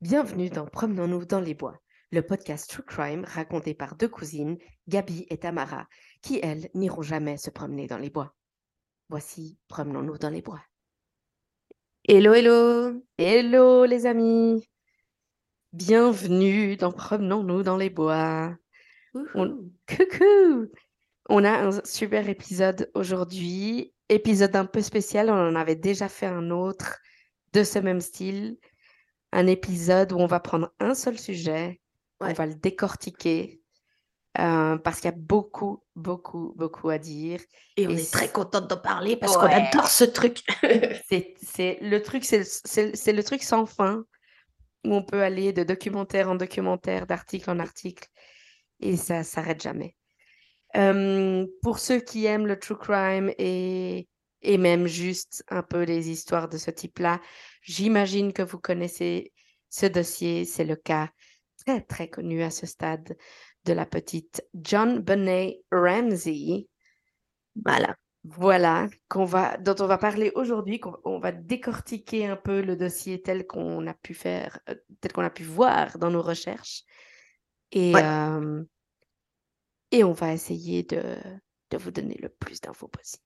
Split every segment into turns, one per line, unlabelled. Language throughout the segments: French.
Bienvenue dans Promenons-nous dans les bois, le podcast True Crime raconté par deux cousines, Gabi et Tamara, qui, elles, n'iront jamais se promener dans les bois. Voici Promenons-nous dans les bois.
Hello, hello!
Hello les amis! Bienvenue dans Promenons-nous dans les bois. On...
Wouhou!
Coucou! On a un super épisode aujourd'hui, épisode un peu spécial, on en avait déjà fait un autre de ce même style, un épisode où on va prendre un seul sujet, on
Ouais.
va le décortiquer parce qu'il y a beaucoup, beaucoup, beaucoup à dire.
Et on
Et
est très contente d'en parler parce qu'on
ouais,
adore ce truc.
c'est le truc, c'est le truc sans fin où on peut aller de documentaire en documentaire, d'article en article, et ça s'arrête jamais. Pour ceux qui aiment le true crime et même juste un peu les histoires de ce type-là, j'imagine que vous connaissez ce dossier. C'est le cas très, très connu à ce stade de la petite John Benet Ramsey.
Voilà.
Voilà, dont on va parler aujourd'hui, on va décortiquer un peu le dossier tel qu'on a pu faire, tel qu'on a pu voir dans nos recherches. Et,
Ouais.
euh, et on va essayer de vous donner le plus d'infos possible.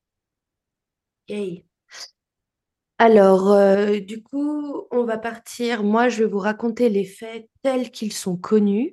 Yay. Alors, du coup, on va partir. Moi, je vais vous raconter les faits tels qu'ils sont connus.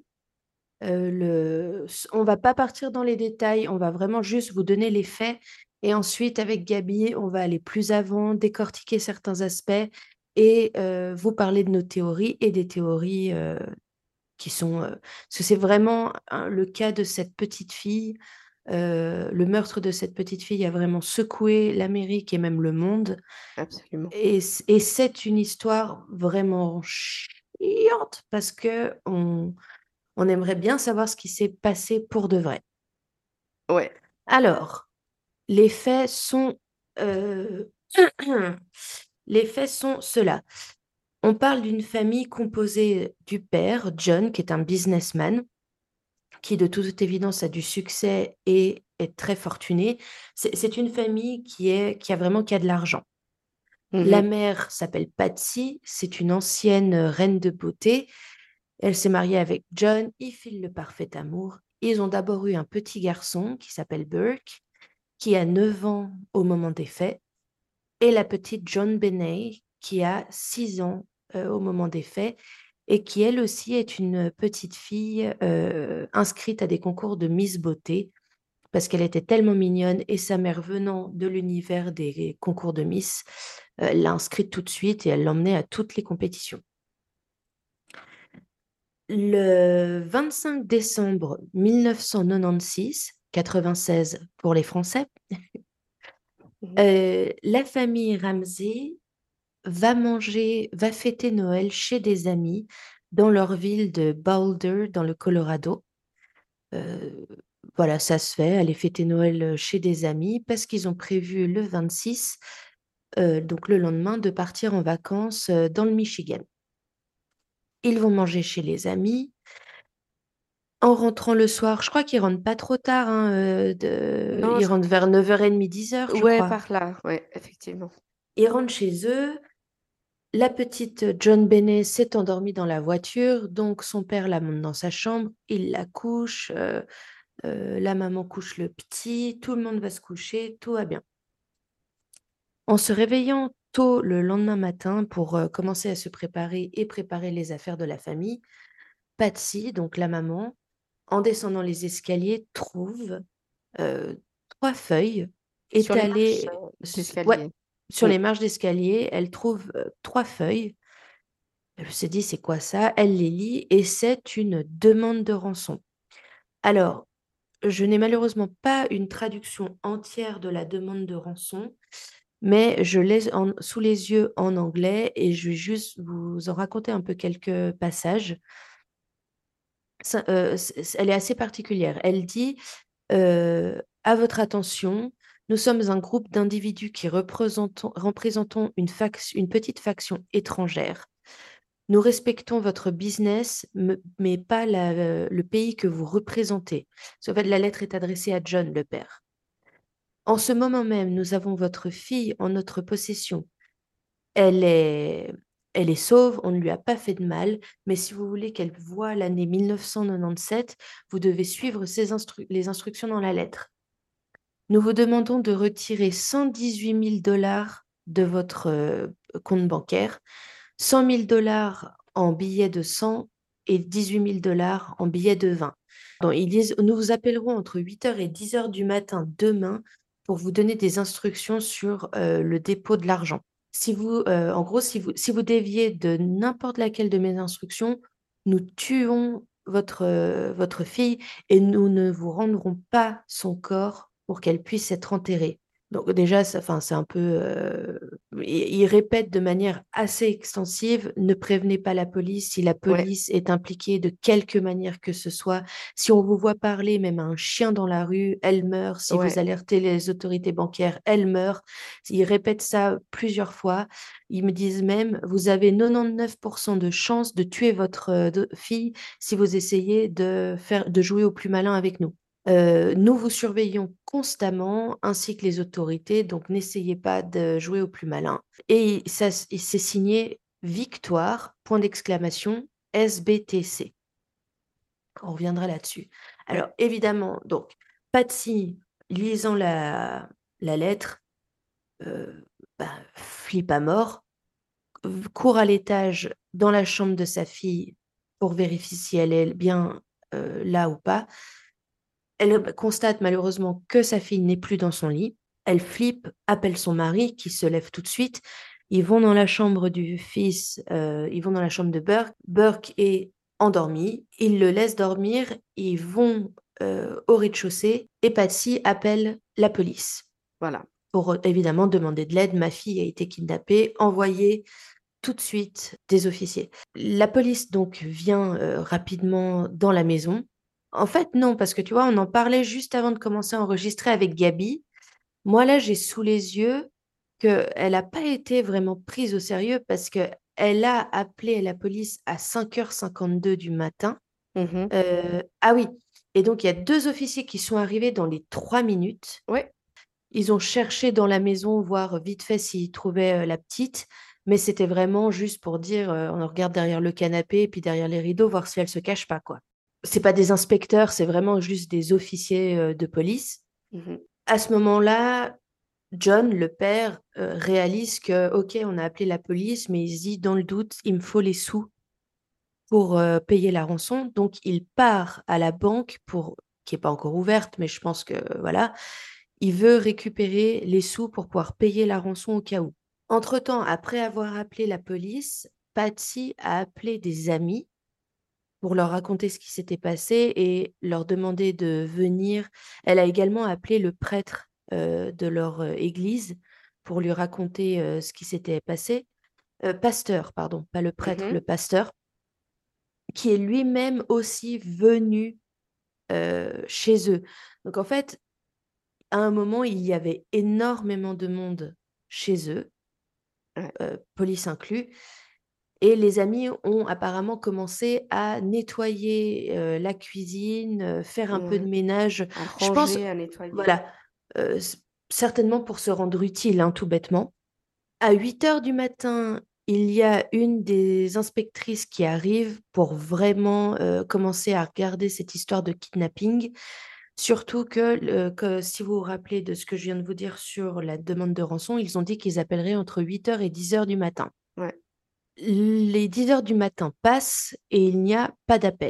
On va pas partir dans les détails, on va vraiment juste vous donner les faits. Et ensuite, avec Gabi, on va aller plus avant, décortiquer certains aspects et vous parler de nos théories et des théories qui sont... parce que c'est vraiment le cas de cette petite fille. Le meurtre de cette petite fille a vraiment secoué l'Amérique et même le monde.
Absolument.
Et c'est une histoire vraiment chiante parce que on aimerait bien savoir ce qui s'est passé pour de vrai.
Ouais.
Alors, les faits sont... euh, les faits sont ceux-là. On parle d'une famille composée du père, John, qui est un businessman, qui de toute évidence a du succès et est très fortuné. C'est une famille qui a de l'argent. La
Mhm.
mère s'appelle Patsy, c'est une ancienne reine de beauté. Elle s'est mariée avec John, ils filent le parfait amour. Ils ont d'abord eu un petit garçon qui s'appelle Burke, qui a 9 ans au moment des faits, et la petite John Benet, qui a 6 ans au moment des faits, et qui elle aussi est une petite fille inscrite à des concours de Miss Beauté, parce qu'elle était tellement mignonne, et sa mère venant de l'univers des concours de Miss, l'a inscrite tout de suite et elle l'emmenait à toutes les compétitions. Le 25 décembre 1996, 96 pour les Français,
Mhm.
la famille Ramsey va fêter Noël chez des amis dans leur ville de Boulder, dans le Colorado. Euh, voilà, ça se fait, aller fêter Noël chez des amis parce qu'ils ont prévu le 26, donc le lendemain, de partir en vacances dans le Michigan. Ils vont manger chez les amis. En rentrant le soir, je crois qu'ils rentrent pas trop tard, hein,
Non,
ils rentrent vers 9h30, 10h, je
ouais,
crois.
par là, ouais, effectivement.
Ils rentrent chez eux. La petite John Bennet s'est endormie dans la voiture, donc son père la monte dans sa chambre, il la couche, la maman couche le petit, tout le monde va se coucher, tout va bien. En se réveillant tôt le lendemain matin pour commencer à se préparer et préparer les affaires de la famille, Patsy, donc la maman, en descendant les escaliers, trouve euh, 3 feuilles
Sur les marches
étalées ouais,
d'escalier.
sur
Mm.
les marges d'escalier. Elle trouve 3 feuilles. Elle se dit, c'est quoi ça? Elle les lit et c'est une demande de rançon. Alors, je n'ai malheureusement pas une traduction entière de la demande de rançon, mais je l'ai sous les yeux en anglais et je vais juste vous en raconter un peu quelques passages. Elle est assez particulière. Elle dit, à votre attention, nous sommes un groupe d'individus qui représentons une petite faction étrangère. Nous respectons votre business, mais pas le pays que vous représentez. En fait, la lettre est adressée à John, le père. En ce moment même, nous avons votre fille en notre possession. Elle est, Elle est sauve, on ne lui a pas fait de mal, mais si vous voulez qu'elle voie l'année 1997, vous devez suivre les instructions dans la lettre. Nous vous demandons de retirer 118 000 dollars de votre compte bancaire, 100 000 dollars en billets de 100 et 18 000 dollars en billets de 20. Donc, ils disent, nous vous appellerons entre 8 heures et 10 heures du matin demain pour vous donner des instructions sur le dépôt de l'argent. Si vous, en gros, si vous déviez de n'importe laquelle de mes instructions, nous tuons votre fille et nous ne vous rendrons pas son corps pour qu'elle puisse être enterrée. Donc déjà, c'est un peu... il répète de manière assez extensive, ne prévenez pas la police si la
Ouais,
police est impliquée de quelque manière que ce soit. Si on vous voit parler même à un chien dans la rue, elle meurt. Si vous
ouais,
alertez les autorités bancaires, elle meurt. Il répète ça plusieurs fois. Ils me disent même, vous avez 99% de chances de tuer votre fille si vous essayez de jouer au plus malin avec nous. Nous vous surveillons constamment, ainsi que les autorités, donc n'essayez pas de jouer au plus malin. Et ça, c'est signé Victoire, point d'exclamation, SBTC. On reviendra là-dessus. Alors,
ouais,
évidemment, donc, Patsy, lisant la lettre, euh, flippe à mort, court à l'étage dans la chambre de sa fille pour vérifier si elle est bien là ou pas. Elle constate malheureusement que sa fille n'est plus dans son lit. Elle flippe, appelle son mari qui se lève tout de suite. Ils vont dans la chambre du fils, ils vont dans la chambre de Burke. Burke est endormi. Ils le laissent dormir. Ils vont au rez-de-chaussée et Patsy appelle la police
voilà.
pour évidemment demander de l'aide. Ma fille a été kidnappée. Envoyez tout de suite des officiers. La police donc vient rapidement dans la maison. En fait, non, parce que tu vois, on en parlait juste avant de commencer à enregistrer avec Gabi. Moi, là, j'ai sous les yeux qu'elle n'a pas été vraiment prise au sérieux parce qu'elle a appelé la police à 5h52 du matin.
Mhm.
Ah oui, et donc il y a deux officiers qui sont arrivés dans les 3 minutes.
Ouais,
Ils ont cherché dans la maison, voir vite fait s'ils trouvaient la petite, mais c'était vraiment juste pour dire, on regarde derrière le canapé et puis derrière les rideaux, voir si elle se cache pas, quoi. C'est pas des inspecteurs, c'est vraiment juste des officiers de police.
mhm.
À ce moment-là, John, le père, réalise que, ok, on a appelé la police, mais il se dit, dans le doute, il me faut les sous pour payer la rançon. Donc, il part à la banque qui n'est pas encore ouverte, mais je pense que, voilà, il veut récupérer les sous pour pouvoir payer la rançon au cas où. Entre-temps, après avoir appelé la police, Patsy a appelé des amis pour leur raconter ce qui s'était passé et leur demander de venir. Elle a également appelé le prêtre de leur église pour lui raconter ce qui s'était passé. Pasteur, pardon, pas le prêtre,
Mhm.
le pasteur, qui est lui-même aussi venu chez eux. Donc en fait, à un moment, il y avait énormément de monde chez eux,
Ouais,
police inclus, et les amis ont apparemment commencé à nettoyer la cuisine, faire un peu de
ouais.
ménage.
À
Je pense,
ranger, à nettoyer.
voilà, certainement pour se rendre utile, hein, tout bêtement. À 8 heures du matin, il y a une des inspectrices qui arrive pour vraiment commencer à regarder cette histoire de kidnapping. Surtout que si vous vous rappelez de ce que je viens de vous dire sur la demande de rançon, ils ont dit qu'ils appelleraient entre 8 heures et 10 heures du matin.
Ouais,
Les 10 heures du matin passent et il n'y a pas d'appel.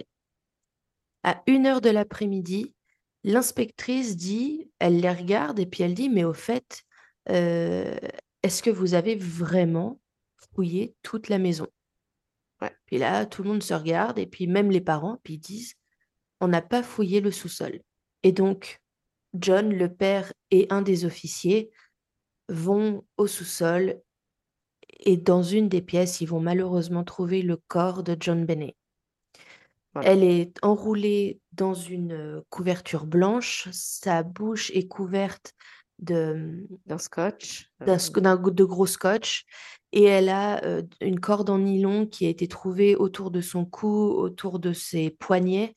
À 1 heure de l'après-midi, l'inspectrice dit, elle les regarde et puis elle dit, mais au fait, euh, est-ce que vous avez vraiment fouillé toute la maison?
ouais,
Puis là, tout le monde se regarde et puis même les parents, puis ils disent, on n'a pas fouillé le sous-sol. Et donc, John, le père et un des officiers vont au sous-sol et dans une des pièces, ils vont malheureusement trouver le corps de John Bennet.
voilà.
Elle est enroulée dans une couverture blanche, sa bouche est couverte de,
D'un scotch.
de gros scotch et elle a une corde en nylon qui a été trouvée autour de son cou, autour de ses poignets.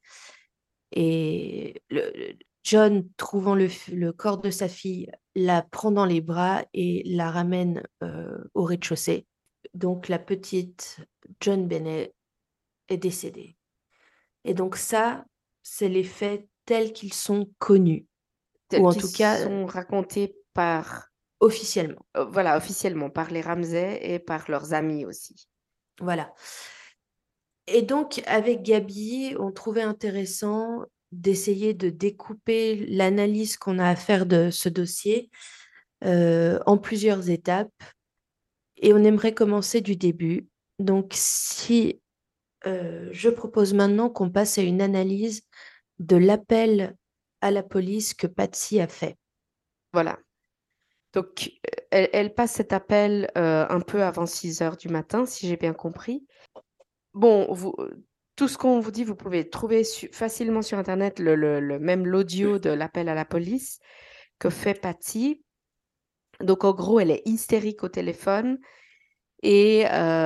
Et John, trouvant le corps de sa fille, la prend dans les bras et la ramène au rez-de-chaussée. donc la petite John Bennett est décédée. Et donc ça, c'est les faits tels qu'ils sont connus, ou
Tels
en
qu'ils
tout cas
sont racontés par,
officiellement.
voilà, officiellement, par les Ramsay et par leurs amis aussi.
Voilà. Et donc, avec Gabi, on trouvait intéressant d'essayer de découper l'analyse qu'on a à faire de ce dossier en plusieurs étapes. Et on aimerait commencer du début. Donc, si je propose maintenant qu'on passe à une analyse de l'appel à la police que Patsy a fait.
Voilà. Donc, elle passe cet appel un peu avant 6 heures du matin, si j'ai bien compris. Bon, tout ce qu'on vous dit, vous pouvez trouver facilement sur Internet même l'audio de l'appel à la police que fait Patty. Donc, en gros, elle est hystérique au téléphone et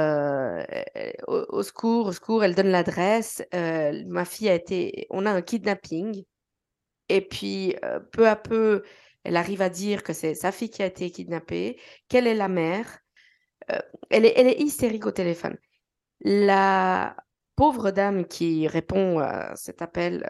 au secours, elle donne l'adresse. Ma fille on a un kidnapping. Et puis, peu à peu, elle arrive à dire que c'est sa fille qui a été kidnappée, qu'elle est la mère. Euh, elle est hystérique au téléphone. La pauvre dame qui répond à cet appel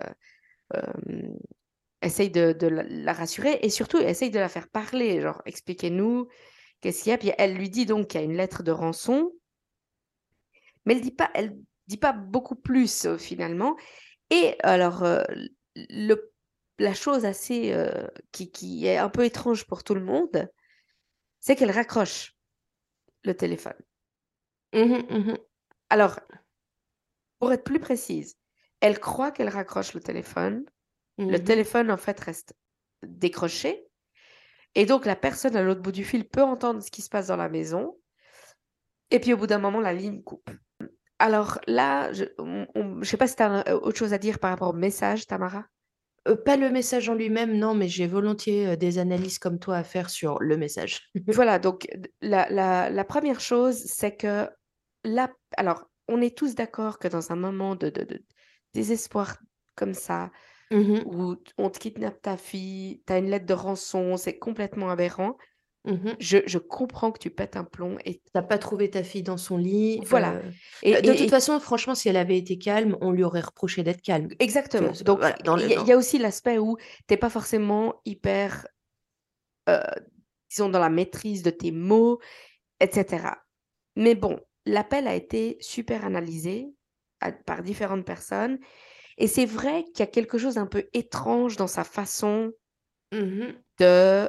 essaye de la rassurer et surtout essaye de la faire parler, genre expliquez-nous qu'est-ce qu'il y a. Puis elle lui dit donc qu'il y a une lettre de rançon, mais elle dit pas beaucoup plus finalement. Et alors, le, la chose assez qui est un peu étrange pour tout le monde, c'est qu'elle raccroche le téléphone.
Mhm, mhm,
Alors, pour être plus précise, elle croit qu'elle raccroche le téléphone. Le
mhm,
téléphone, en fait, reste décroché. Et donc, la personne à l'autre bout du fil peut entendre ce qui se passe dans la maison. Et puis, au bout d'un moment, la ligne coupe. Alors là, je ne sais pas si tu as autre chose à dire par rapport au message, Tamara.
pas le message en lui-même, non, mais j'ai volontiers des analyses comme toi à faire sur le message.
Voilà, donc la première chose, c'est que là, alors, on est tous d'accord que dans un moment de désespoir comme ça,
Mhm,
où on te kidnappe ta fille, tu as une lettre de rançon, c'est complètement aberrant.
mhm.
Je comprends que tu pètes un plomb et
T'as pas trouvé ta fille dans son lit.
voilà.
De toute
Et
façon, franchement, si elle avait été calme, on lui aurait reproché d'être calme. Tu vois,
exactement. Donc,
voilà, dans
il
le,
y, a il y
dans...
a aussi l'aspect où t'es pas forcément hyper, euh, disons, dans la maîtrise de tes mots, etc. Mais bon, l'appel a été super analysé par différentes personnes. Et c'est vrai qu'il y a quelque chose d'un peu étrange dans sa façon
Mhm.
de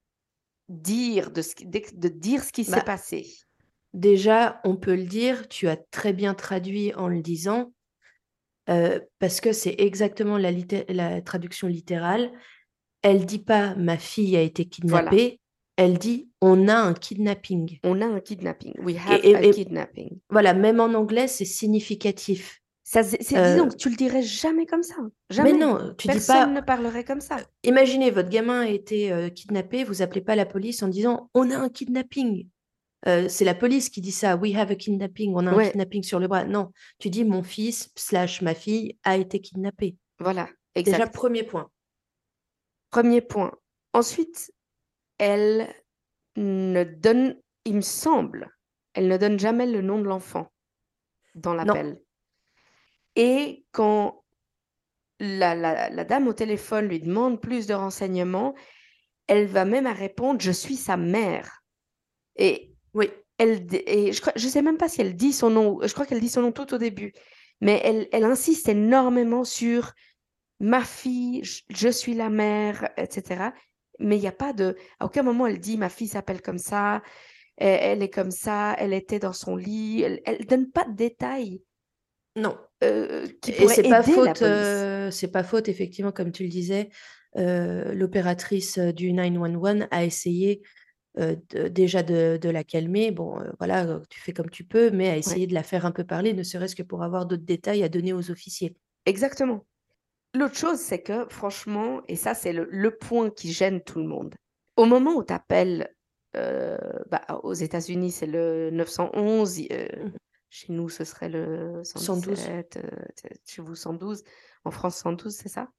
de dire ce qui s'est
Bah,
passé.
déjà, on peut le dire, tu as très bien traduit en le disant, parce que c'est exactement la traduction littérale. Elle dit pas ma fille a été
Voilà,
kidnappée, elle dit on a un kidnapping.
on a un kidnapping. We
Et,
have a
et- et
kidnapping.
voilà, même en anglais, c'est significatif.
Disons
Euh,
que tu le dirais jamais comme ça.
mais
Jamais.
non, tu dis
Personne ne
pas.
parlerait comme ça.
Imaginez, votre gamin a été kidnappé, vous appelez pas la police en disant on a un kidnapping. C'est la police qui dit ça. We have a kidnapping. On a un
Ouais,
kidnapping sur le bras. Non, tu dis mon fils slash ma fille a été kidnappé.
voilà,
Déjà,
exact.
premier point.
Premier point. Ensuite, elle ne donne, il me semble, elle ne donne jamais le nom de l'enfant dans
Non.
l'appel. Et quand la dame au téléphone lui demande plus de renseignements, elle va même à répondre, je suis sa mère. Et
Oui.
je sais même pas si elle dit son nom, je crois qu'elle dit son nom tout au début, mais elle insiste énormément sur ma fille, je suis la mère, etc. Mais il n'y a pas à aucun moment elle dit ma fille s'appelle comme ça, elle est comme ça, elle était dans son lit. Elle donne pas de détails
Non.
qui
Et
pourraient aider la police.
c'est pas faute, effectivement, comme tu le disais. L'opératrice du 911 a essayé déjà de la calmer. Bon, voilà, tu fais comme tu peux, mais a
Ouais,
essayé de la faire un peu parler, ne serait-ce que pour avoir d'autres détails à donner aux officiers.
exactement. L'autre chose, c'est que franchement, et ça, c'est le point qui gêne tout le monde. Au moment où tu appelles, aux États-Unis, c'est le 911.
Mhm.
Chez nous, ce serait le
112.
117. Chez vous, 112. En France, 112, c'est ça?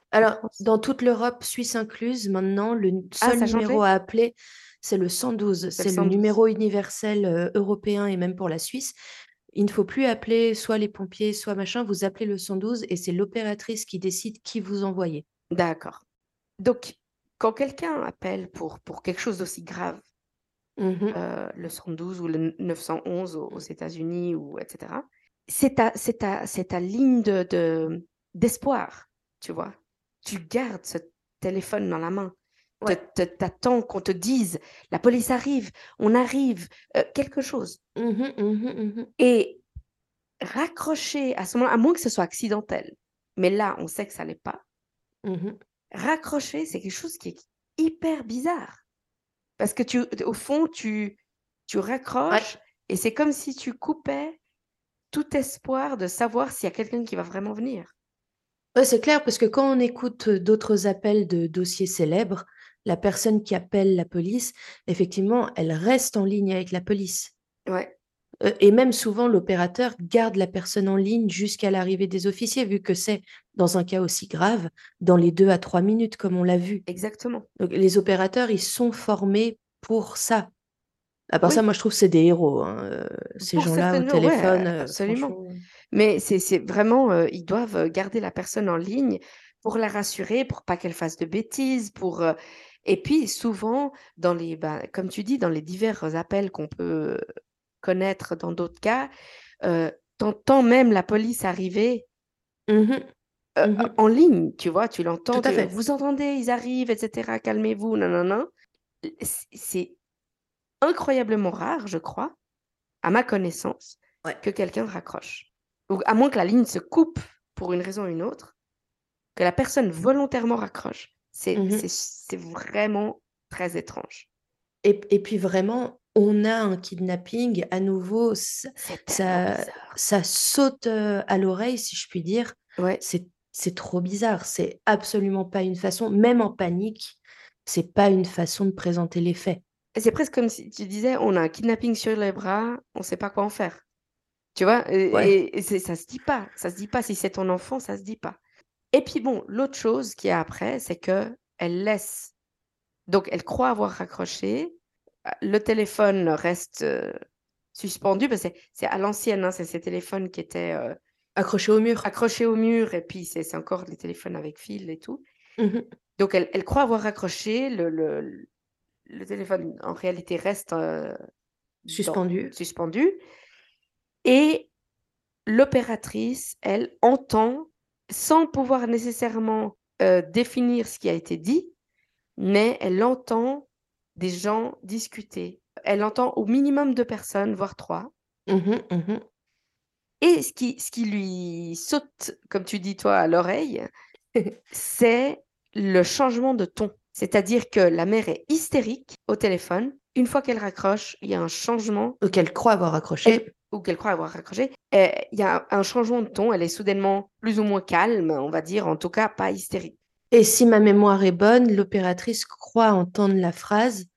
en
Alors,
France?
dans toute l'Europe, Suisse incluse, maintenant, le
Ah,
seul
ça a
numéro
changé?
à appeler, c'est le 112.
C'est le
C'est le
112.
numéro universel européen et même pour la Suisse. Il ne faut plus appeler soit les pompiers, soit machin. Vous appelez le 112 et c'est l'opératrice qui décide qui vous envoyez.
D'accord. Donc, quand quelqu'un appelle pour quelque chose d'aussi grave,
Mhm.
le 112 ou le 911 aux États-Unis ou etc., c'est ta ligne d'espoir, tu vois. Tu gardes ce téléphone dans la main.
Ouais.
T'attends qu'on te dise, la police arrive, on arrive, quelque chose.
Mhm, mhm, mhm,
Et raccrocher à ce moment-là, à moins que ce soit accidentel, mais là, on sait que ça l'est pas.
mhm.
Raccrocher, c'est quelque chose qui est hyper bizarre. Parce que au fond, tu
Ouais.
raccroches et c'est comme si tu coupais tout espoir de savoir s'il y a quelqu'un qui va vraiment venir.
Ouais, c'est clair, parce que quand on écoute d'autres appels de dossiers célèbres, la personne qui appelle la police, effectivement, elle reste en ligne avec la police.
Ouais,
Et même souvent, l'opérateur garde la personne en ligne jusqu'à l'arrivée des officiers, vu que c'est, dans un cas aussi grave, dans les 2 à 3 minutes, comme on l'a vu.
exactement.
Donc, les opérateurs, ils sont formés pour ça. À part ça,
Oui,
moi, je trouve que c'est des héros, hein, ces
pour
gens-là au
certaines ouais,
téléphone,
absolument.
franchement.
Mais c'est vraiment, ils doivent garder la personne en ligne pour la rassurer, pour pas qu'elle fasse de bêtises, et puis souvent dans comme tu dis, dans les divers appels qu'on peut connaître dans d'autres cas, tu même la police arriver,
Mhm, mhm.
en ligne, tu vois? Tu l'entends,
Tout à fait.
«Vous entendez? Ils arrivent et cetera, calmez-vous, nanana». C'est incroyablement rare, je crois, à ma connaissance,
Ouais.
que quelqu'un raccroche. Ou à moins que la ligne se coupe pour une raison ou une autre, que la personne volontairement raccroche.
Mhm.
C'est vraiment très étrange.
Et puis vraiment, on a un kidnapping, à nouveau,
C'est tellement
ça,
bizarre.
ça saute à l'oreille, si je puis dire.
Ouais,
C'est trop bizarre. C'est absolument pas une façon, même en panique, c'est pas une façon de présenter les faits.
et c'est presque comme si tu disais: «On a un kidnapping sur les bras, on ne sait pas quoi en faire». Tu vois?
Ouais.
Et ça se dit pas, ça se dit pas. Si c'est ton enfant, ça se dit pas. Et puis bon, l'autre chose qu'il y a après, c'est qu'elle laisse donc elle croit avoir raccroché, le téléphone reste, suspendu, parce que c'est à l'ancienne, hein, c'est ces téléphones qui étaient,
Accroché au mur.
accrochés au mur et puis c'est encore les téléphones avec fil et tout.
Mhm.
Donc elle croit avoir raccroché, le téléphone en réalité reste, dans
Suspendu.
suspendu, et l'opératrice, elle entend, sans pouvoir nécessairement, définir ce qui a été dit, mais elle entend des gens discuter. Elle entend au minimum 2 personnes, voire 3.
Mhm, mhm.
Et ce qui lui saute, comme tu dis toi, à l'oreille, c'est le changement de ton. C'est-à-dire que la mère est hystérique au téléphone. Une fois qu'elle raccroche, il y a un changement.
Auquel croit avoir
Elle
accroché.
Ou qu'elle croit avoir raccroché, il y a un changement de ton, elle est soudainement plus ou moins calme, on va dire, en tout cas pas hystérique.
Et si ma mémoire est bonne, l'opératrice croit entendre la phrase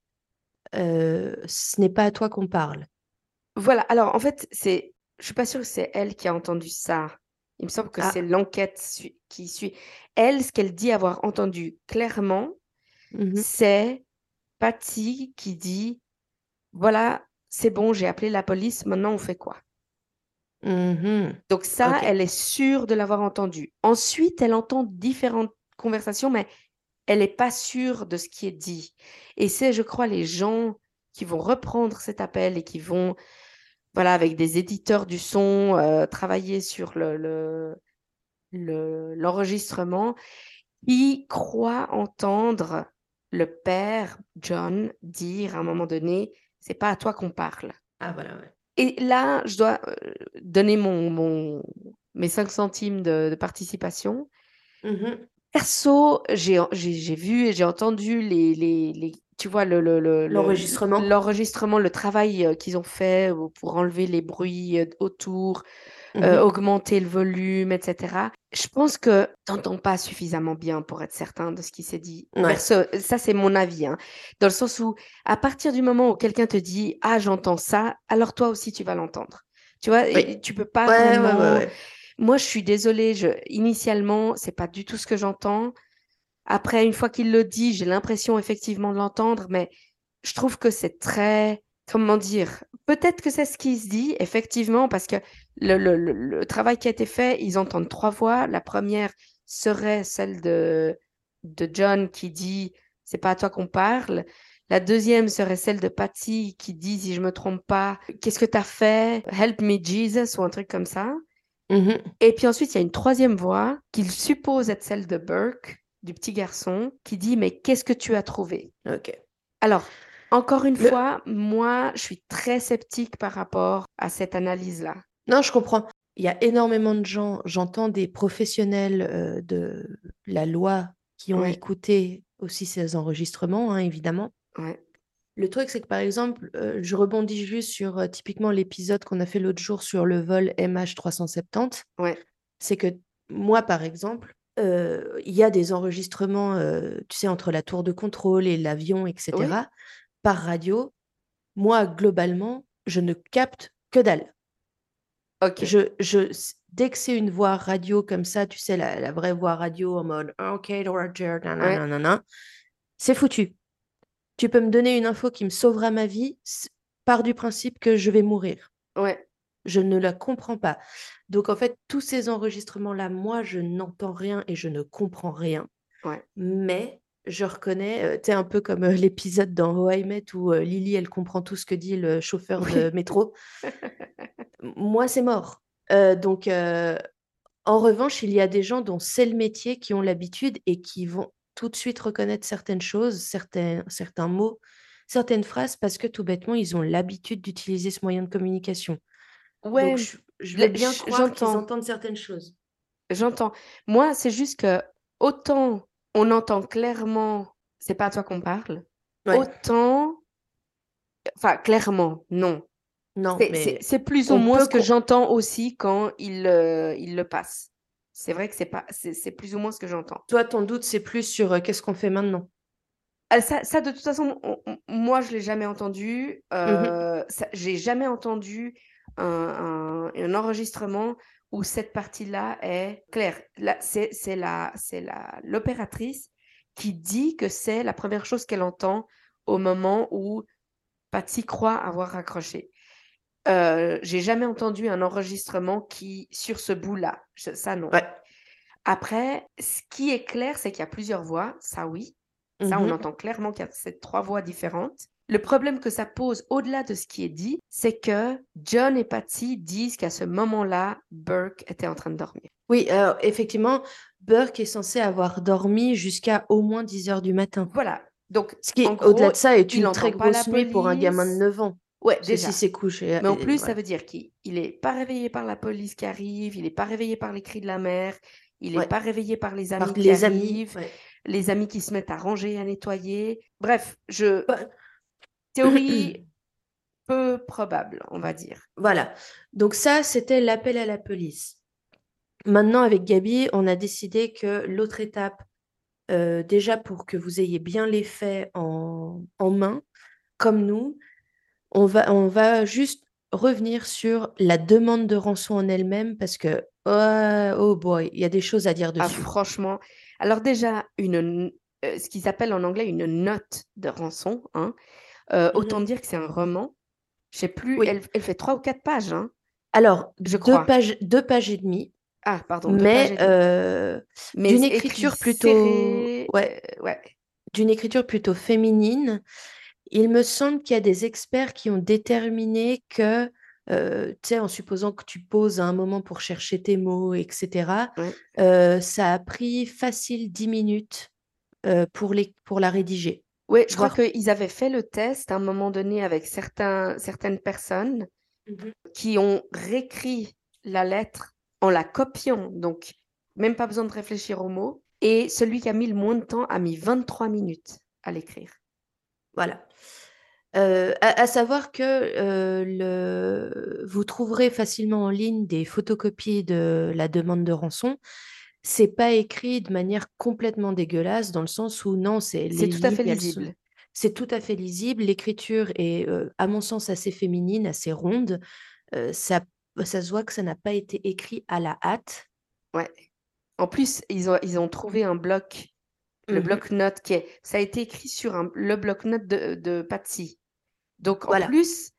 ce n'est pas à toi qu'on parle.
Voilà, alors en fait, je suis pas sûre que c'est elle qui a entendu ça. Il me semble que c'est
Ah.
l'enquête qui suit. Elle, ce qu'elle dit avoir entendu clairement,
Mhm,
c'est Patty qui dit: «Voilà, c'est bon, j'ai appelé la police, maintenant on fait quoi?»
mhm.
Donc ça,
Ok.
elle est sûre de l'avoir entendu. Ensuite, elle entend différentes conversations, mais elle est pas sûre de ce qui est dit, et c'est, je crois, les gens qui vont reprendre cet appel et qui vont, voilà, avec des éditeurs du son, travailler sur l'enregistrement, qui croient entendre le père, John, dire à un moment donné: «C'est pas à toi qu'on parle».
Ah voilà, ouais.
Et là, je dois, donner mes 5 centimes de participation.
Mhm.
Perso, j'ai vu et j'ai entendu les tu vois,
L'enregistrement.
l'enregistrement, le travail, qu'ils ont fait, pour enlever les bruits, autour,
Mhm.
augmenter le volume et cetera. Je pense que tu entends pas suffisamment bien pour être certain de ce qui s'est dit.
Ouais.
Perso, ça c'est mon avis, hein, dans le sens où, à partir du moment où quelqu'un te dit: «Ah, j'entends ça», alors toi aussi tu vas l'entendre. Tu vois?
Oui.
Et tu peux pas
Ouais, ouais, ouais,
vraiment,
ouais.
Moi, je suis désolée, initialement, c'est pas du tout ce que j'entends. Après, une fois qu'il le dit, j'ai l'impression effectivement de l'entendre, mais je trouve que c'est très, comment dire, peut-être que c'est ce qui se dit, effectivement, parce que le travail qui a été fait, ils entendent trois voix. La première serait celle de John qui dit, c'est pas à toi qu'on parle. La deuxième serait celle de Patty qui dit, si je me trompe pas, qu'est-ce que tu as fait? Help me Jesus ou un truc comme ça.
Mhm.
Et puis ensuite, il y a une troisième voix qu'il suppose être celle de Burke, du petit garçon, qui dit, mais qu'est-ce que tu as trouvé?
Ok.
Alors, encore une
Le...
fois, moi, je suis très sceptique par rapport à cette analyse-là.
Non, je comprends. Il y a énormément de gens, j'entends des professionnels de la loi qui ont
Ouais,
écouté aussi ces enregistrements, hein, évidemment.
ouais,
Le truc, c'est que par exemple, je rebondis juste sur typiquement l'épisode qu'on a fait l'autre jour sur le vol MH370.
ouais,
C'est que moi, par exemple, il y a des enregistrements, tu sais, entre la tour de contrôle et l'avion,
oui,
etc., par radio. Moi, globalement, je ne capte que dalle.
ok,
Dès que c'est une voix radio comme ça, tu sais, la vraie voix radio en mode OK, Roger,
ouais,
nanana, c'est foutu. Tu peux me donner une info qui me sauvera ma vie, part du principe que je vais mourir.
ouais,
Je ne la comprends pas. Donc, en fait, tous ces enregistrements-là, moi, je n'entends rien et je ne comprends rien.
ouais.
Mais je reconnais, tu sais, un peu comme l'épisode dans How I Met où Lily, elle comprend tout ce que dit le chauffeur de
Oui.
métro. Moi, c'est mort. Donc, en revanche, il y a des gens dont c'est le métier qui ont l'habitude et qui vont tout de suite reconnaître certaines choses, certains mots, certaines phrases parce que tout bêtement, ils ont l'habitude d'utiliser ce moyen de communication. Donc,
Ouais,
je veux bien croire qu'ils
j'entends,
entendent certaines choses.
j'entends. Moi, c'est juste que autant on entend clairement, c'est pas à toi qu'on parle,
Ouais,
autant, enfin, clairement, non.
non, mais
C'est plus ou
on
moins
peut...
ce que j'entends aussi quand il le passe. C'est vrai que c'est pas, c'est plus ou moins ce que j'entends.
Toi, ton doute, c'est plus sur qu'est-ce qu'on fait maintenant.
Ça, de toute façon, moi, je l'ai jamais entendu.
Mhm.
J'ai jamais entendu un enregistrement où cette partie-là est claire. Là, l'opératrice qui dit que c'est la première chose qu'elle entend au moment où Patsy croit avoir raccroché. J'ai jamais entendu un enregistrement qui, sur ce bout-là, ça non.
Ouais.
Après, ce qui est clair, c'est qu'il y a plusieurs voix, ça oui. Ça, on
Mhm.
entend clairement qu'il y a ces trois voix différentes. Le problème que ça pose, au-delà de ce qui est dit, c'est que John et Patty disent qu'à ce moment-là, Burke était en train de dormir.
Oui, alors effectivement, Burke est censé avoir dormi jusqu'à au moins 10 heures du matin.
Voilà. Donc,
Ce qui,
en
au-delà
gros,
de ça, est
il
une très
n'entend pas la
grosse nuit pour un gamin de
police.
9 ans.
Ouais,
Parce que si
déjà.
c'est couché,
Mais en plus, ça
voilà.
veut dire qu'il n'est pas réveillé par la police qui arrive, il n'est pas réveillé par les cris de la mère, il n'est
Ouais.
pas réveillé par les
Par
amis qui
les amis,
arrivent,
ouais.
les amis qui se mettent à ranger, à nettoyer. Bref,
Bah,
théorie peu probable, on va dire.
voilà. Donc ça, c'était l'appel à la police. Maintenant, avec Gabi, on a décidé que l'autre étape, déjà pour que vous ayez bien les faits en main, comme nous, on va juste revenir sur la demande de rançon en elle-même parce que, oh boy, il y a des choses à dire
Ah,
dessus.
franchement. Alors déjà, ce qu'ils appellent en anglais une note de rançon, hein. Autant
Mhm.
dire que c'est un roman. Je sais plus,
Oui.
elle fait 3 ou 4 pages, hein,
Alors,
je
deux
crois.
pages, 2 pages et demie,
Ah, pardon, 2 pages
mais
et demie. Mais
d'une
écrit
écriture plutôt,
serré,
ouais,
ouais.
d'une écriture plutôt féminine. Il me semble qu'il y a des experts qui ont déterminé que, tu sais, en supposant que tu poses un moment pour chercher tes mots, etc.,
Ouais.
ça a pris facile 10 minutes pour la rédiger.
Ouais, je crois
Voire.
qu'ils avaient fait le test à un moment donné avec certaines personnes
Mhm.
qui ont réécrit la lettre en la copiant, donc même pas besoin de réfléchir aux mots. Et celui qui a mis le moins de temps a mis 23 minutes à l'écrire.
Voilà. À savoir que vous trouverez facilement en ligne des photocopies de la demande de rançon. C'est pas écrit de manière complètement dégueulasse, dans le sens où non, c'est
C'est
les
tout à fait
lignes,
lisible.
c'est tout à fait lisible. L'écriture est, à mon sens, assez féminine, assez ronde. Ça, ça se voit que ça n'a pas été écrit à la hâte.
Ouais. En plus, ils ont trouvé un bloc, le
Mhm.
bloc-notes ça a été écrit sur le bloc-notes de Patsy. Donc, en
Voilà,
plus,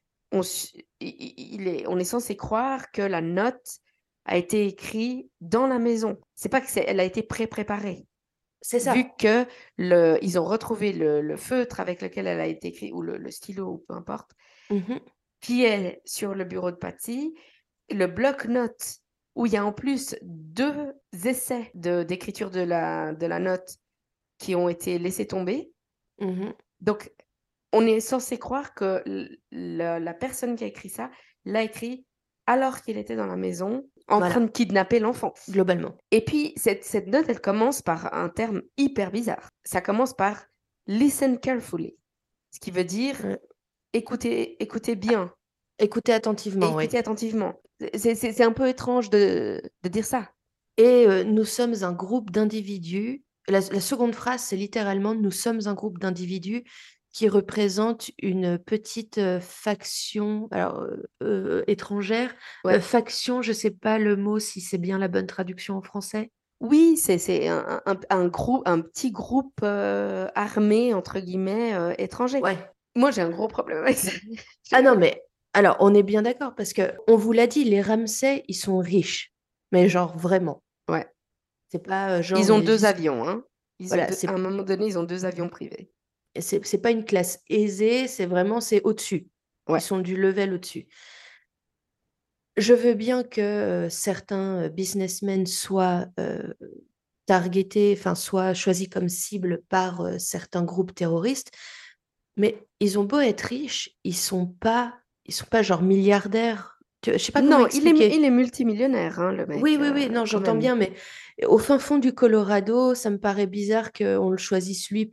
on est censé croire que la note a été écrite dans la maison. C'est pas que elle a été pré-préparée.
c'est
Vu
ça.
que ils ont retrouvé le feutre avec lequel elle a été écrite, ou le stylo, ou peu importe,
Mhm.
qui est sur le bureau de Patty, le bloc-notes, où il y a en plus 2 essais d'écriture de la note qui ont été laissés tomber.
Mhm.
Donc, on est censé croire que la personne qui a écrit ça l'a écrit alors qu'il était dans la maison en train
Voilà,
de kidnapper l'enfant.
globalement.
Et puis, cette note, elle commence par un terme hyper bizarre. Ça commence par listen carefully, ce qui veut dire
Euh,
écoutez bien,
Écoutez attentivement, oui.
écoutez attentivement. C'est un peu étrange de dire ça.
Et nous sommes un groupe d'individus. La seconde phrase, c'est littéralement nous sommes un groupe d'individus qui représentent une petite faction alors, étrangère.
Ouais.
Faction, je ne sais pas le mot si c'est bien la bonne traduction en français.
Oui, c'est un petit groupe armé, entre guillemets, étranger.
Ouais.
Moi, j'ai un gros problème avec ça.
Ah non, mais alors on est bien d'accord parce que on vous l'a dit, les Ramsay, ils sont riches, mais genre vraiment.
Ouais.
C'est pas
Ils
genre
ont 2 avions, hein.
voilà,
À un moment donné, ils ont 2 avions privés.
c'est pas une classe aisée, c'est vraiment c'est au-dessus. Ils
Ouais.
sont du level au-dessus. Je veux bien que certains businessmen soient targetés, enfin soient choisis comme cible par certains groupes terroristes, mais ils ont beau être riches, ils sont pas genre milliardaires. Je sais pas comment
Non,
expliquer.
il est multimillionnaire, hein, le
Oui,
mec,
oui, oui, non,
quand
j'entends
même.
bien, mais au fin fond du Colorado, ça me paraît bizarre qu'on le choisisse lui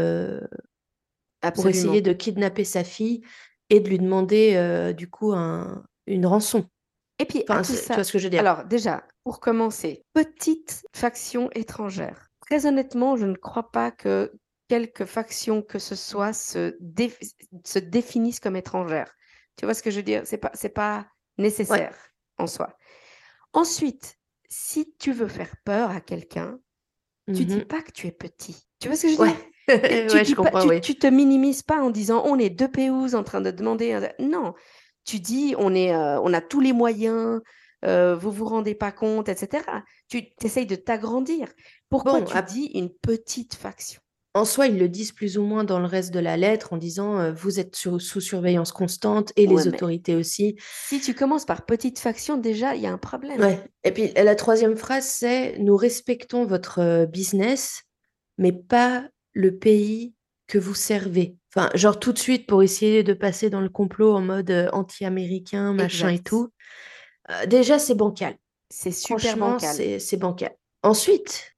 pour essayer
Absolument.
de kidnapper sa fille et de lui demander du coup une rançon.
Et puis, à
Enfin,
tout
tu vois
ça,
ce que je veux dire?
alors déjà, pour commencer, petite faction étrangère. Très honnêtement, je ne crois pas que quelque faction que ce soit se définisse comme étrangère. Tu vois ce que je veux dire? C'est pas
Ouais.
nécessaire en soi. Ensuite, si tu veux faire peur à quelqu'un, tu dis
Mhm.
pas que tu es petit. Tu vois ce que je veux
Ouais.
dire? Tu
Ouais, je
dis pas,
comprends, oui.
tu te minimises pas en disant on est deux péous en train de demander. Non, tu dis on a tous les moyens, vous vous rendez pas compte, etc. Tu essayes de t'agrandir. Pourquoi
Bon,
tu dis une petite faction?
en soi, ils le disent plus ou moins dans le reste de la lettre en disant vous êtes sous surveillance constante et
Ouais,
les
mais
autorités aussi.
si tu commences par petite faction, déjà, il y a un problème.
Ouais. Et puis la troisième phrase, c'est nous respectons votre business, mais pas le pays que vous servez. Enfin, genre tout de suite pour essayer de passer dans le complot en mode anti-américain, machin et
Exact.
tout. Déjà, c'est bancal.
C'est super
Franchement,
bancal.
c'est bancal. Ensuite,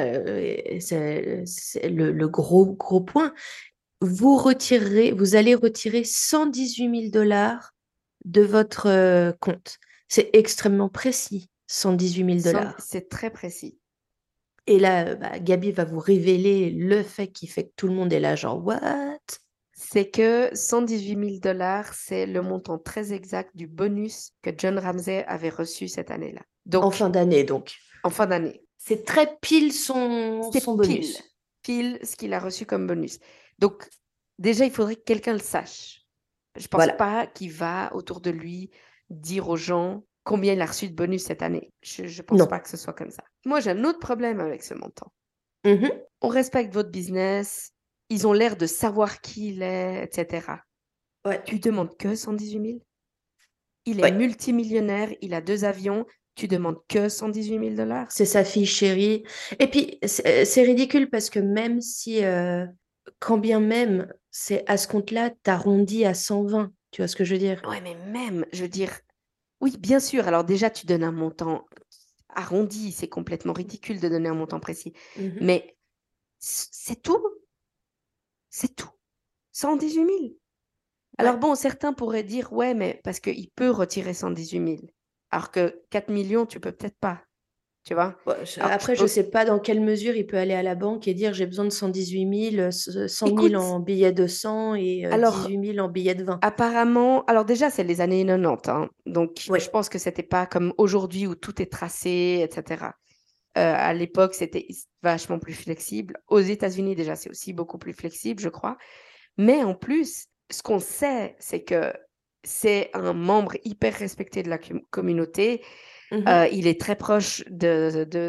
c'est le gros, gros point. Vous allez retirer 118 000 dollars de votre compte. C'est extrêmement précis, 118 000 dollars.
C'est très précis.
Et là, bah, Gabi va vous révéler le fait qui fait que tout le monde est là, genre, what?
C'est que 118 000 $, c'est le montant très exact du bonus que John Ramsey avait reçu cette année-là.
En
Donc,
fin d'année, donc.
en fin d'année.
C'est très pile son
C'est pile,
bonus.
pile ce qu'il a reçu comme bonus. Donc, déjà, il faudrait que quelqu'un le sache. Je ne pense
Voilà.
pas qu'il va autour de lui dire aux gens combien il a reçu de bonus cette année. Je ne pense
Non.
pas que ce soit comme ça. Moi, j'ai un autre problème avec ce montant.
Mhm.
On respecte votre business, ils ont l'air de savoir qui il est, etc.
Ouais.
Tu demandes que 118 000? Il est
Ouais.
multimillionnaire, il a 2 avions, tu demandes que 118 000 $?
C'est sa fille chérie. Et puis, c'est ridicule parce que même si, quand bien même, c'est à ce compte-là, t'arrondis à 120. Tu vois ce que je veux dire?
Ouais, mais même, je veux dire, oui, bien sûr. Alors déjà, tu donnes un montant arrondi, c'est complètement ridicule de donner un montant précis.
Mhm.
Mais c'est tout, c'est tout. 118 000. Alors
Ouais.
bon, certains pourraient dire, ouais, mais parce qu'il peut retirer 118 000. Alors que 4 millions, tu peux peut-être pas. tu vois?
Ouais,
Alors, je
après, je ne
peux
sais pas dans quelle mesure il peut aller à la banque et dire j'ai besoin de 118 000, 100 000
écoute,
en billets de 100 et
alors
18 000 en billets de 20.
apparemment, alors déjà, c'est les années 90, hein, donc
Oui.
je pense que c'était pas comme aujourd'hui où tout est tracé, etc. À l'époque, c'était vachement plus flexible. Aux États-Unis, déjà, c'est aussi beaucoup plus flexible, je crois. Mais en plus, ce qu'on sait, c'est que c'est un membre hyper respecté de la communauté.
Mhm.
Il est très proche de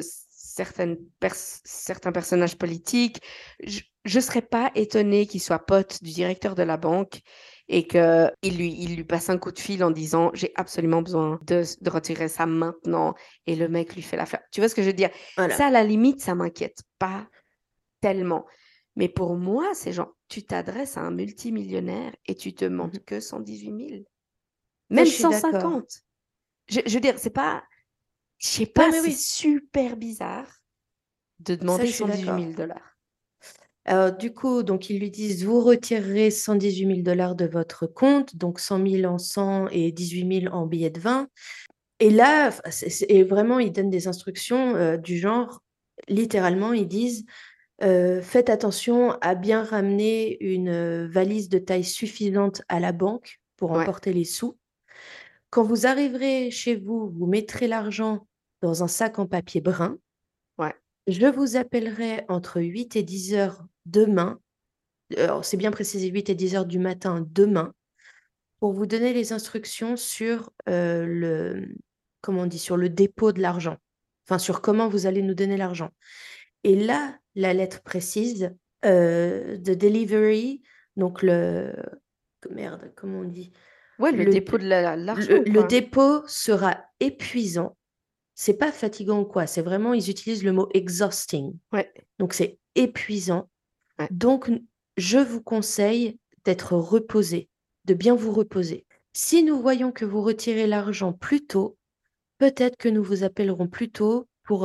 certains personnages politiques. Je ne serais pas étonnée qu'il soit pote du directeur de la banque et qu'il lui passe un coup de fil en disant j'ai absolument besoin de retirer ça maintenant et le mec lui fait l'affaire. Tu vois ce que je veux dire? Ça,
Voilà.
à la limite, ça m'inquiète pas tellement. Mais pour moi, c'est genre, tu t'adresses à un multimillionnaire et tu te demandes
Mhm.
que 118 000,
Ça, je
même
suis d'accord.
150. Je veux dire, c'est pas, je sais
Non,
pas,
mais
c'est
oui,
super bizarre de
ça,
demander
je suis
118
d'accord.
000 dollars.
Du coup, donc ils lui disent, vous retirerez 118 000 dollars de votre compte, donc 100 000 en 100 et 18 000 en billets de 20. Et là, et vraiment, ils donnent des instructions du genre, littéralement, ils disent, faites attention à bien ramener une valise de taille suffisante à la banque pour
Ouais,
emporter les sous. Quand vous arriverez chez vous, vous mettrez l'argent dans un sac en papier brun.
ouais.
Je vous appellerai entre 8 et 10 heures demain. Alors, c'est bien précisé 8 et 10 heures du matin demain pour vous donner les instructions sur comment on dit, sur le dépôt de l'argent. Enfin, sur comment vous allez nous donner l'argent. Et là, la lettre précise the delivery, donc merde, comment on dit?
Ouais, le
Le,
dépôt de
le,
l'argent,
le
quoi.
dépôt sera épuisant. C'est pas fatigant ou quoi, c'est vraiment, ils utilisent le mot exhausting.
Ouais,
Donc c'est épuisant.
ouais.
Donc, je vous conseille d'être reposé, de bien vous reposer. Si nous voyons que vous retirez l'argent plus tôt, peut-être que nous vous appellerons plus tôt pour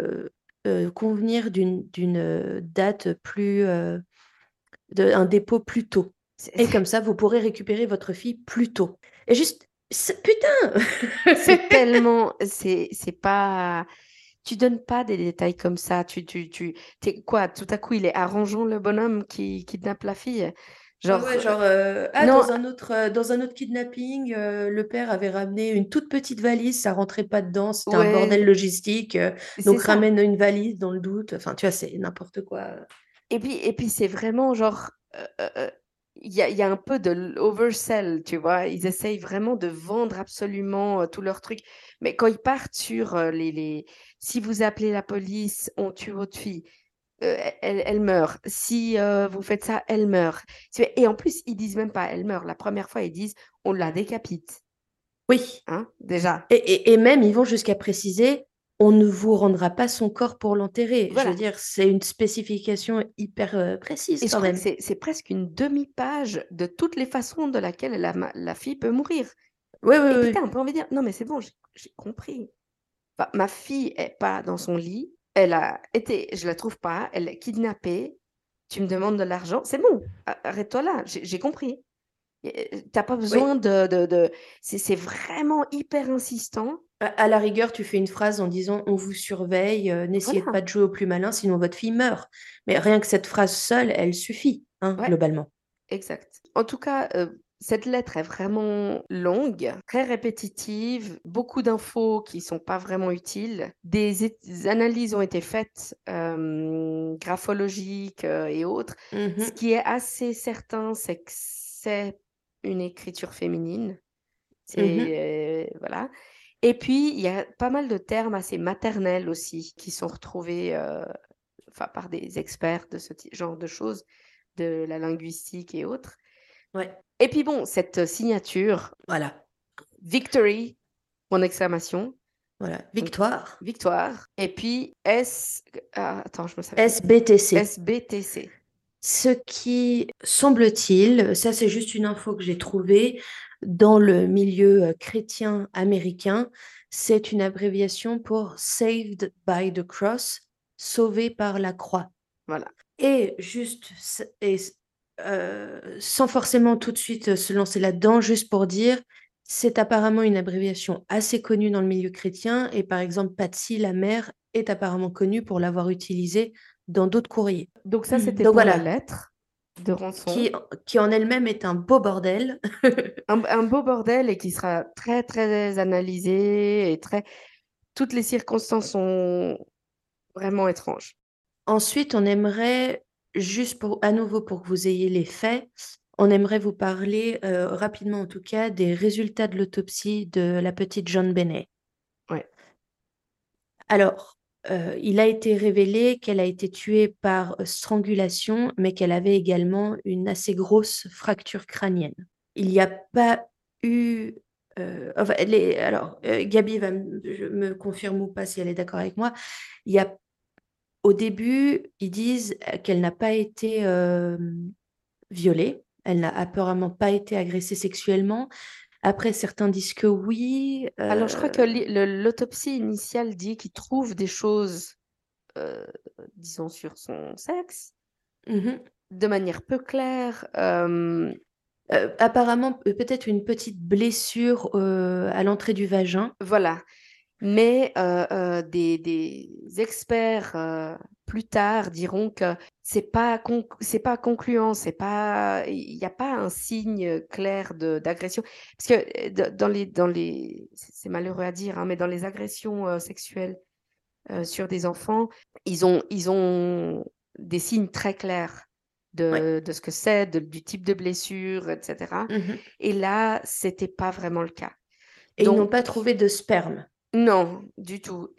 convenir d'une date plus, un dépôt plus tôt.
C'est
Et comme ça, vous pourrez récupérer votre fille plus tôt. Et juste, putain!
c'est tellement, c'est pas, tu donnes pas des détails comme ça. T'es quoi? Tout à coup, il est arrangeant le bonhomme qui kidnappe la fille.
Ouais,
Genre,
ouais, genre,
non,
dans un autre kidnapping, le père avait ramené une toute petite valise, ça rentrait pas dedans, c'était un bordel
ouais,
logistique,
c'est
donc
ça.
ramène une valise dans le doute, enfin, tu vois, c'est n'importe quoi.
Et puis c'est vraiment genre, il y a un peu de l'oversell, tu vois. Ils essayent vraiment de vendre absolument tous leurs trucs. Mais quand ils partent sur si vous appelez la police, on tue votre fille, elle meurt. Si vous faites ça, elle meurt. Et en plus, ils disent même pas elle meurt. La première fois, ils disent on la décapite.
Oui,
Hein, déjà.
et même, ils vont jusqu'à préciser, on ne vous rendra pas son corps pour l'enterrer. Je veux
Voilà.
dire, c'est une spécification hyper précise
Et je
quand
crois que
même.
c'est presque une demi-page de toutes les façons de laquelle la fille peut mourir.
Oui, oui,
Et puis t'as
oui.
un peu envie de dire, non mais c'est bon, j'ai compris. Enfin, ma fille est pas dans son lit, elle a été, je la trouve pas, elle est kidnappée, tu me demandes de l'argent, c'est bon, arrête-toi là, j'ai compris. T'as pas
Oui.
besoin c'est vraiment hyper insistant.
À la rigueur, tu fais une phrase en disant on vous surveille, n'essayez
Voilà,
pas de jouer au plus malin, sinon votre fille meurt. Mais rien que cette phrase seule, elle suffit, hein,
ouais,
globalement.
exact. En tout cas, cette lettre est vraiment longue, très répétitive, beaucoup d'infos qui sont pas vraiment utiles. Des analyses ont été faites, graphologiques et autres. Ce
Mhm,
qui est assez certain, c'est que c'est une écriture féminine.
mhm,
Voilà. Et puis, il y a pas mal de termes assez maternels aussi qui sont retrouvés enfin, par des experts de ce genre de choses, de la linguistique et autres.
ouais,
Et puis bon, cette signature,
voilà,
victory, point d'exclamation,
voilà.
donc
Victoire.
victoire, et puis attends, je me savais plus.
SBTC.
SBTC.
Ce qui semble-t-il, ça c'est juste une info que j'ai trouvée dans le milieu chrétien américain, c'est une abréviation pour Saved by the Cross, sauvé par la croix.
Voilà.
Et juste, sans forcément tout de suite se lancer là-dedans, juste pour dire, C'est apparemment une abréviation assez connue dans le milieu chrétien et par exemple, Patsy, la mère, est apparemment connue pour l'avoir utilisée dans d'autres courriers.
Donc ça, c'était
Donc
pour la
voilà,
lettre de rançon.
qui, qui en elle-même est un beau bordel.
Un beau bordel et qui sera très, très analysé et très... Toutes les circonstances sont vraiment étranges.
Ensuite, on aimerait, juste pour, à nouveau pour que vous ayez les faits, on aimerait vous parler rapidement en tout cas des résultats de l'autopsie de la petite John Bennet.
Ouais.
Alors, il a été révélé qu'elle a été tuée par strangulation, mais qu'elle avait également une assez grosse fracture crânienne. Il n'y a pas eu... enfin, alors, Gabi va me confirme ou pas si elle est d'accord avec moi. Il y a, au début, ils disent qu'elle n'a pas été violée. Elle n'a apparemment pas été agressée sexuellement. Après, certains disent que oui.
Alors, je crois que l'autopsie initiale dit qu'il trouve des choses, euh, disons, sur son sexe,
Mhm.
de manière peu claire.
Apparemment, peut-être une petite blessure à l'entrée du vagin.
Voilà. Mais des experts plus tard diront que c'est pas concluant, c'est pas, il n'y a pas un signe clair d'agression. Parce que c'est malheureux à dire, hein, mais dans les agressions sexuelles sur des enfants, ils ont des signes très clairs
Ouais.
de ce que c'est, du type de blessure, etc.
Mhm.
Et là, c'était pas vraiment le cas.
Et ils n'ont
Donc,
pas trouvé de sperme.
non, du tout.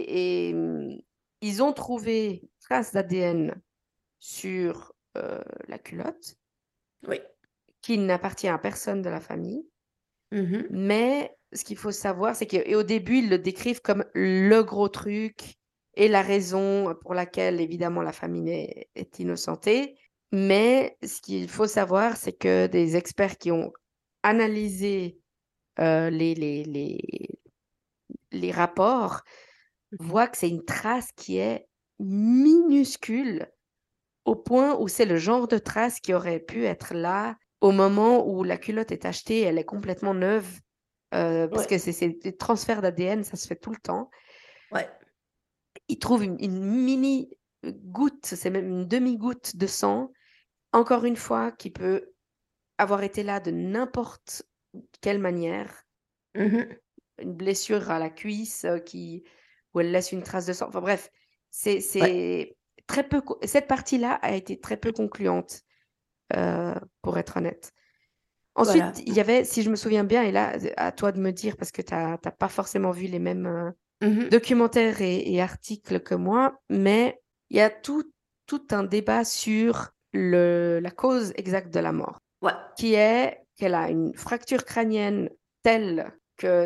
Ils ont trouvé traces d'ADN sur la culotte,
Oui.
qui n'appartient à personne de la famille.
Mhm.
Mais ce qu'il faut savoir, c'est qu'au début, ils le décrivent comme le gros truc et la raison pour laquelle, évidemment, la famille est innocentée. Mais ce qu'il faut savoir, c'est que des experts qui ont analysé euh, les, les, les, les rapports
Mhm.
voit que c'est une trace qui est minuscule au point où c'est le genre de trace qui aurait pu être là au moment où la culotte est achetée, elle est complètement neuve, parce
Ouais.
que c'est des transferts d'ADN, ça se fait tout le temps.
Ouais.
Ils trouvent une mini goutte, c'est même une demi-goutte de sang, encore une fois, qui peut avoir été là de n'importe quelle manière.
Mhm.
Une blessure à la cuisse où elle laisse une trace de sang. Enfin bref,
Ouais.
c'est très peu. Cette partie-là a été très peu concluante, pour être honnête. Ensuite,
Voilà.
il y avait, si je me souviens bien, et là, à toi de me dire, parce que tu n'as pas forcément vu les mêmes
Mhm.
documentaires et articles que moi, mais il y a tout un débat sur la cause exacte de la mort,
Ouais.
qui est qu'elle a une fracture crânienne telle que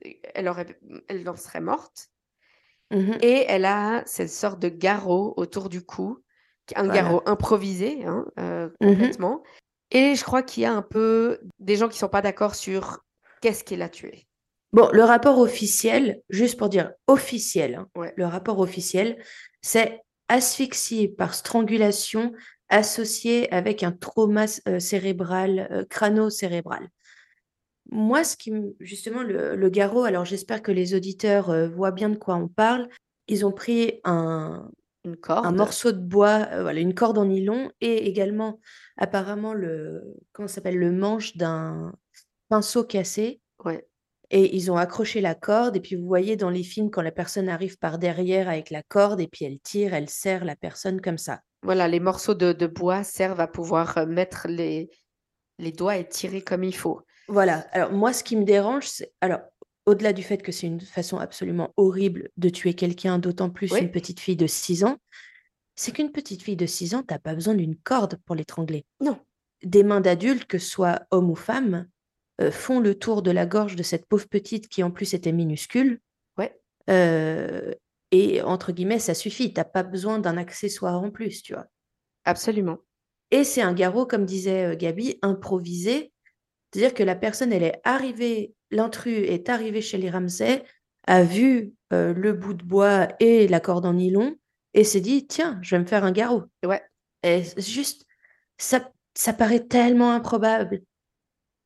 elle en serait morte,
Mhm.
et elle a cette sorte de garrot autour du cou, un garrot
Voilà.
improvisé, hein,
Mhm.
complètement. Et je crois qu'il y a un peu des gens qui sont pas d'accord sur qu'est-ce qui l'a tuée.
Bon, le rapport officiel, juste pour dire officiel, hein,
Ouais.
le rapport officiel, c'est asphyxie par strangulation associée avec un trauma cérébral, crâno-cérébral. Moi, justement, le garrot, alors j'espère que les auditeurs voient bien de quoi on parle. Ils ont pris
Une
un
corde.
morceau de bois, voilà, une corde en nylon et également apparemment comment ça s'appelle, le manche d'un pinceau cassé.
Ouais.
Et ils ont accroché la corde. Et puis vous voyez dans les films quand la personne arrive par derrière avec la corde et puis elle tire, elle serre la personne comme ça.
Voilà, les morceaux de bois servent à pouvoir mettre les doigts et tirer comme il faut.
Voilà. Alors moi, ce qui me dérange, c'est alors au-delà du fait que c'est une façon absolument horrible de tuer quelqu'un, d'autant plus une
Oui,
petite fille de 6 ans, c'est qu'une petite fille de 6 ans, t'as pas besoin d'une corde pour l'étrangler.
non,
Des mains d'adultes, que ce soit homme ou femme, font le tour de la gorge de cette pauvre petite qui en plus était minuscule.
ouais,
euh, et entre guillemets, ça suffit. T'as pas besoin d'un accessoire en plus, tu vois.
absolument.
Et c'est un garrot, comme disait Gabi, improvisé. C'est-à-dire que la personne, elle est arrivée, l'intrus est arrivé chez les Ramsay, a vu le bout de bois et la corde en nylon et s'est dit, tiens, je vais me faire un garrot.
Ouais,
Et juste, ça paraît tellement improbable.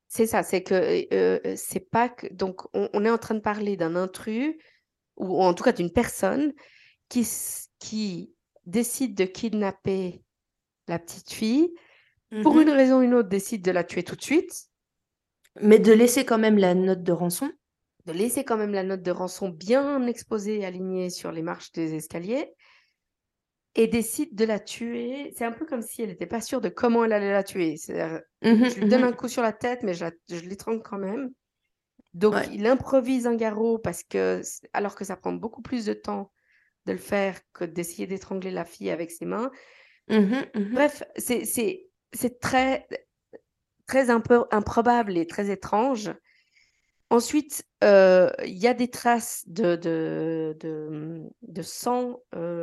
c'est ça, c'est que c'est pas que. Donc, on est en train de parler d'un intrus, ou en tout cas d'une personne qui décide de kidnapper la petite fille, pour une
Mhm.
raison ou une autre, décide de la tuer tout de suite,
Mais de laisser quand même la note de rançon.
de laisser quand même la note de rançon bien exposée, alignée sur les marches des escaliers, et décide de la tuer. C'est un peu comme si elle n'était pas sûre de comment elle allait la tuer. C'est-à-dire,
Mhm,
je lui donne
mhm.
un coup sur la tête, mais je l'étrangle quand même. Donc,
Ouais.
il improvise un garrot parce que, alors que ça prend beaucoup plus de temps de le faire que d'essayer d'étrangler la fille avec ses mains.
Mhm, mhm.
Bref, c'est très, très un peu improbable et très étrange. Ensuite, il y a des traces de sang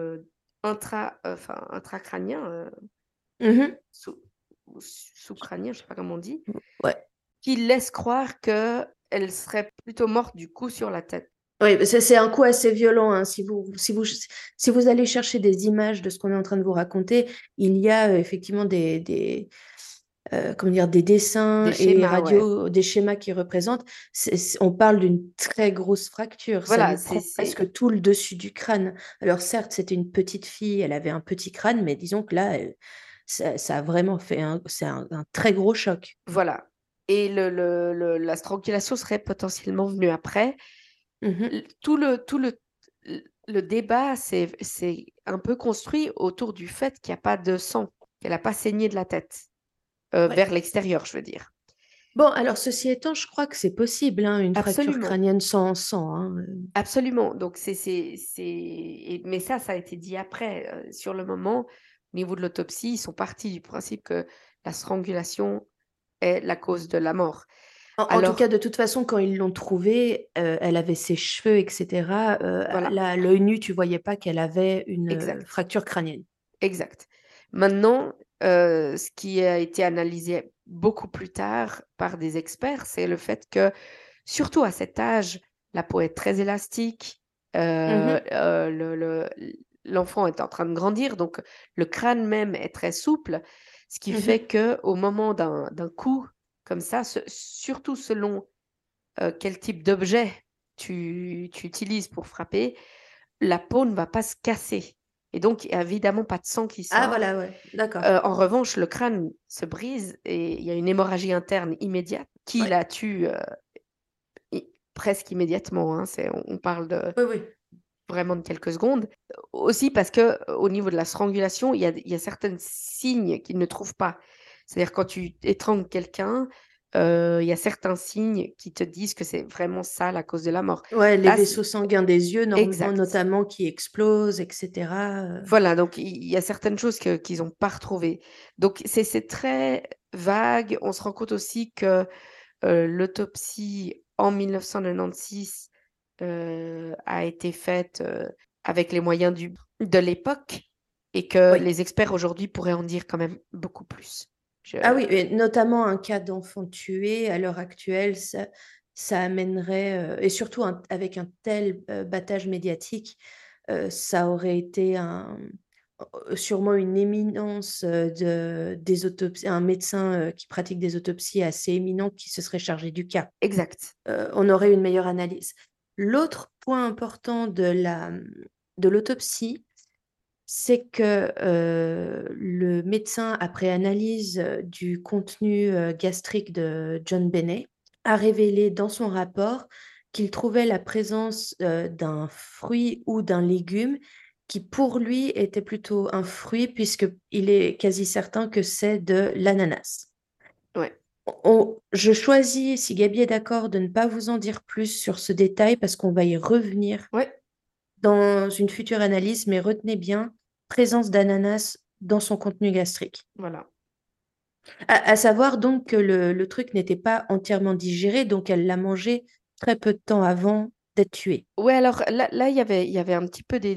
intracrânien,
Mhm.
sous-crânien, je ne sais pas comment on dit,
Ouais.
qui laisse croire qu'elle serait plutôt morte du coup sur la tête.
Oui, mais c'est un coup assez violent, hein. Si vous allez chercher des images de ce qu'on est en train de vous raconter, il y a effectivement comment dire, des
Des
dessins et
schémas, ouais.
radios, des schémas qui représentent. On parle d'une très grosse fracture. Ça
Voilà,
lui prend presque tout le dessus du crâne. Alors certes, c'était une petite fille, elle avait un petit crâne, mais disons que là, ça a vraiment fait c'est un très gros choc.
voilà. Et la strangulation serait potentiellement venue après.
Mhm,
Tout le débat c'est un peu construit autour du fait qu'il n'y a pas de sang, qu'elle n'a pas saigné de la tête,
ouais.
vers l'extérieur, je veux dire.
Bon, alors ceci étant, je crois que c'est possible, hein, une fracture
Absolument,
crânienne sans sang, hein.
absolument. Donc, mais ça a été dit après. Sur le moment, au niveau de l'autopsie, ils sont partis du principe que la strangulation est la cause de la mort.
En tout cas,
Alors,
de toute façon, quand ils l'ont trouvée, elle avait ses cheveux, etc.
voilà,
Là, à l'œil nu, tu voyais pas qu'elle avait une
exact.
fracture crânienne.
Exact. Maintenant, ce qui a été analysé beaucoup plus tard par des experts, c'est le fait que, surtout à cet âge, la peau est très élastique,
Mhm,
l'enfant est en train de grandir, donc le crâne même est très souple, ce qui fait
mhm,
que au moment d'un coup comme ça, surtout selon quel type d'objet tu utilises pour frapper, la peau ne va pas se casser. Et donc, il n'y a évidemment pas de sang qui
ah,
sort.
voilà, ouais, d'accord.
En revanche, le crâne se brise et il y a une hémorragie interne immédiate qui
Ouais.
la tue presque immédiatement, hein. On parle
Oui, oui.
vraiment de quelques secondes. Aussi parce que au niveau de la strangulation, il y a certains signes qu'ils ne trouvent pas. C'est-à-dire quand tu étrangles quelqu'un, il y a certains signes qui te disent que c'est vraiment ça la cause de la mort.
Ouais, les
Là,
vaisseaux sanguins des yeux,
exact.
notamment, qui explosent, etc.
Voilà, donc il y a certaines choses qu'ils n'ont pas retrouvées. Donc c'est très vague. On se rend compte aussi que l'autopsie en 1996 a été faite avec les moyens de l'époque et que
Oui.
les experts aujourd'hui pourraient en dire quand même beaucoup plus. Je-
Ah oui, et notamment un cas d'enfant tué à l'heure actuelle, ça amènerait, et surtout avec un tel battage médiatique, ça aurait été sûrement une éminence des autopsies, un médecin qui pratique des autopsies assez éminent qui se serait chargé du cas.
Exact.
On aurait une meilleure analyse. L'autre point important de l'autopsie, c'est que le médecin, après analyse du contenu gastrique de John Benet, a révélé dans son rapport qu'il trouvait la présence d'un fruit ou d'un légume qui, pour lui, était plutôt un fruit, puisqu'il est quasi certain que c'est de l'ananas.
Ouais.
Je choisis, si Gabi est d'accord, de ne pas vous en dire plus sur ce détail parce qu'on va y revenir
Ouais.
dans une future analyse, mais retenez bien, présence d'ananas dans son contenu gastrique.
Voilà.
À savoir donc que le truc n'était pas entièrement digéré, donc elle l'a mangé très peu de temps avant d'être tuée.
Ouais, alors là, il y avait un petit peu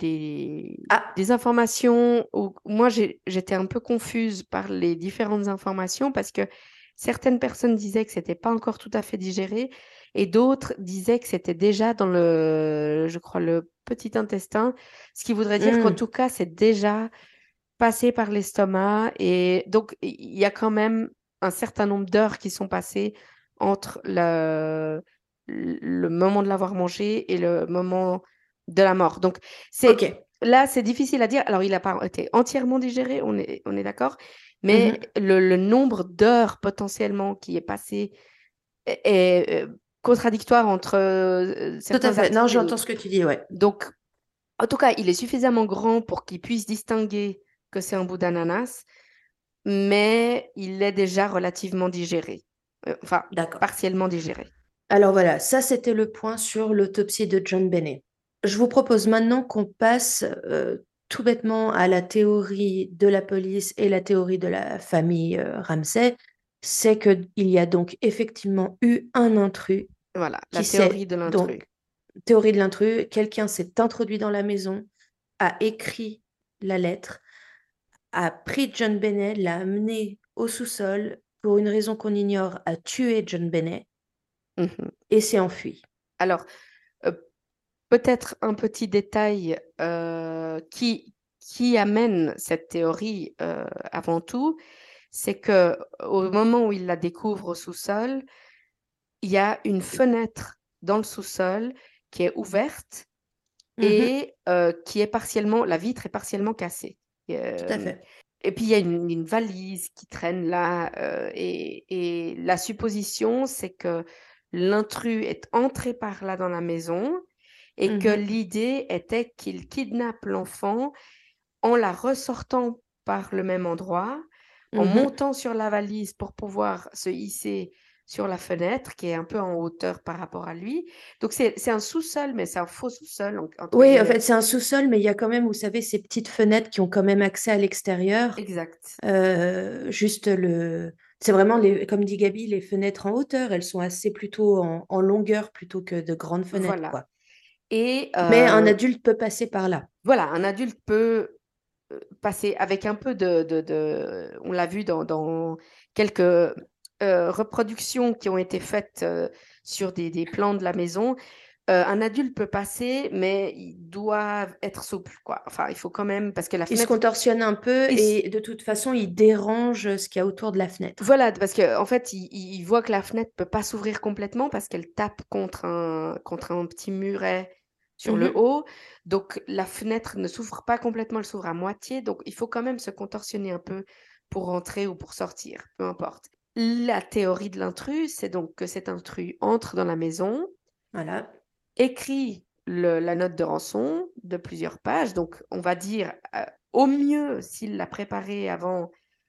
des
Ah,
informations où moi, j'étais un peu confuse par les différentes informations parce que certaines personnes disaient que c'était pas encore tout à fait digéré et d'autres disaient que c'était déjà dans je crois, le petit intestin, ce qui voudrait dire qu'en
hmm,
tout cas, c'est déjà passé par l'estomac et donc il y a quand même un certain nombre d'heures qui sont passées entre le moment de l'avoir mangé et le moment de la mort. Donc,
Ok.
là, c'est difficile à dire. Alors, il n'a pas été entièrement digéré, on est d'accord, mais
Mhm.
le nombre d'heures potentiellement qui est passé est contradictoire entre
Tout à
certains
fait. Non,
articles et
j'entends
d'autres.
ce que tu dis, ouais.
Donc, en tout cas, il est suffisamment grand pour qu'il puisse distinguer que c'est un bout d'ananas, mais il est déjà relativement digéré. Enfin,
D'accord.
partiellement digéré.
Alors voilà, ça c'était le point sur l'autopsie de John Bennet. Je vous propose maintenant qu'on passe tout bêtement à la théorie de la police et la théorie de la famille Ramsay. C'est qu'il y a donc effectivement eu un intrus
Voilà, la
qui
théorie
s'est
de l'intrus.
donc, théorie de l'intrus, quelqu'un s'est introduit dans la maison, a écrit la lettre, a pris John Bennet, l'a amené au sous-sol, pour une raison qu'on ignore, a tué John Bennet
Mhm.
et s'est enfui.
Alors, euh, peut-être un petit détail qui amène cette théorie avant tout, c'est que au moment où il la découvre au sous-sol, il y a une fenêtre dans le sous-sol qui est ouverte
Mhm,
et qui est partiellement, la vitre est partiellement cassée. Et,
tout à fait.
et puis il y a une valise qui traîne là, et la supposition, c'est que l'intrus est entré par là dans la maison et que
Mhm,
l'idée était qu'il kidnappe l'enfant en la ressortant par le même endroit, en
mhm.
montant sur la valise pour pouvoir se hisser sur la fenêtre, qui est un peu en hauteur par rapport à lui. Donc c'est un sous-sol, mais c'est un faux sous-sol, entre
Oui, en
guillemets.
fait, c'est un sous-sol, mais il y a quand même, vous savez, ces petites fenêtres qui ont quand même accès à l'extérieur.
Exact.
Juste le... C'est vraiment, comme dit Gabi, les fenêtres en hauteur. Elles sont assez plutôt en longueur plutôt que de grandes fenêtres,
Voilà.
quoi.
Et
Mais un adulte peut passer par là.
voilà, un adulte peut passer avec un peu on l'a vu dans quelques reproductions qui ont été faites sur des plans de la maison. Un adulte peut passer, mais il doit être souple, quoi. Enfin, il faut quand même, parce que la
Il se
fenêtre,
contorsionne un peu
il s-
et de toute façon, il dérange ce qu'il y a autour de la fenêtre.
voilà, parce que en fait, il voit que la fenêtre peut pas s'ouvrir complètement parce qu'elle tape contre un petit muret sur le
Mhm.
haut. Donc, la fenêtre ne s'ouvre pas complètement, elle s'ouvre à moitié. Donc, il faut quand même se contorsionner un peu pour rentrer ou pour sortir, peu importe. La théorie de l'intrus, c'est donc que cet intrus entre dans la maison,
Voilà.
écrit la note de rançon de plusieurs pages. Donc, on va dire, au mieux, s'il l'a préparée avant,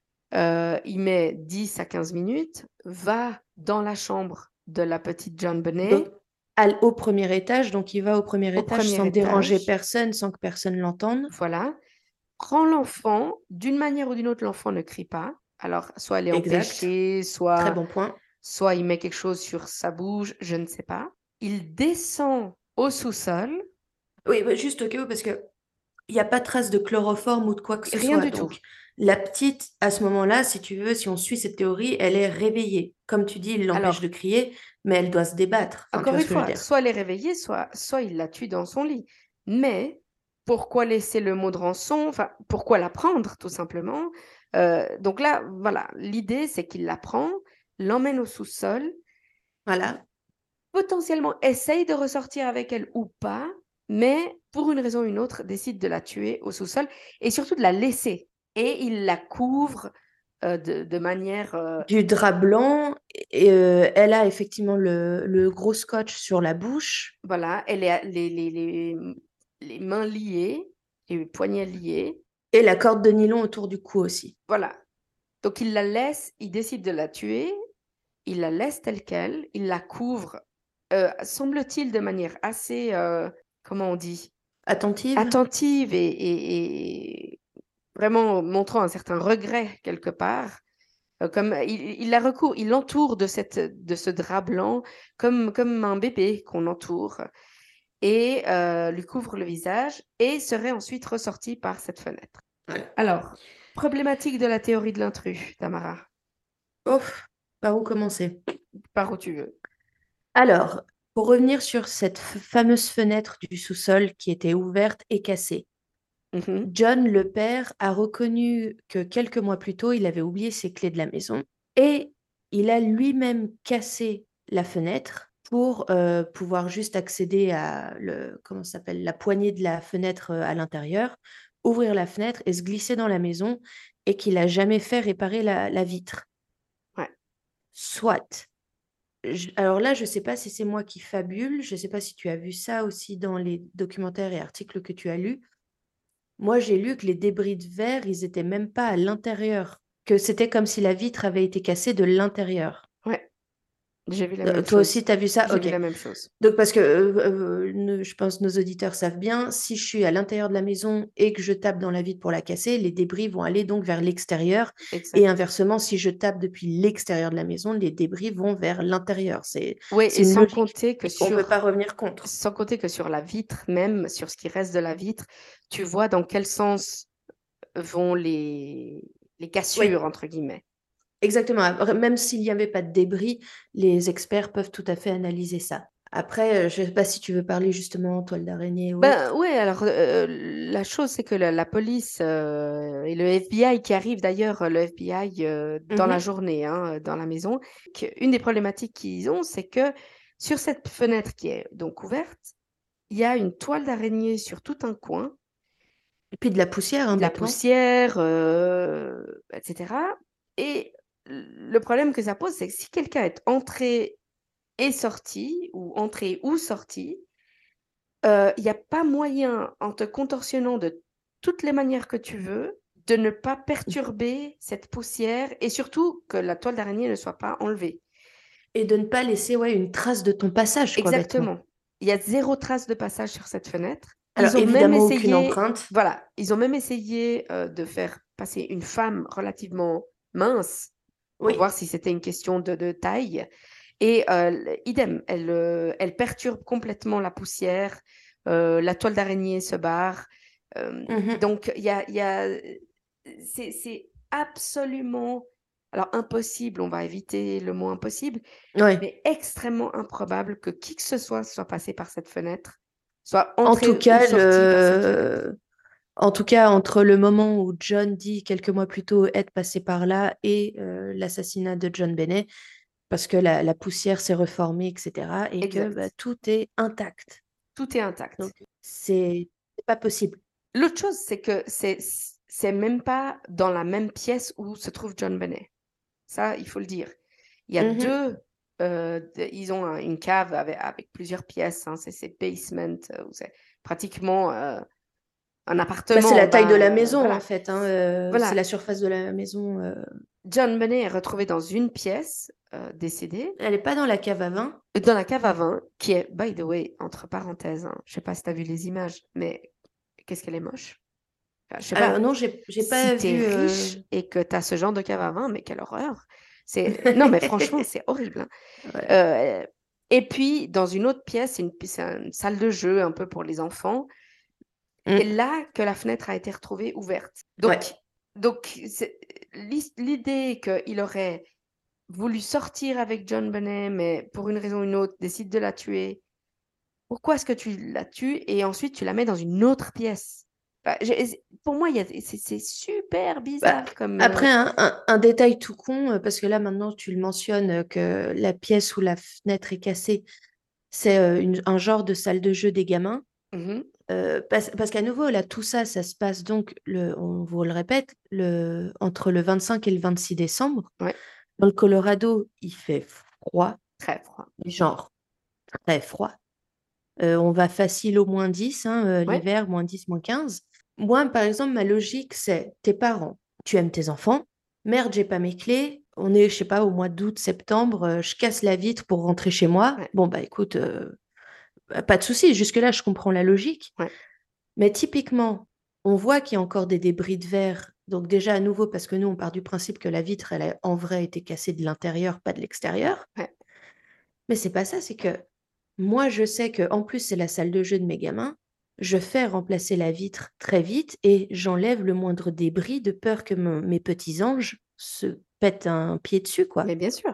il met 10 à 15 minutes, va dans la chambre de la petite John
Donc,
Benet,
au premier étage, donc il va au premier
au
étage
premier
sans déranger
étage,
personne, sans que personne l'entende.
voilà, prend l'enfant, d'une manière ou d'une autre, l'enfant ne crie pas. Alors, soit elle est
Exact.
empêchée,
Très
soit,
bon point.
soit il met quelque chose sur sa bouche, je ne sais pas. Il descend au sous-sol,
Oui, bah, juste au cas où, parce que il n'y a pas de trace de chloroforme ou de quoi que ce
rien
soit.
du tout.
Donc, la petite, à ce moment-là, si tu veux, si on suit cette théorie, elle est réveillée. Comme tu dis, il l'empêche de
Alors,
crier, mais elle doit se débattre. Enfin, tu
encore
vois
une
ce que je veux
fois,
dire.
soit elle est réveillée, soit il la tue dans son lit. Mais pourquoi laisser le mot de rançon? Enfin, pourquoi la prendre, tout simplement? Donc là, voilà, l'idée, c'est qu'il la prend, l'emmène au sous-sol,
Voilà.
potentiellement essaye de ressortir avec elle ou pas, mais pour une raison ou une autre, décide de la tuer au sous-sol et surtout de la laisser. Et il la couvre de manière...
Du drap blanc, et, elle a effectivement le gros scotch sur la bouche
voilà, elle est les mains liées, les poignets liés.
et la corde de nylon autour du cou aussi.
Voilà. Donc il la laisse, il décide de la tuer, il la laisse telle qu'elle, il la couvre, semble-t-il, de manière assez, comment on dit,
Attentive?
attentive et vraiment montrant un certain regret quelque part. Comme il la recouvre, il l'entoure de ce drap blanc comme un bébé qu'on entoure et lui couvre le visage et serait ensuite ressorti par cette fenêtre.
Voilà.
Alors, problématique de la théorie de l'intrus, Tamara,
Ouf, par où commencer?
par où tu veux.
Alors, pour revenir sur cette fameuse fenêtre du sous-sol qui était ouverte et cassée,
Mhm.
John, le père, a reconnu que quelques mois plus tôt, il avait oublié ses clés de la maison. Et il a lui-même cassé la fenêtre pour pouvoir juste accéder à comment ça s'appelle, la poignée de la fenêtre à l'intérieur, ouvrir la fenêtre et se glisser dans la maison et qu'il n'a jamais fait réparer la vitre.
Ouais.
Soit. Alors là, je ne sais pas si c'est moi qui fabule, je ne sais pas si tu as vu ça aussi dans les documentaires et articles que tu as lus. Moi, j'ai lu que les débris de verre, ils étaient même pas à l'intérieur, que c'était comme si la vitre avait été cassée de l'intérieur.
Ouais, j'ai vu la même
Toi aussi,
chose.
tu as vu ça?
J'ai vu
Ok.
la même chose.
Donc, parce que je pense que nos auditeurs savent bien, si je suis à l'intérieur de la maison et que je tape dans la vitre pour la casser, les débris vont aller donc vers l'extérieur. Et
Exact.
inversement, si je tape depuis l'extérieur de la maison, les débris vont vers l'intérieur.
Oui,
C'est une logique qu'on ne peut pas revenir contre.
sans compter que sur la vitre même, sur ce qui reste de la vitre, tu vois dans quel sens vont les
Oui,
cassures, entre guillemets.
exactement. Même s'il n'y avait pas de débris, les experts peuvent tout à fait analyser ça. Après, je ne sais pas si tu veux parler justement toile d'araignée ou
Ben
autre.
ouais, alors la chose, c'est que la police et le FBI qui arrive d'ailleurs, le FBI dans la
Mhm.
journée, hein, dans la maison, une des problématiques qu'ils ont, c'est que sur cette fenêtre qui est donc ouverte, il y a une toile d'araignée sur tout un coin,
Et puis de la poussière, hein,
de la
bêtement.
poussière, etc. Et le problème que ça pose, c'est que si quelqu'un est entré et sorti, ou entré ou sorti, il n'y a pas moyen, en te contorsionnant de toutes les manières que tu veux, de ne pas perturber cette poussière et surtout que la toile d'araignée ne soit pas enlevée.
Et de ne pas laisser une trace de ton passage, quoi, bêtement.
Exactement. Il y a zéro trace de passage sur cette fenêtre.
Alors,
Ils ont même
évidemment, aucune
essayé,
empreinte.
voilà, ils ont même essayé de faire passer une femme relativement mince pour
Oui.
voir si c'était une question de taille. Et idem, elle perturbe complètement la poussière, la toile d'araignée se barre.
Mhm.
Donc, c'est absolument, alors impossible, on va éviter le mot impossible,
Ouais.
mais extrêmement improbable que qui que ce soit passé par cette fenêtre, soit
En tout
entré ou
cas,
sorti par cette fenêtre.
en tout cas, entre le moment où John dit quelques mois plus tôt être passé par là et l'assassinat de John Bennet, parce que la poussière s'est reformée, etc., et que
Exact.
tout est intact.
Tout est intact.
Donc, c'est pas possible.
L'autre chose, c'est que c'est même pas dans la même pièce où se trouve John Bennet. Ça, il faut le dire. Il y a
Mhm.
deux, ils ont une cave avec plusieurs pièces, hein, c'est basement, où c'est pratiquement un
Bah, c'est
appartement
la
en
taille de la
bas.
maison, en
Voilà.
fait, hein, c'est
Voilà.
la surface de la maison.
John Bennet est retrouvé dans une pièce, décédé,
Elle n'est pas dans la cave à vin.
dans la cave à vin, qui est, by the way, entre parenthèses, hein, je sais pas si tu as vu les images, mais qu'est-ce qu'elle est moche. Enfin, je sais pas,
Alors non, j'ai
si
pas
tu es
vu.
riche et que tu as ce genre de cave à vin, mais quelle horreur. Non, mais franchement, c'est horrible, hein.
Ouais.
Euh, et puis, dans une autre pièce, c'est une salle de jeu un peu pour les enfants. C'est
Mm.
là que la fenêtre a été retrouvée ouverte.
Ouais.
Donc l'idée qu'il aurait voulu sortir avec John Bennet, mais pour une raison ou une autre, décide de la tuer. Pourquoi est-ce que tu la tues et ensuite tu la mets dans une autre pièce? Enfin, pour moi, c'est super
Bah,
bizarre comme...
après, un détail tout con, parce que là maintenant tu le mentionnes, que la pièce où la fenêtre est cassée, c'est un genre de salle de jeu des gamins.
Mhm.
Parce qu'à nouveau, là, tout ça, ça se passe donc, on vous le répète, entre le 25 et le 26 décembre.
Ouais,
Dans le Colorado, il fait froid,
très froid.
genre très froid. On va facile au -10, hein,
Ouais,
l'hiver, -10, -15. Moi, par exemple, ma logique, c'est tes parents, tu aimes tes enfants. Merde, j'ai pas mes clés. On est, je sais pas, au mois d'août, septembre, je casse la vitre pour rentrer chez moi.
ouais,
Bon, bah écoute, pas de souci, jusque-là, je comprends la logique.
ouais,
Mais typiquement, on voit qu'il y a encore des débris de verre. Donc déjà, à nouveau, parce que nous, on part du principe que la vitre, elle a en vrai été cassée de l'intérieur, pas de l'extérieur.
ouais.
Mais c'est pas ça, c'est que moi, je sais que en plus, c'est la salle de jeu de mes gamins. Je fais remplacer la vitre très vite et j'enlève le moindre débris de peur que mes petits anges se pètent un pied dessus, quoi.
Mais bien sûr.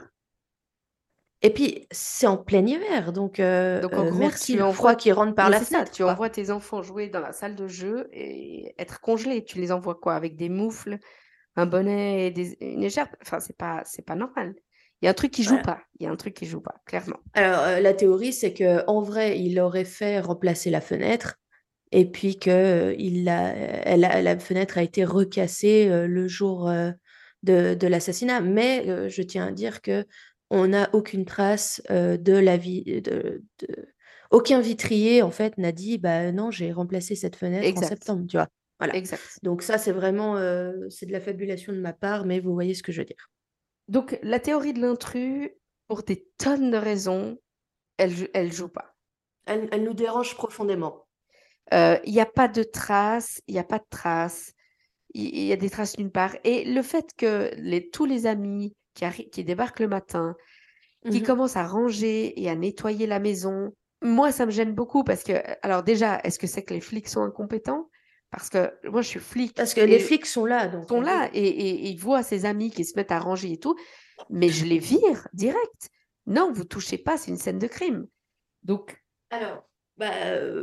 Et puis, c'est en plein hiver, donc
Donc en gros,
merci le froid qui rentre par
mais
la
c'est ça,
fenêtre,
tu
quoi.
envoies tes enfants jouer dans la salle de jeu et être congelés. Tu les envoies quoi? Avec des moufles? un bonnet et une écharpe. Enfin, c'est pas normal. Il y a un truc qui joue
Voilà.
pas. Il y a un truc qui joue pas, clairement.
Alors, la théorie, c'est que en vrai, il aurait fait remplacer la fenêtre et puis que la fenêtre a été recassée le jour de l'assassinat. Mais je tiens à dire que on n'a aucune trace de la vie aucun vitrier en fait n'a dit bah non, j'ai remplacé cette fenêtre en
Exact,
septembre, tu vois. Voilà.
exact.
Donc ça, c'est vraiment c'est de la fabulation de ma part, mais vous voyez ce que je veux dire.
Donc, la théorie de l'intrus, pour des tonnes de raisons, elle joue pas.
Elle nous dérange profondément.
Il y a pas de traces, il y a pas de traces. Il y a des traces nulle part. Et le fait que tous les amis qui débarquent le matin, qui
Mhm.
commencent à ranger et à nettoyer la maison, moi, ça me gêne beaucoup parce que, alors déjà, est-ce que c'est que les flics sont incompétents? Parce que moi, je suis flic
Parce que les
et
flics sont là, donc
ils sont là
oui.
et ils voient ces amis qui se mettent à ranger et tout, mais je les vire direct. Non, vous touchez pas, c'est une scène de crime. Donc,
Alors, bah,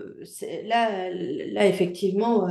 là, effectivement,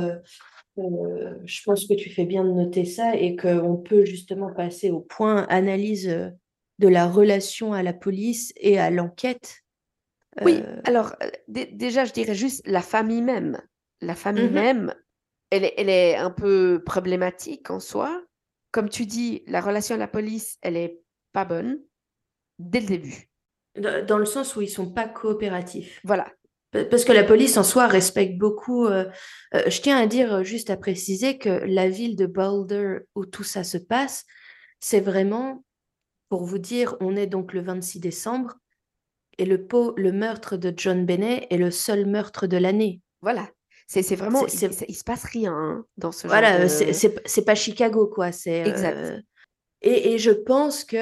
je pense que tu fais bien de noter ça et qu'on peut justement passer au point analyse de la relation à la police et à l'enquête.
oui,
Euh,
alors déjà, je dirais juste la famille même. La famille
mhm.
même, elle est un peu problématique en soi. Comme tu dis, la relation à la police, elle est pas bonne dès le début.
Dans le sens où ils sont pas coopératifs.
Voilà.
Parce que la police en soi respecte beaucoup. Je tiens à dire, juste à préciser que la ville de Boulder où tout ça se passe, c'est vraiment, pour vous dire, on est donc le 26 décembre et le meurtre de John Bennett est le seul meurtre de l'année.
Voilà. C'est vraiment,
C'est,
il se passe rien hein, dans ce genre
voilà,
de...
c'est pas Chicago, quoi.
Exact.
Et je pense que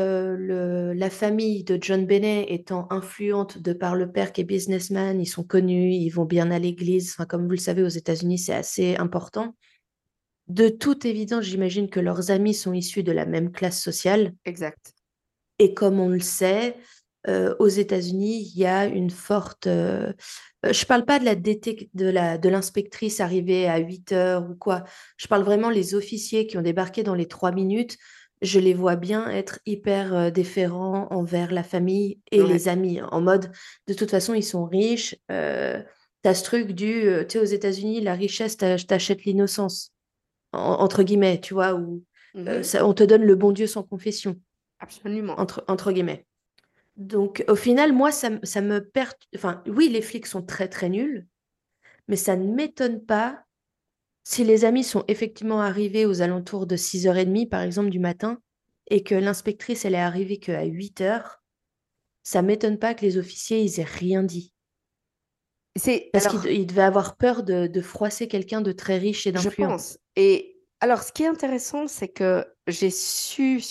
la famille de John Bennett étant influente de par le père qui est businessman, ils sont connus, ils vont bien à l'église. Enfin, comme vous le savez, aux États-Unis, c'est assez important. De toute évidence, j'imagine que leurs amis sont issus de la même classe sociale.
Exact.
Et comme on le sait, aux États-Unis, il y a une forte. Je parle pas de de l'inspectrice arrivée à 8 heures ou quoi. Je parle vraiment les officiers qui ont débarqué dans les 3 minutes. Je les vois bien être hyper déférents envers la famille et
Ouais.
les amis. En mode, de toute façon, ils sont riches. T'as ce truc tu sais, aux États-Unis, la richesse t'achète l'innocence, entre guillemets, tu vois, où
Mhm.
on te donne le bon Dieu sans confession,
Absolument.
entre guillemets. Donc, au final, moi, ça me perd. Enfin, oui, les flics sont très, très nuls, mais ça ne m'étonne pas si les amis sont effectivement arrivés aux alentours de 6h30, par exemple, du matin, et que l'inspectrice, elle est arrivée qu'à 8 heures. Ça m'étonne pas que les officiers, ils aient rien dit.
C'est
Parce qu'ils
alors,
ils devaient avoir peur de froisser quelqu'un de très riche et
je
d'influent.
pense. Et alors, ce qui est intéressant, c'est que j'ai su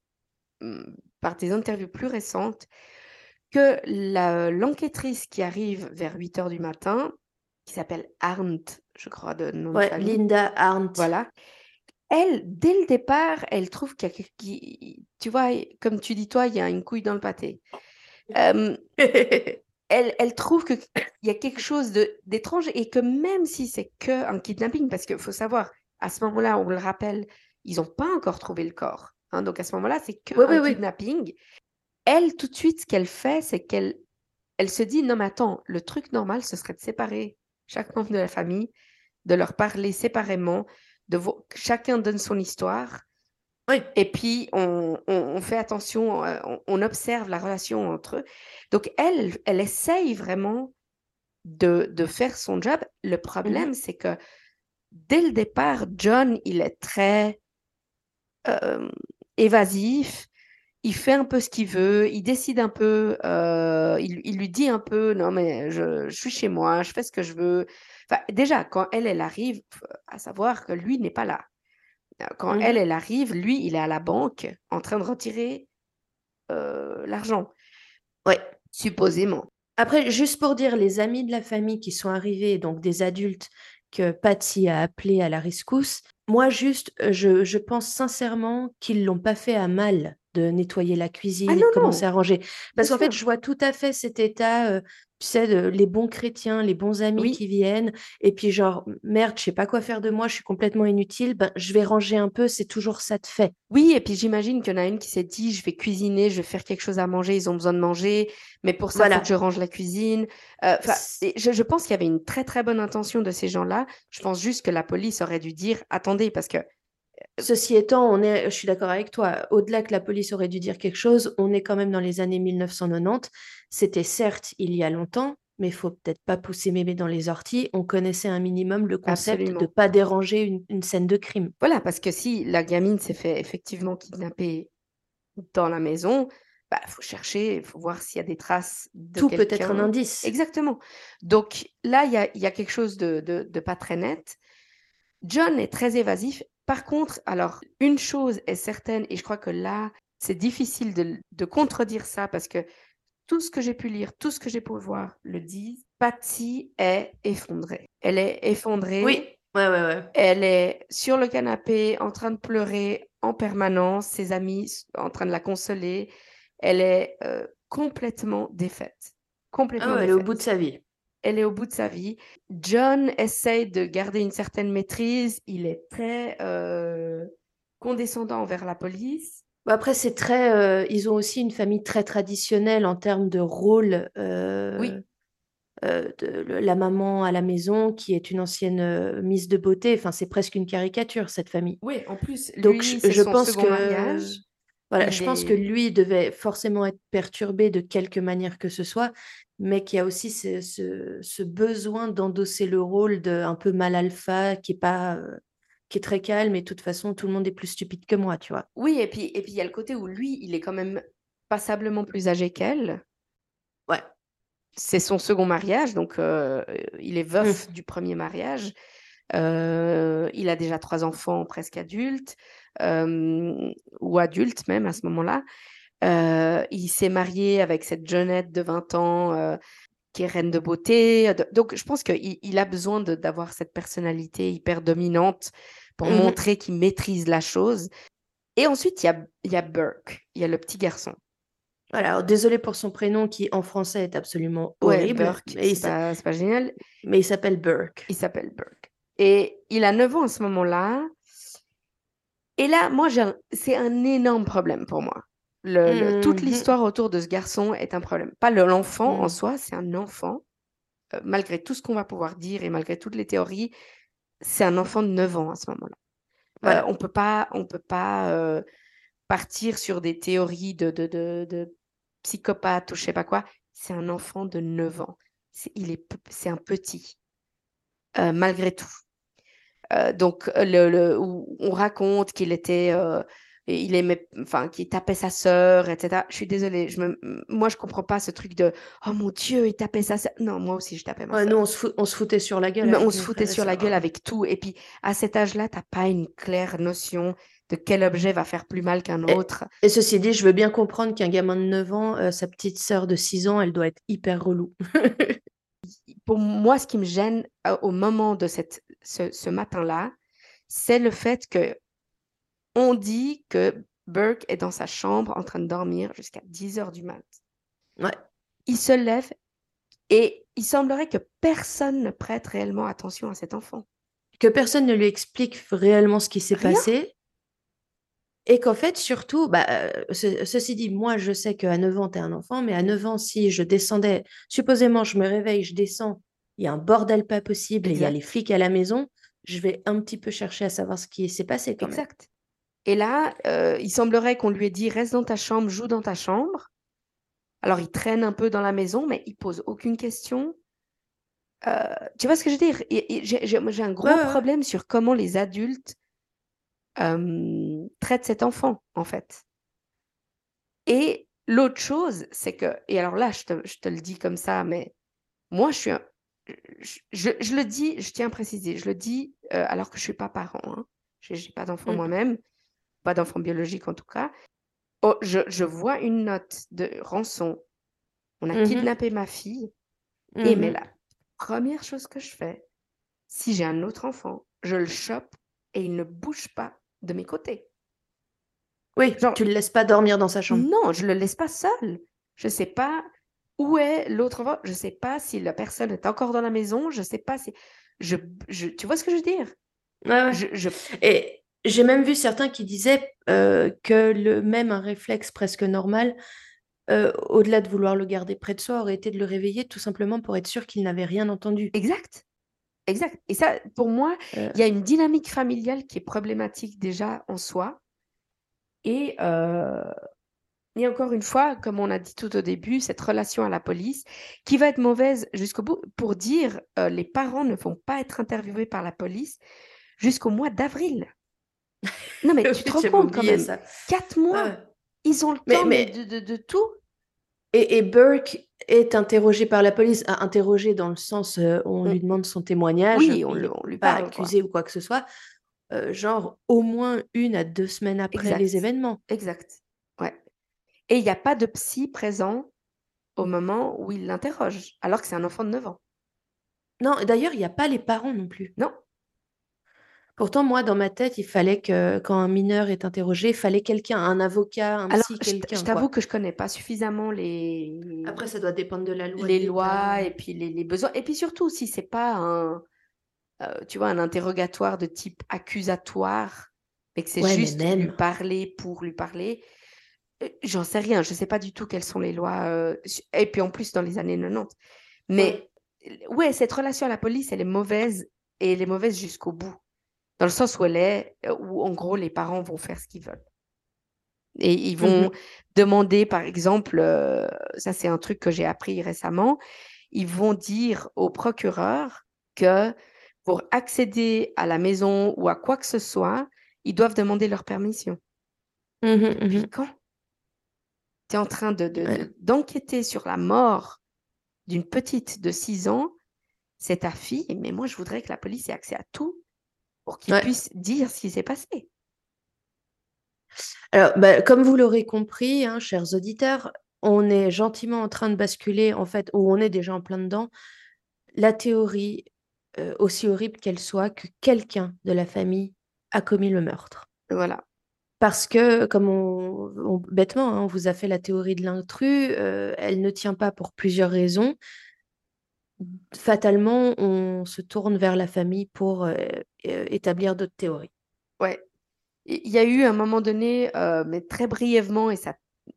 par des interviews plus récentes que l'enquêtrice qui arrive vers 8 heures du matin, qui s'appelle Arndt, je crois, de nom de
Ouais,
famille,
Linda Arndt.
voilà, elle, dès le départ, elle trouve qu'il y a tu vois, comme tu dis toi, il y a une couille dans le pâté. Euh, elle trouve qu'il y a quelque chose d'étrange et que même si c'est que un kidnapping, parce qu'il faut savoir, à ce moment-là, on le rappelle, ils n'ont pas encore trouvé le corps. Hein, donc à ce moment-là, c'est que
Oui,
un
oui, oui.
kidnapping. Elle, tout de suite, ce qu'elle fait, c'est qu'elle se dit, non, mais attends, le truc normal, ce serait de séparer chaque membre de la famille, de leur parler séparément, chacun donne son histoire,
Oui.
et puis on fait attention, on observe la relation entre eux. Donc elle essaye vraiment de faire son job. Le
Mhm,
problème, c'est que dès le départ, John, il est très euh, évasif. Il fait un peu ce qu'il veut, il décide un peu, il lui dit un peu, non mais je suis chez moi, je fais ce que je veux. Enfin, déjà, quand elle arrive, à savoir que lui n'est pas là. Quand
mhm.
elle arrive, lui, il est à la banque en train de retirer l'argent,
Ouais.
supposément.
Après, juste pour dire, les amis de la famille qui sont arrivés, donc des adultes que Patsy a appelés à la rescousse, moi juste, je pense sincèrement qu'ils l'ont pas fait à mal. de nettoyer la
Ah
cuisine et de
non,
commencer
non,
à ranger.
bien
Parce qu'en fait,
sûr.
je vois tout à fait cet état, tu sais, les bons chrétiens, les bons amis
Oui,
qui viennent, et puis genre, merde, je sais pas quoi faire de moi, je suis complètement inutile, ben, je vais ranger un peu, c'est toujours ça de fait.
oui, et puis j'imagine qu'il y en a une qui s'est dit, je vais cuisiner, je vais faire quelque chose à manger, ils ont besoin de manger, mais pour ça, il faut que je
Voilà.
range la cuisine. Enfin, et je pense qu'il y avait une très très bonne intention de ces gens-là. Je pense juste que la police aurait dû dire, attendez, parce que
Ceci étant, je suis d'accord avec toi, au-delà que la police aurait dû dire quelque chose, on est quand même dans les années 1990. C'était certes il y a longtemps, mais il faut peut-être pas pousser mémé dans les orties. On connaissait un minimum le concept de
absolument.
pas déranger une scène de crime.
Voilà, parce que si la gamine s'est fait effectivement kidnapper dans la maison, bah, faut chercher, il faut voir s'il y a des traces de
Tout peut être un
quelqu'un.
indice.
Exactement. Donc là, il y a quelque chose de pas très net. John est très évasif. Par contre, alors, une chose est certaine, et je crois que là, c'est difficile de contredire ça parce que tout ce que j'ai pu lire, tout ce que j'ai pu voir le dit, Patty est effondrée. Elle est
Oui,
effondrée,
ouais, ouais, ouais.
elle est sur le canapé en train de pleurer en permanence, ses amis en train de la consoler. Elle est complètement défaite.
Ah
Complètement
ouais, elle est au bout de
défaite.
sa vie.
Elle est au bout de sa vie. John essaye de garder une certaine maîtrise. Il est très condescendant envers la police.
Bon, après, ils ont aussi une famille très traditionnelle en termes de rôle.
Oui,
La maman à la maison qui est une ancienne Miss de beauté. Enfin, c'est presque une caricature, cette famille.
oui. En plus,
Donc,
lui, c'est
je
son
pense
second
que
mariage.
voilà,
Il
je pense que
est,
lui devait forcément être perturbé de quelque manière que ce soit, mais qu'il y a aussi ce besoin d'endosser le rôle de un peu mal alpha, qui est très calme et de toute façon, tout le monde est plus stupide que moi, tu vois.
oui. Et puis il y a le côté où lui, il est quand même passablement plus âgé qu'elle.
Ouais.
C'est son second mariage, donc il est
Hum,
veuf du premier mariage. Il a déjà 3 enfants presque adultes, ou adultes même à ce moment-là. Il s'est marié avec cette jeunette de 20 ans qui est reine de beauté. Donc, je pense qu'il a besoin d'avoir cette personnalité hyper dominante pour
mhm.
montrer qu'il maîtrise la chose. Et ensuite, il y a Burke, il y a le petit garçon.
Voilà, alors, désolé pour son prénom qui en français est absolument
Ouais,
horrible,
Burke, c'est pas génial.
mais il s'appelle Burke.
Il s'appelle Burke. Et il a 9 ans à ce moment-là. Et là, moi, c'est un énorme problème pour moi. Toute
Mhm,
l'histoire autour de ce garçon est un problème. Pas l'enfant en
mhm.
soi, c'est un enfant. Malgré tout ce qu'on va pouvoir dire et malgré toutes les théories, c'est un enfant de 9 ans à ce moment-là.
Voilà.
On peut pas partir sur des théories de psychopathe ou je sais pas quoi. C'est un enfant de 9 ans. C'est un petit, malgré tout. Donc, où on raconte qu'il était, il aimait, enfin, qu'il tapait sa sœur, etc. Je suis désolée, moi, je comprends pas ce truc de, oh mon Dieu, il tapait sa sœur. Non, moi aussi, je tapais ma
Ouais, nous,
sœur.
on se foutait sur la gueule
Mais on
avec
se
mes
foutait
frères et
sur la
sœurs,
gueule
hein.
avec tout. Et puis, à cet âge-là, t'as pas une claire notion de quel objet va faire plus mal qu'un
Et,
autre.
et ceci dit, je veux bien comprendre qu'un gamin de 9 ans, sa petite sœur de 6 ans, elle doit être hyper relou.
Pour moi, ce qui me gêne au moment de ce matin-là, c'est le fait que on dit que Burke est dans sa chambre en train de dormir jusqu'à 10 heures du mat.
Ouais.
Il se lève et il semblerait que personne ne prête réellement attention à cet enfant.
Que personne ne lui explique réellement ce qui s'est
Rien.
passé. Et qu'en fait, surtout, bah, ceci dit, moi, je sais qu'à 9 ans, tu es un enfant, mais à 9 ans, si je descendais, supposément, je me réveille, je descends, il y a un bordel pas possible et il y a les
Exact.
flics à la maison, je vais un petit peu chercher à savoir ce qui s'est passé quand même.
Exact. Et là, il semblerait qu'on lui ait dit reste dans ta chambre, joue dans ta chambre. Alors, il traîne un peu dans la maison, mais il pose aucune question. Tu vois ce que je veux dire? J'ai un
Ouais,
gros
ouais, ouais.
problème sur comment les adultes traitent cet enfant, en fait. Et l'autre chose, c'est que, et alors là, je te le dis comme ça, mais moi, je le dis, je tiens à préciser, je le dis alors que je suis pas parent, hein. Je n'ai pas d'enfant
Mm,
moi-même, pas d'enfant biologique en tout cas. Oh, je vois une note de rançon. On a
mhm,
kidnappé ma fille. Et mais
mhm.
la première chose que je fais, si j'ai un autre enfant, je le chope et il ne bouge pas de mes côtés.
Oui,
Genre,
tu le laisses pas dormir dans sa chambre.
non, je le laisse pas seul. Je sais pas où est l'autre enfant. Je sais pas si la personne est encore dans la maison. Je sais pas si... Je, tu vois ce que je veux dire?
Ouais, ouais.
Je...
Et j'ai même vu certains qui disaient que même un réflexe presque normal, au-delà de vouloir le garder près de soi, aurait été de le réveiller tout simplement pour être sûr qu'il n'avait rien entendu.
Exact, exact. Et ça, pour moi,
Euh,
il y a une dynamique familiale qui est problématique déjà en soi. Et, euh, et encore une fois, comme on a dit tout au début, cette relation à la police qui va être mauvaise jusqu'au bout. Pour dire, les parents ne vont pas être interviewés par la police jusqu'au mois d'avril. Non, mais tu te
oui,
rends
j'avais
compte quand
oublié
même,
ça.
4 mois,
Ouais.
ils ont le
Mais,
temps mais
mais
de tout.
et Burke est interrogé par la police, interrogé dans le sens on
On-
lui demande son témoignage,
oui,
il n'est
on lui
pas
parle, quoi.
accusé ou quoi que ce soit, genre au moins 1 à 2 semaines après les
Exact,
événements.
exact. Ouais. Et il n'y a pas de psy présent au moment où il l'interroge, alors que c'est un enfant de 9 ans.
Non, d'ailleurs, il n'y a pas les parents non plus.
Non.
Pourtant, moi, dans ma tête, il fallait que quand un mineur est interrogé, il fallait quelqu'un, un avocat, un
Alors,
psy,
je
quelqu'un,
t'avoue
quoi.
que je connais pas suffisamment
Après, ça doit dépendre de la loi de
les
l'État.
lois et puis les besoins. Et puis surtout, si c'est pas un, tu vois, un interrogatoire de type accusatoire, mais que c'est
Ouais, mais
juste lui
même.
parler pour lui parler, j'en sais rien. Je sais pas du tout quelles sont les lois. Et puis en plus, dans les années 90.
Ouais.
Mais ouais, cette relation à la police, elle est mauvaise et elle est mauvaise jusqu'au bout. Dans le sens où elle est, où en gros, les parents vont faire ce qu'ils veulent. Et ils vont
Mhm.
demander, par exemple, ça c'est un truc que j'ai appris récemment, ils vont dire au procureur que pour accéder à la maison ou à quoi que ce soit, ils doivent demander leur permission.
Mhm,
Depuis
mhm.
quand tu es en train
Ouais.
d'enquêter sur la mort d'une petite de 6 ans? C'est ta fille, mais moi je voudrais que la police ait accès à tout pour qu'ils
Ouais.
puissent dire ce qui s'est passé.
Alors, bah, comme vous l'aurez compris, hein, chers auditeurs, on est gentiment en train de basculer, en fait, ou on est déjà en plein dedans, la théorie, aussi horrible qu'elle soit, que quelqu'un de la famille a commis le meurtre.
Voilà,
Parce que, comme bêtement, hein, on vous a fait la théorie de l'intrus, elle ne tient pas pour plusieurs raisons. Fatalement, on se tourne vers la famille pour établir d'autres théories.
ouais. Il y a eu un moment donné, mais très brièvement, et ça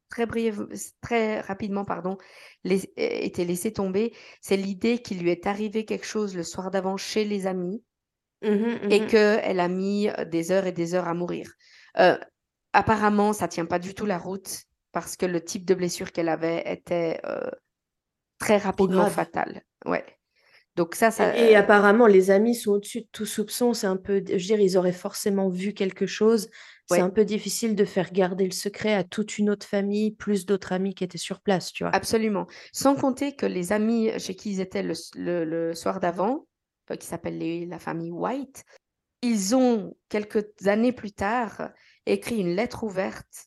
très rapidement, pardon, était laissé tomber, c'est l'idée qu'il lui est arrivé quelque chose le soir d'avant chez les amis
Mhm,
et
mhm.
qu'elle a mis des heures et des heures à mourir. Euh, apparemment, ça tient pas du tout la route parce que le type de blessure qu'elle avait était très
Trop
rapidement
grave.
fatal. Ouais. Donc ça,
Et apparemment, les amis sont au-dessus de tout soupçon. C'est un peu, je veux dire, ils auraient forcément vu quelque chose. C'est un
ouais,
peu difficile de faire garder le secret à toute une autre famille, plus d'autres amis qui étaient sur place, tu vois.
absolument. Sans compter que les amis chez qui ils étaient le soir d'avant, qui s'appellent la famille White, ils ont, quelques années plus tard, écrit une lettre ouverte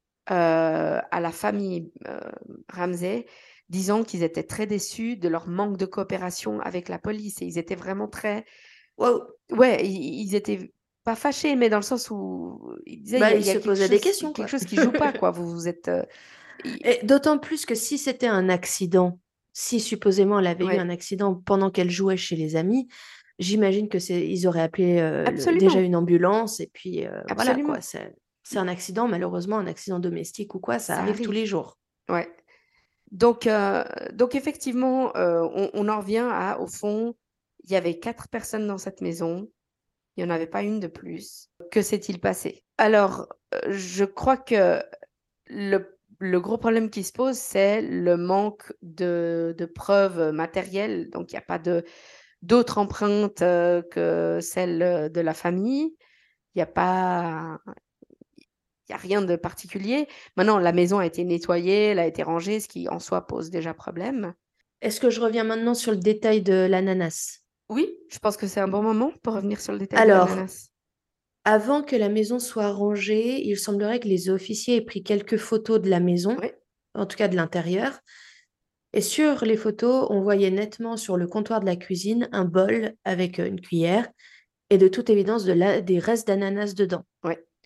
à la famille Ramsey, disant qu'ils étaient très déçus de leur manque de coopération avec la police. Et ils étaient vraiment très...
Wow.
Ouais, ils étaient pas fâchés, mais dans le sens où ils disaient,
Bah,
il
ils
y a
se posaient des questions,
quelque
quoi.
chose qui joue pas, quoi. Vous êtes...
Et d'autant plus que si c'était un accident, si supposément elle avait eu un
ouais,
accident pendant qu'elle jouait chez les amis, j'imagine que ils auraient appelé déjà
absolument,
une ambulance et puis voilà quoi.
absolument.
C'est un accident, malheureusement, un accident domestique ou quoi, ça
Ça
arrive tous
arrive.
les jours.
Ouais. Donc effectivement, on en revient à, au fond, il y avait 4 personnes dans cette maison, il n'y en avait pas une de plus. Que s'est-il passé? Alors, je crois que le gros problème qui se pose, c'est le manque de preuves matérielles. Donc, il n'y a pas d'autres empreintes que celles de la famille. Il n'y a pas, il y a rien de particulier. Maintenant, la maison a été nettoyée, elle a été rangée, ce qui en soi pose déjà problème.
Est-ce que je reviens maintenant sur le détail de l'ananas?
Oui, je pense que c'est un bon moment pour revenir sur le détail de
Alors,
l'ananas.
avant que la maison soit rangée, il semblerait que les officiers aient pris quelques photos de la maison,
Oui,
en tout cas de l'intérieur. Et sur les photos, on voyait nettement sur le comptoir de la cuisine un bol avec une cuillère et de toute évidence des restes d'ananas dedans.
oui,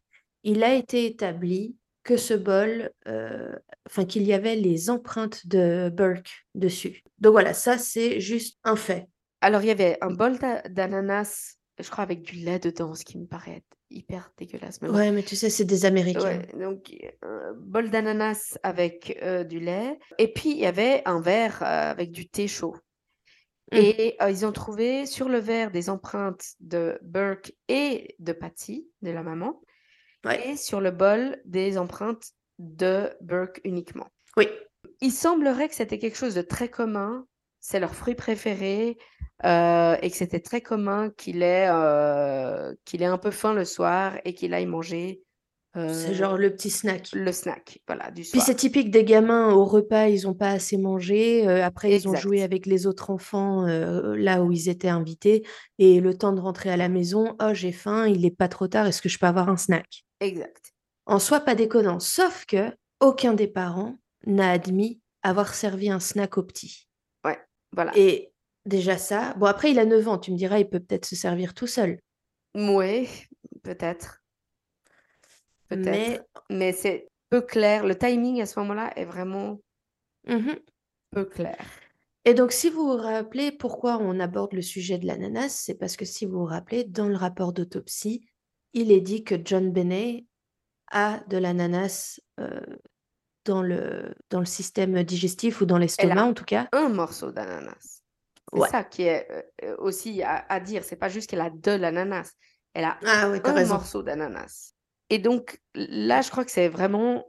il a été établi que ce bol, enfin qu'il y avait les empreintes de Burke dessus. Donc voilà, ça c'est juste un fait.
Alors, il y avait un bol d'ananas, je crois, avec du lait dedans, ce qui me paraît être hyper dégueulasse. Mais bon.
Ouais, mais tu sais, c'est des Américains.
Ouais, donc, un bol d'ananas avec du lait. Et puis, il y avait un verre avec du thé chaud.
Hum,
Et ils ont trouvé sur le verre des empreintes de Burke et de Patty, de la maman,
ouais,
et sur le bol des empreintes de Burke uniquement.
oui,
Il semblerait que c'était quelque chose de très commun, c'est leur fruit préféré, et que c'était très commun qu'il ait un peu faim le soir et qu'il aille manger
c'est
euh,
genre le petit snack.
le snack, voilà, du
Puis c'est
soir.
typique des gamins au repas, ils n'ont pas assez mangé. Après, ils ont joué
Exact,
avec les autres enfants là où ils étaient invités. Et le temps de rentrer à la maison, oh, j'ai faim, il n'est pas trop tard, est-ce que je peux avoir un snack?
exact.
En soi, pas déconnant. Sauf que aucun des parents n'a admis avoir servi un snack au petit.
Ouais, voilà.
Et déjà ça, bon, après, il a 9 ans, tu me diras, il peut peut-être se servir tout seul.
Ouais, peut-être, peut-être.
Mais
Mais c'est peu clair. Le timing à ce moment-là est vraiment
mhm.
peu clair.
Et donc, si vous vous rappelez pourquoi on aborde le sujet de l'ananas, c'est parce que si vous vous rappelez, dans le rapport d'autopsie, il est dit que John Benet a de l'ananas dans le système digestif ou dans
Elle
l'estomac
a
en tout cas.
un morceau d'ananas. C'est
Ouais.
ça qui est aussi à dire. C'est pas juste qu'elle a de l'ananas. Elle a
Ah oui, t'as
un
raison.
morceau d'ananas. Et donc là, je crois que c'est vraiment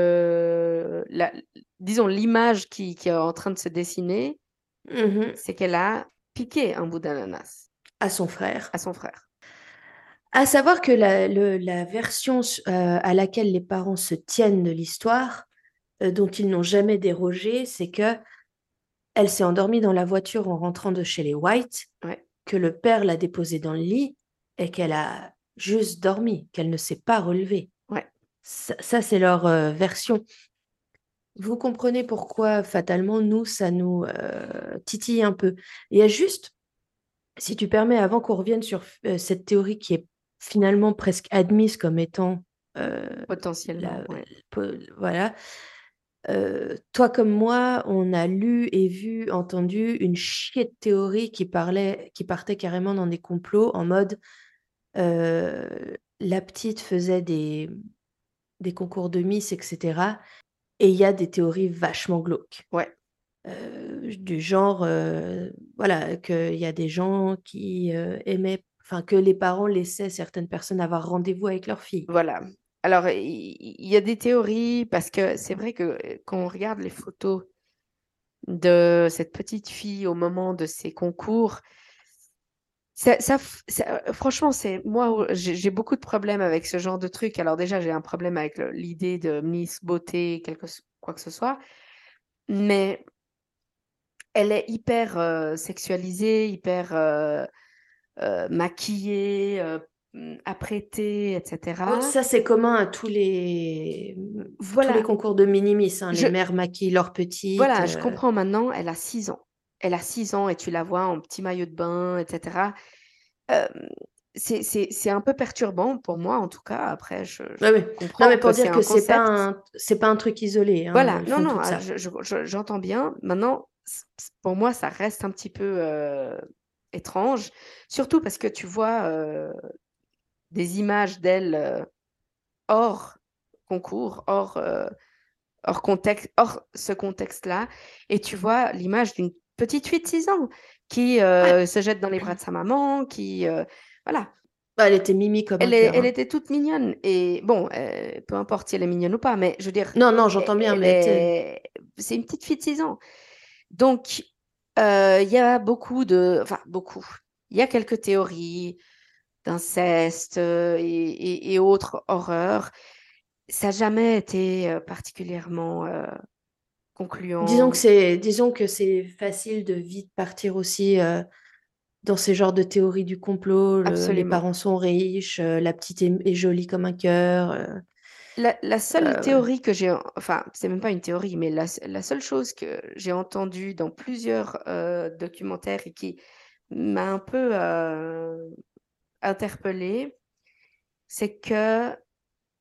disons, l'image qui est en train de se dessiner,
Mhm.
c'est qu'elle a piqué un bout d'ananas
À son frère.
à son frère.
À savoir que la version à laquelle les parents se tiennent de l'histoire, dont ils n'ont jamais dérogé, c'est que elle s'est endormie dans la voiture en rentrant de chez les White,
Ouais,
que le père l'a déposée dans le lit et qu'elle a juste dormi, qu'elle ne s'est pas relevée.
ouais.
Ça, c'est leur version. Vous comprenez pourquoi, fatalement, nous, ça nous titille un peu. Il y a juste, si tu permets, avant qu'on revienne sur cette théorie qui est finalement presque admise comme étant
Potentiellement,
la,
ouais.
voilà. Toi comme moi, on a lu et vu, entendu une chier de théories qui partaient carrément dans des complots en mode euh, la petite faisait des concours de Miss, etc. Et il y a des théories vachement glauques.
Ouais,
Du genre, voilà, qu'il y a des gens qui aimaient, enfin, que les parents laissaient certaines personnes avoir rendez-vous avec leur fille.
voilà. Alors, il y a des théories parce que c'est vrai que quand on regarde les photos de cette petite fille au moment de ses concours, franchement, c'est moi, j'ai beaucoup de problèmes avec ce genre de truc. Alors déjà, j'ai un problème avec l'idée de Miss Beauté, quoi que ce soit, mais elle est hyper sexualisée, hyper maquillée, apprêtée,
Oh,
etc.
ça, c'est commun à tous les
Voilà,
concours de minimis, hein. Les
je,
mères maquillent leurs petites.
voilà, je comprends maintenant, elle a 6 ans. Elle a 6 ans et tu la vois en petit maillot de bain, etc. Euh, c'est un peu perturbant pour moi, en tout cas. Après, je
Ah oui. Non, mais
comprends que
pour
c'est
dire que
un concept.
c'est pas un truc isolé, hein.
Voilà,
Elles
non,
font
non,
tout ça.
j'entends bien. Maintenant, pour moi, ça reste un petit peu étrange, surtout parce que tu vois des images d'elle hors concours, hors contexte, hors ce contexte-là, et tu vois l'image d'une petite fille de 6 ans qui
Ouais.
se jette dans les bras de sa maman, voilà.
Bah, elle était mimi comme un cœur,
Elle
hein.
était toute mignonne. Et bon, peu importe si elle est mignonne ou pas, mais je veux dire,
Non, non, j'entends bien,
elle
mais
est... c'est une petite fille de 6 ans. Donc, il y a beaucoup de... Enfin, beaucoup. Il y a quelques théories d'inceste et autres horreurs. Ça n'a jamais été particulièrement concluant.
disons que c'est facile de vite partir aussi dans ces genres de théories du complot. Les
Absolument.
parents sont riches, la petite est jolie comme un cœur.
La seule
Ouais.
théorie que j'ai, enfin, c'est même pas une théorie, mais la seule chose que j'ai entendue dans plusieurs documentaires et qui m'a un peu interpellée, c'est que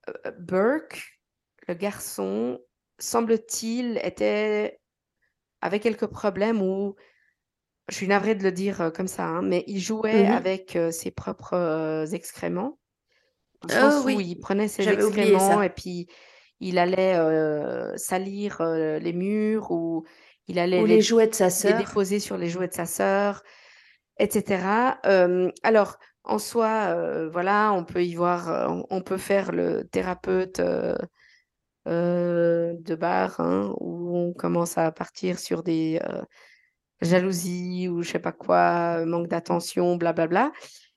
Burke, le garçon, semble-t-il, avait quelques problèmes ou je suis navrée de le dire comme ça, hein, mais il jouait
Mhm.
avec ses propres excréments, dans le
Oh
sens où
oui,
il prenait ses
j'avais oublié
excréments et
ça.
puis il allait salir les murs ou il allait
Ou les jouets de sa
les
sœur.
déposer sur les jouets de sa sœur, etc. Alors, en soi, voilà, on peut y voir, on peut faire le thérapeute de bar, hein, où on commence à partir sur des jalousies ou je sais pas quoi, manque d'attention, blablabla.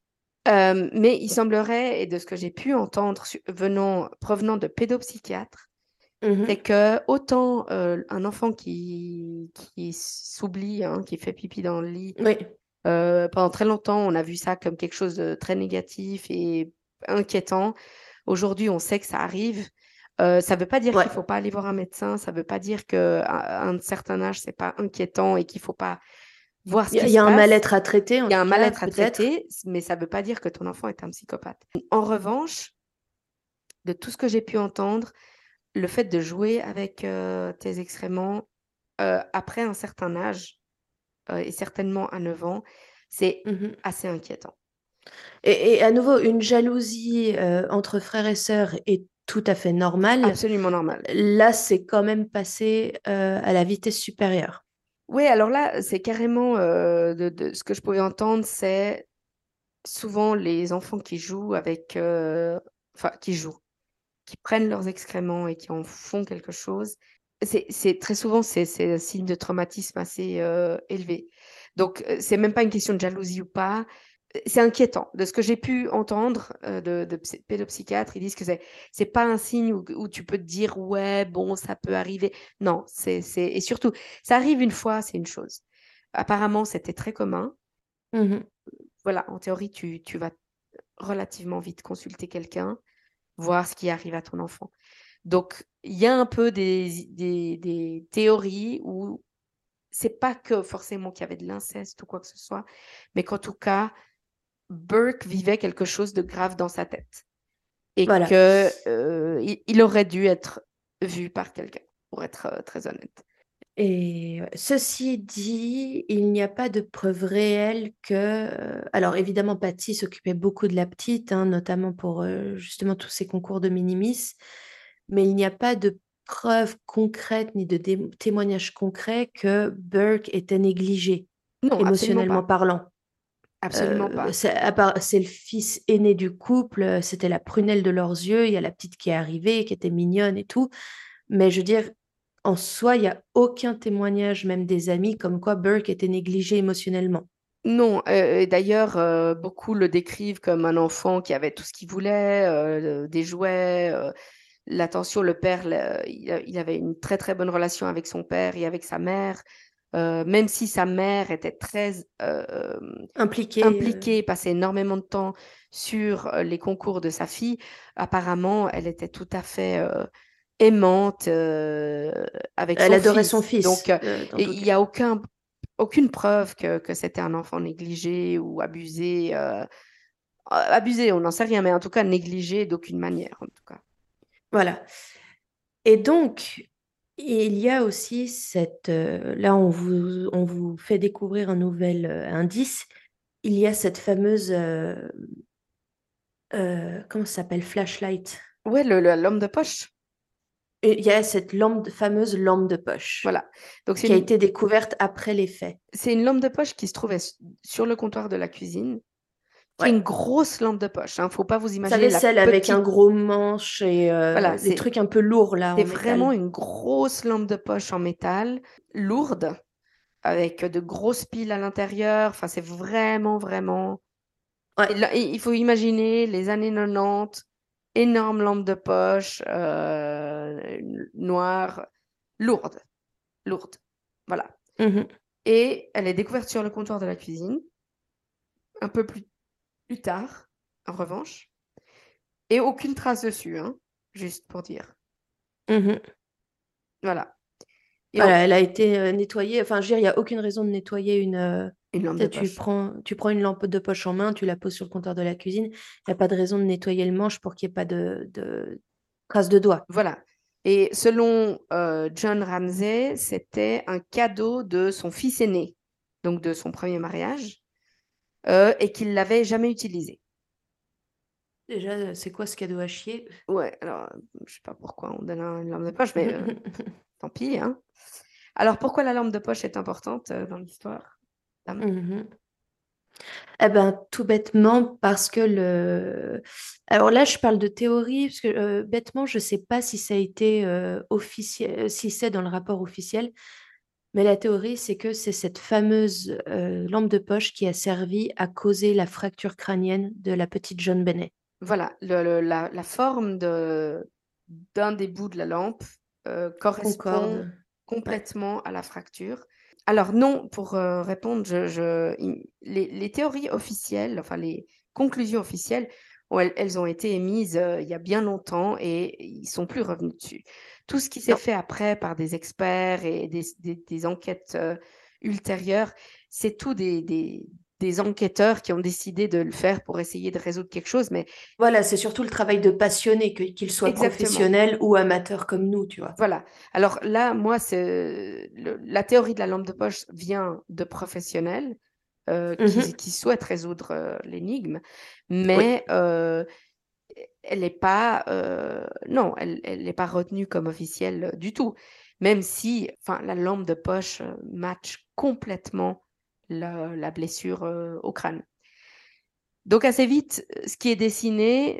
Mais il semblerait, et de ce que j'ai pu entendre provenant de pédopsychiatres, c'est
Mhm.
que autant un enfant qui s'oublie, hein, qui fait pipi dans le lit,
Oui,
pendant très longtemps, on a vu ça comme quelque chose de très négatif et inquiétant. Aujourd'hui, on sait que ça arrive. Ça ne veut pas dire
ouais.
qu'il ne faut pas aller voir un médecin, ça ne veut pas dire qu'à un certain âge, c'est pas inquiétant et qu'il ne faut pas voir ce
Il
qui
y
se
a un
passe.
mal-être à traiter, en
Il y a
tout
un
cas,
mal-être à
peut-être.
traiter, mais ça ne veut pas dire que ton enfant est un psychopathe. En revanche, de tout ce que j'ai pu entendre, le fait de jouer avec tes excréments après un certain âge, et certainement à 9 ans, c'est
Mhm.
assez inquiétant.
Et à nouveau, une jalousie entre frères et sœurs est tout à fait normale.
Absolument normal.
Là, c'est quand même passé à la vitesse supérieure.
Oui, alors là, c'est carrément de ce que je pouvais entendre, c'est souvent les enfants qui jouent enfin, qui jouent, qui prennent leurs excréments et qui en font quelque chose. Très souvent, c'est un signe de traumatisme assez élevé. Donc, c'est même pas une question de jalousie ou pas. C'est inquiétant. De ce que j'ai pu entendre de pédopsychiatres, ils disent que c'est pas un signe où tu peux te dire, ouais, bon, ça peut arriver. Non, et surtout, ça arrive une fois, c'est une chose. Apparemment, c'était très commun.
Mhm.
Voilà, en théorie, tu vas relativement vite consulter quelqu'un, voir ce qui arrive à ton enfant. Donc, il y a un peu des théories où c'est pas que forcément qu'il y avait de l'inceste ou quoi que ce soit, mais qu'en tout cas, Burke vivait quelque chose de grave dans sa tête et
Voilà.
que il aurait dû être vu par quelqu'un, pour être très honnête.
Et ceci dit, il n'y a pas de preuve réelle que... alors évidemment, Patty s'occupait beaucoup de la petite, hein, notamment pour justement tous ces concours de minimis, mais il n'y a pas de preuve concrète ni de témoignage concret que Burke était négligé,
Non, absolument
émotionnellement
pas.
parlant.
Absolument pas.
C'est le fils aîné du couple, c'était la prunelle de leurs yeux, il y a la petite qui est arrivée, qui était mignonne et tout. Mais je veux dire, en soi, il n'y a aucun témoignage, même des amis, comme quoi Burke était négligé émotionnellement.
Non, et d'ailleurs, beaucoup le décrivent comme un enfant qui avait tout ce qu'il voulait, des jouets, l'attention. Le père, il avait une très très bonne relation avec son père et avec sa mère, même si sa mère était très
Impliqué.
impliquée, passait énormément de temps sur les concours de sa fille. Apparemment, elle était tout à fait aimante avec
Elle
son
adorait son
fils. Donc,
fils, en
et
tout
il
cas.
n'y a aucune preuve que c'était un enfant négligé ou abusé. Abusé, on n'en sait rien, mais en tout cas négligé d'aucune manière, en tout cas.
Voilà. Et donc, il y a aussi cette... là, on vous fait découvrir un nouvel indice. Il y a cette fameuse... comment ça s'appelle? Flashlight.
Ouais, l'homme de poche,
Et il y a cette fameuse lampe de poche
voilà. Donc,
qui a été découverte après les faits.
c'est une lampe de poche qui se trouvait sur le comptoir de la cuisine, qui est
Ouais.
une grosse lampe de poche. Hein. Faut pas vous
Vous
imaginer
savez,
la
celle avec un
petite.
gros manche et
Voilà,
les trucs un peu lourds là
c'est
en
vraiment
métal.
une grosse lampe de poche en métal, lourde, avec de grosses piles à l'intérieur. Enfin, c'est vraiment, vraiment.
Ouais.
Et là, il faut imaginer les années 90, énorme lampe de poche, noire, lourde, lourde. Voilà.
Mhm.
Et elle est découverte sur le comptoir de la cuisine, un peu plus tard, en revanche. Et aucune trace dessus, hein, juste pour dire.
Mhm.
Voilà. Et
Voilà, elle a été nettoyée. Enfin, je veux dire, il n'y a aucune raison de nettoyer une.
une lampe
Tu
de
sais,
poche.
tu prends une lampe de poche en main, tu la poses sur le comptoir de la cuisine. Il n'y a pas de raison de nettoyer le manche pour qu'il n'y ait pas Trace de doigt.
Voilà. Et selon John Ramsay, c'était un cadeau de son fils aîné, donc de son premier mariage, et qu'il l'avait jamais utilisé.
Déjà, c'est quoi ce cadeau à chier?
Ouais, alors, je sais pas pourquoi on donne une lampe de poche, mais tant pis, hein. Alors, pourquoi la lampe de poche est importante dans l'histoire? Dame.
Mhm. Eh ben, tout bêtement, parce que le... Alors là, je parle de théorie, parce que bêtement, je ne sais pas si ça a été officiel, si c'est dans le rapport officiel, mais la théorie, c'est que c'est cette fameuse lampe de poche qui a servi à causer la fracture crânienne de la petite John Bennet.
Voilà, la forme d'un des bouts de la lampe correspond
Concorde. Ouais.
complètement à la fracture. Alors non, pour répondre, les théories officielles, enfin les conclusions officielles, elles ont été émises il y a bien longtemps et ils ne sont plus revenus dessus. Tout ce qui s'est
Non.
fait après par des experts et des enquêtes ultérieures, c'est tout des enquêteurs qui ont décidé de le faire pour essayer de résoudre quelque chose, mais
Voilà, c'est surtout le travail de passionné, qu'il soit
exactement.
professionnel ou amateur comme nous, tu vois.
Voilà. Alors là, moi, la théorie de la lampe de poche vient de professionnels
Mhm.
qui souhaitent résoudre l'énigme,
Oui.
mais elle n'est pas, non, elle n'est pas retenue comme officielle du tout. Même si, enfin, la lampe de poche match complètement la blessure au crâne. Donc assez vite, ce qui est dessiné,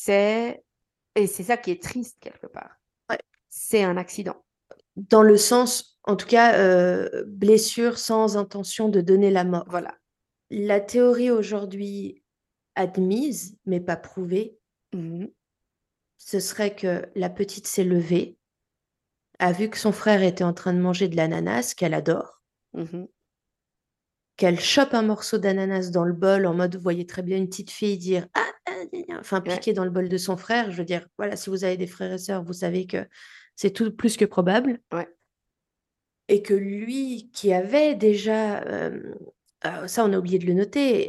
et c'est ça qui est triste quelque part,
Ouais.
c'est un accident.
Dans le sens, en tout cas, blessure sans intention de donner la mort.
Voilà.
La théorie aujourd'hui admise, mais pas prouvée,
Mhm,
ce serait que la petite s'est levée, a vu que son frère était en train de manger de l'ananas qu'elle adore,
mhm.
qu'elle chope un morceau d'ananas dans le bol en mode, vous voyez très bien une petite fille dire ah, enfin
Ouais,
piquer dans le bol de son frère. Je veux dire, voilà, si vous avez des frères et sœurs, vous savez que c'est tout plus que probable.
ouais.
Et que lui, qui avait déjà, ça on a oublié de le noter,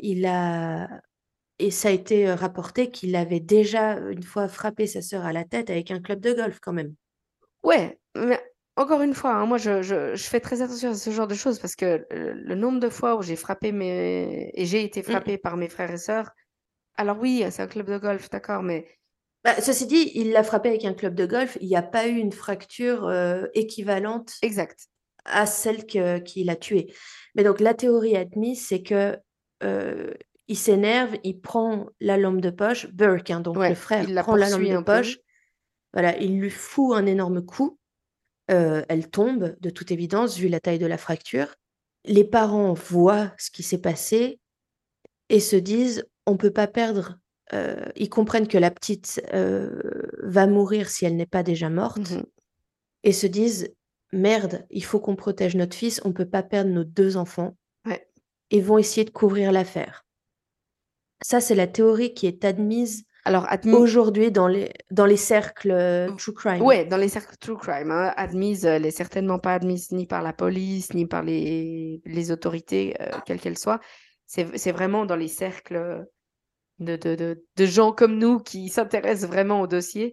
et ça a été rapporté qu'il avait déjà une fois frappé sa sœur à la tête avec un club de golf quand même.
Ouais, mais encore une fois, hein, moi je fais très attention à ce genre de choses parce que le nombre de fois où j'ai frappé et j'ai été
Mm.
frappée par mes frères et sœurs, alors oui, c'est un club de golf, d'accord, mais
Bah, ceci dit, il l'a frappé avec un club de golf. Il n'y a pas eu une fracture équivalente
exact.
à celle qui l'a tué. Mais donc la théorie admise, c'est que il s'énerve, il prend la lampe de poche, Burke, hein, donc le
Ouais,
frère
il la
prend la lampe
poursuit
de
un peu.
poche, voilà, il lui fout un énorme coup. Elle tombe, de toute évidence, vu la taille de la fracture. Les parents voient ce qui s'est passé et se disent, on ne peut pas perdre. Ils comprennent que la petite va mourir si elle n'est pas déjà morte
Mhm.
et se disent, merde, il faut qu'on protège notre fils, on ne peut pas perdre nos deux enfants
Ouais.
et vont essayer de couvrir l'affaire. Ça, c'est la théorie qui est admise
Alors,
aujourd'hui dans les cercles true crime.
ouais, dans les cercles true crime, hein, admise, elle est certainement pas admise ni par la police, ni par les autorités, quelles qu'elles soient. C'est vraiment dans les cercles de gens comme nous qui s'intéressent vraiment au dossier.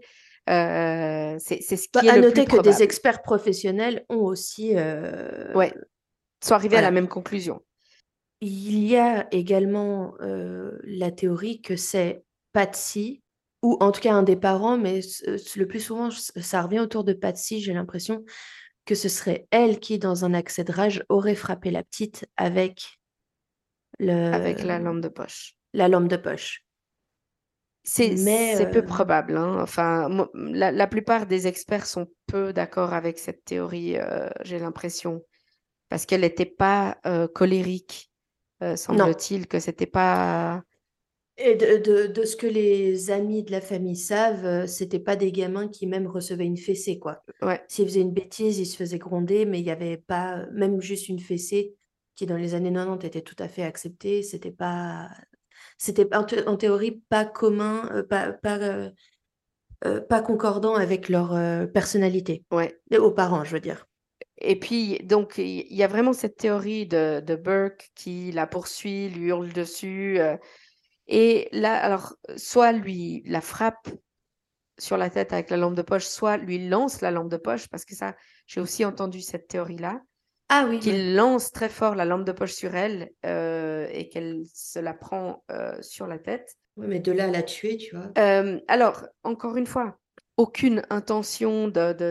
C'est ce
Bah,
qui est
à
le plus
noter que des
probable.
experts professionnels ont aussi
Ouais, sont arrivés à la
voilà.
même conclusion.
Il y a également la théorie que c'est Patsy, ou en tout cas un des parents, mais le plus souvent, ça revient autour de Patsy, j'ai l'impression que ce serait elle qui, dans un accès de rage, aurait frappé la petite avec
Avec
le,
la lampe de poche.
la lampe de poche. Mais
C'est peu probable, hein. Enfin, la plupart des experts sont peu d'accord avec cette théorie, j'ai l'impression, parce qu'elle n'était pas colérique,
non.
semble-t-il, que c'était pas...
Et de ce que les amis de la famille savent, c'était pas des gamins qui même recevaient une fessée, quoi.
Ouais,
S'ils faisaient une bêtise, ils se faisaient gronder, mais il n'y avait pas, même juste une fessée, qui dans les années 90 était tout à fait acceptée, c'était en théorie pas commun, pas concordant avec leur personnalité,
ouais.
aux parents, je veux dire.
Et puis, donc, il y a vraiment cette théorie de Burke qui la poursuit, lui hurle dessus. Et là, alors, soit lui la frappe sur la tête avec la lampe de poche, soit lui lance la lampe de poche, parce que ça, j'ai aussi entendu cette théorie-là,
Ah oui, ouais.
qu'il lance très fort la lampe de poche sur elle et qu'elle se la prend sur la tête.
Ouais, mais de là à la tuer, tu vois.
Alors, encore une fois, aucune intention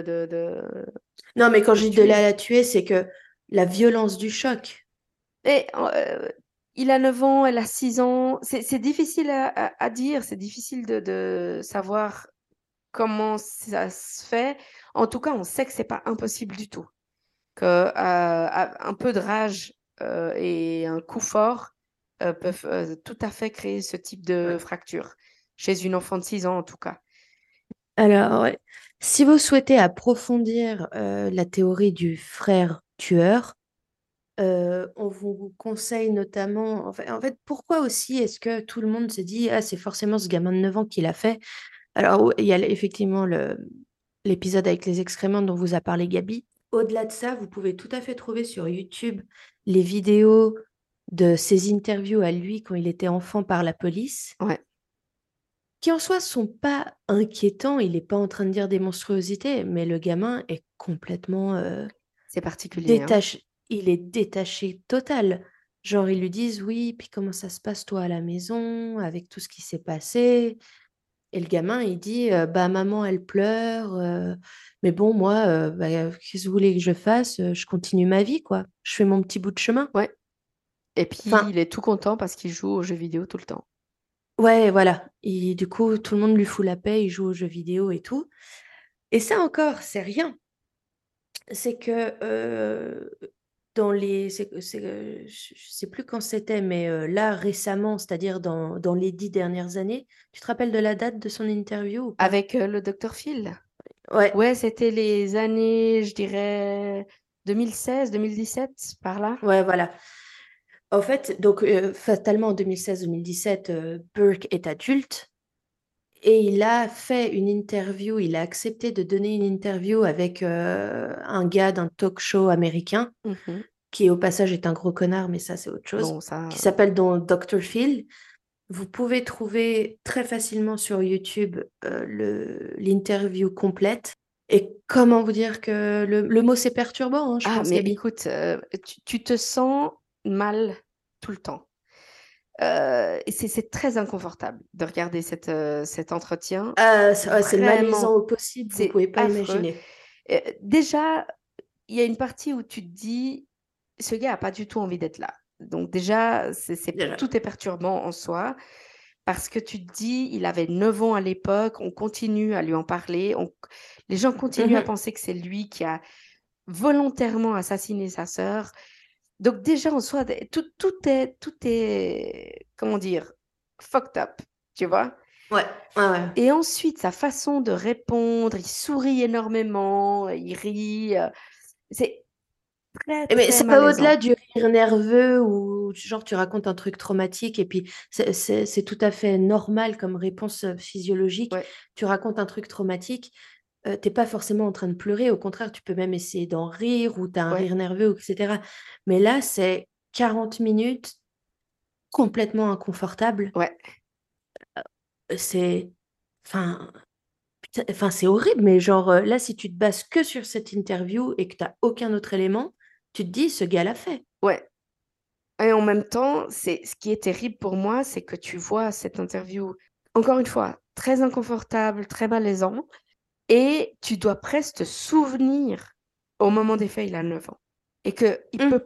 Non, mais quand
de
je dis de là à
tuer.
la tuer, c'est que la violence du choc.
Et il a 9 ans, elle a 6 ans. C'est difficile à dire, c'est difficile de savoir comment ça se fait. En tout cas, on sait que c'est pas impossible du tout. Que un peu de rage et un coup fort peuvent tout à fait créer ce type de
Ouais.
fracture, chez une enfant de 6 ans en tout cas.
Alors, ouais. Si vous souhaitez approfondir la théorie du frère tueur, on vous conseille notamment, en fait, pourquoi aussi est-ce que tout le monde se dit, ah, c'est forcément ce gamin de 9 ans qui l'a fait? Alors, il y a effectivement l'épisode avec les excréments dont vous a parlé Gabi. Au-delà de ça, vous pouvez tout à fait trouver sur YouTube les vidéos de ses interviews à lui quand il était enfant par la police,
Ouais,
qui en soi sont pas inquiétants. Il n'est pas en train de dire des monstruosités, mais le gamin est complètement
c'est particulier, hein.
détaché. Il est détaché total. Genre, ils lui disent, oui, puis comment ça se passe toi à la maison, avec tout ce qui s'est passé? Et le gamin, il dit, bah maman, elle pleure, mais bon, moi, bah, qu'est-ce que vous voulez que je fasse? Je continue ma vie, quoi. Je fais mon petit bout de chemin.
Ouais. Et puis,
Enfin,
il est tout content parce qu'il joue aux jeux vidéo tout le temps.
ouais, voilà. Et du coup, tout le monde lui fout la paix, il joue aux jeux vidéo et tout. Et ça encore, c'est rien. C'est que dans les, je sais plus quand c'était, mais là récemment, c'est-à-dire dans les 10 dernières années, tu te rappelles de la date de son interview ou pas?
Avec le docteur Phil.
Ouais,
Ouais, c'était les années, je dirais, 2016, 2017, par là.
ouais, voilà. En fait, donc fatalement en 2016-2017, Burke est adulte et il a fait une interview, il a accepté de donner une interview avec un gars d'un talk show américain,
Mhm.
qui au passage est un gros connard, mais ça c'est autre chose,
Bon,
qui
ça.
s'appelle donc Dr. Phil. Vous pouvez trouver très facilement sur YouTube l'interview complète. Et comment vous dire que le mot c'est perturbant, hein, je
Ah,
pense,
mais
Gabi.
écoute, tu te sens mal tout le temps. Et c'est très inconfortable de regarder cet entretien.
Ouais, c'est malaisant
Vraiment,
au possible, vous
c'est
pouvez pas
affreux.
imaginer.
Déjà, il y a une partie où tu te dis, ce gars a pas du tout envie d'être là. Donc déjà,
Déjà.
tout est perturbant en soi, parce que tu te dis, il avait 9 ans à l'époque, on continue à lui en parler, les gens continuent à
Mhm.
penser que c'est lui qui a volontairement assassiné sa sœur. Donc déjà en soi, tout est, comment dire, fucked up, tu vois.
Ouais, ouais, ouais.
Et ensuite, sa façon de répondre, il sourit énormément, il rit, c'est très,
Mais
très
c'est pas
malaisant.
au-delà du rire nerveux ou genre tu racontes un truc traumatique et puis c'est tout à fait normal comme réponse physiologique.
Ouais,
Tu racontes un truc traumatique, t'es pas forcément en train de pleurer, au contraire, tu peux même essayer d'en rire ou t'as un
ouais,
rire nerveux, etc. Mais là, c'est 40 minutes complètement inconfortable.
ouais,
C'est, enfin, Enfin, c'est horrible, mais genre là, si tu te bases que sur cette interview et que tu n'as aucun autre élément, tu te dis, ce gars l'a fait.
ouais. Et en même temps, c'est ce qui est terrible pour moi, c'est que tu vois cette interview, encore une fois, très inconfortable, très malaisant, et tu dois presque te souvenir au moment des faits, il a 9 ans. Et que
Hum,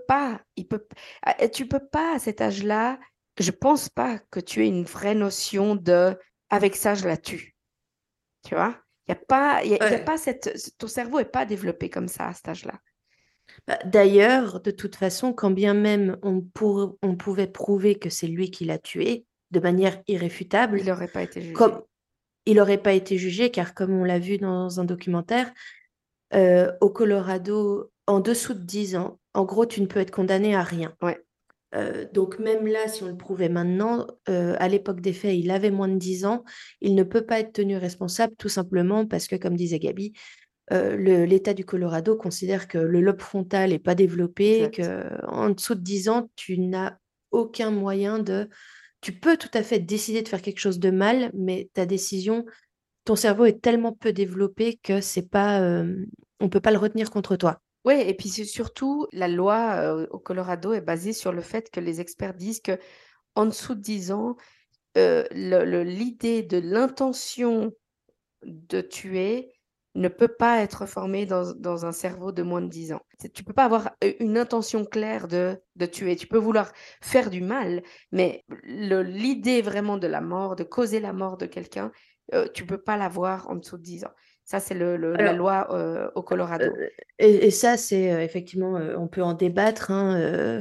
tu peux pas à cet âge-là, je pense pas que tu aies une vraie notion de avec ça, je la tue. Tu vois? Il y a
ouais.
pas ton cerveau est pas développé comme ça à cet âge-là.
Bah, d'ailleurs, de toute façon, quand bien même on pouvait prouver que c'est lui qui l'a tué de manière
Il
irréfutable,
n'aurait pas été
comme
jugé.
il n'aurait pas été jugé, car comme on l'a vu dans un documentaire, au Colorado, en dessous de 10 ans, en gros, tu ne peux être condamné à rien.
Ouais,
Donc même là, si on le prouvait maintenant, à l'époque des faits, il avait moins de 10 ans, il ne peut pas être tenu responsable tout simplement parce que, comme disait Gabi, l'État du Colorado considère que le lobe frontal n'est pas développé,
exact.
qu'en dessous de 10 ans, tu n'as aucun moyen de... Tu peux tout à fait décider de faire quelque chose de mal, mais ta décision ton cerveau est tellement peu développé que c'est pas, on peut pas le retenir contre toi.
Oui, et puis c'est surtout, la loi au Colorado est basée sur le fait que les experts disent que en dessous de 10 ans, l'idée de l'intention de tuer ne peut pas être formée dans un cerveau de moins de 10 ans. Tu peux pas avoir une intention claire de tuer. Tu peux vouloir faire du mal, mais l'idée vraiment de la mort, de causer la mort de quelqu'un, tu peux pas l'avoir en dessous de 10 ans. Ça, c'est la
Alors,
loi au Colorado.
et ça, c'est effectivement, on peut en débattre, hein,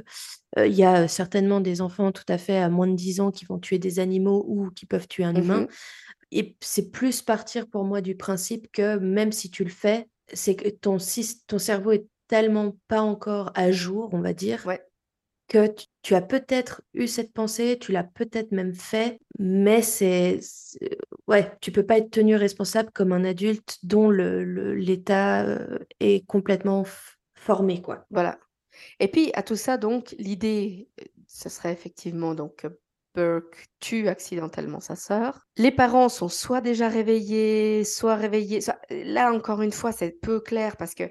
il y a certainement des enfants tout à fait à moins de 10 ans qui vont tuer des animaux ou qui peuvent tuer un humain.
Mhm.
Et c'est plus partir pour moi du principe que même si tu le fais, c'est que ton cerveau est tellement pas encore à jour, on va dire,
Ouais,
que tu as peut-être eu cette pensée, tu l'as peut-être même fait, mais ouais, tu peux pas être tenu responsable comme un adulte dont l'état est complètement formé, quoi.
voilà. Et puis, à tout ça, donc, l'idée, ce serait effectivement donc que Burke tue accidentellement sa sœur. Les parents sont soit déjà réveillés, soit réveillés. Là, encore une fois, c'est peu clair parce que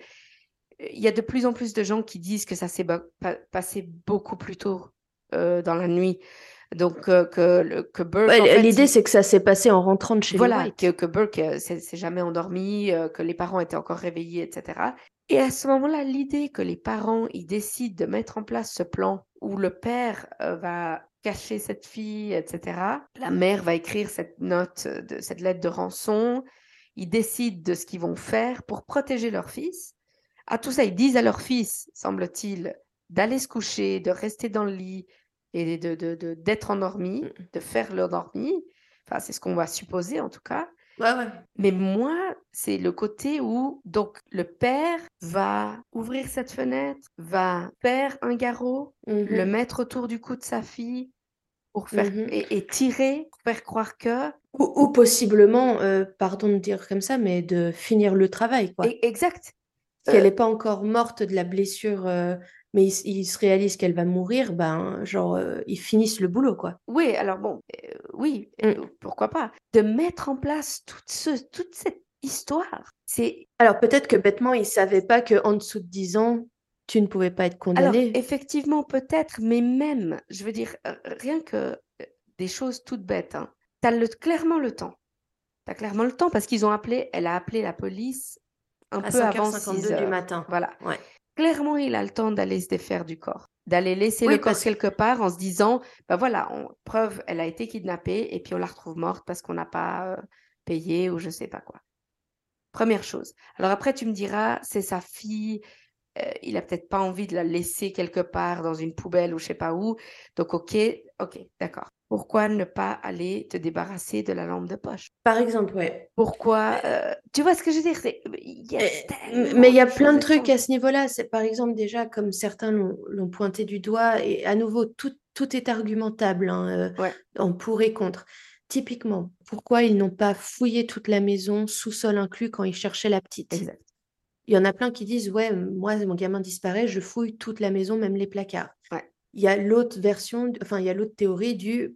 il y a de plus en plus de gens qui disent que ça s'est passé beaucoup plus tôt dans la nuit. Donc, que Burke,
Ouais,
en fait,
l'idée, c'est que ça s'est passé en rentrant de chez les
voilà,
White.
que Burke s'est jamais endormi, que les parents étaient encore réveillés, etc. Et à ce moment-là, l'idée que les parents ils décident de mettre en place ce plan où le père va cacher cette fille, etc. La mère va écrire cette note, cette lettre de rançon. Ils décident de ce qu'ils vont faire pour protéger leur fils. À tout ça, ils disent à leur fils, semble-t-il, d'aller se coucher, de rester dans le lit et d'être endormi,
Mm.
de faire l'endormi. Enfin, c'est ce qu'on va supposer en tout cas.
Ouais, ouais.
Mais moi, c'est le côté où donc le père va ouvrir cette fenêtre, va faire un garrot, le
Mhm,
mettre autour du cou de sa fille pour faire
mhm.
et tirer pour faire croire que
Ou possiblement, pardon de dire comme ça, mais de finir le travail, quoi.
exact.
Qu'elle n'est pas encore morte de la blessure, mais il se réalise qu'elle va mourir, ben, genre, ils finissent le boulot, quoi.
Oui, alors bon, oui,
Mm.
pourquoi pas. De mettre en place toute cette histoire.
Alors peut-être que bêtement, ils ne savaient pas qu'en dessous de 10 ans, tu ne pouvais pas être
Alors,
condamné.
effectivement, peut-être, mais même, je veux dire, rien que des choses toutes bêtes, hein. Tu as clairement le temps. Tu as clairement le temps parce elle a appelé la police un
À
peu
cinq heures
avant
cinquante
6
deux du
heures.
matin.
Voilà.
Ouais.
Clairement, il a le temps d'aller se défaire du corps, d'aller laisser le
Oui,
corps
parce que
quelque part en se disant, ben voilà, preuve, elle a été kidnappée et puis on la retrouve morte parce qu'on n'a pas payé ou je sais pas quoi. Première chose. Alors après, tu me diras, c'est sa fille, il a peut-être pas envie de la laisser quelque part dans une poubelle ou je sais pas où. Donc OK, OK, d'accord. Pourquoi ne pas aller te débarrasser de la lampe de poche?
par exemple, ouais.
Pourquoi, tu vois ce que je veux dire? Il y a
Mais
tellement
il y a
de
plein
choses
de trucs à
étranges.
ce niveau-là. C'est par exemple déjà, comme certains l'ont pointé du doigt, et à nouveau, tout est argumentable, hein,
Ouais,
en pour et contre. Typiquement, pourquoi ils n'ont pas fouillé toute la maison, sous-sol inclus, quand ils cherchaient la petite?
exact.
Il y en a plein qui disent, ouais, moi, mon gamin disparaît, je fouille toute la maison, même les placards.
Ouais,
Il y a l'autre version, enfin, il y a l'autre théorie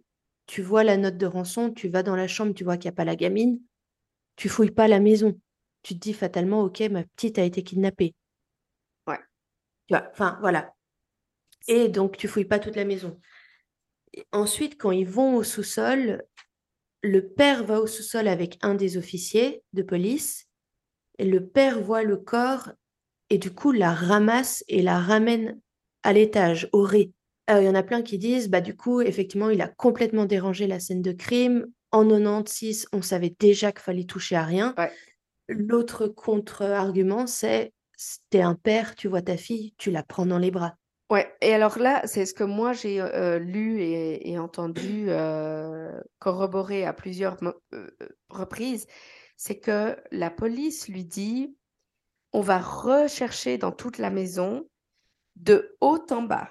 tu vois la note de rançon, tu vas dans la chambre, tu vois qu'il n'y a pas la gamine, tu fouilles pas la maison. Tu te dis fatalement, ok, ma petite a été kidnappée.
ouais.
Tu vois, enfin, voilà. Et donc, tu fouilles pas toute la maison. Et ensuite, quand ils vont au sous-sol, le père va au sous-sol avec un des officiers de police, et le père voit le corps, et du coup, la ramasse et la ramène à l'étage, au rez. Il y en a plein qui disent, bah, du coup, effectivement, il a complètement dérangé la scène de crime. En 96, on savait déjà qu'il fallait toucher à rien.
Ouais,
L'autre contre-argument, c'est, t'es un père, tu vois ta fille, tu la prends dans les bras.
ouais. Et alors là, c'est ce que moi j'ai lu et entendu corroborer à plusieurs reprises, c'est que la police lui dit, on va rechercher dans toute la maison de haut en bas.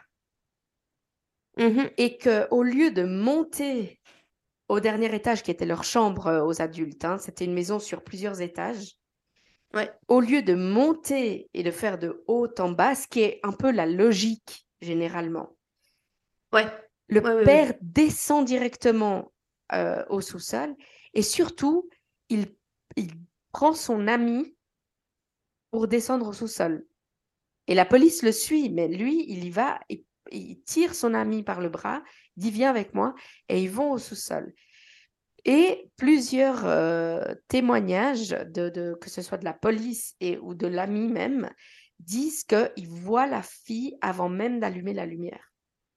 Mhm.
Et qu'au lieu de monter au dernier étage, qui était leur chambre aux adultes, hein, c'était une maison sur plusieurs étages,
Ouais,
au lieu de monter et de faire de haut en bas, ce qui est un peu la logique généralement,
ouais,
le
ouais, ouais, ouais.
père descend directement au sous-sol et surtout, il il prend son ami pour descendre au sous-sol. Et la police le suit, mais lui, il y va, il tire son ami par le bras, il dit viens avec moi, et ils vont au sous-sol. Et plusieurs témoignages, que ce soit de la police ou de l'ami même, disent qu'ils voient la fille avant même d'allumer la lumière.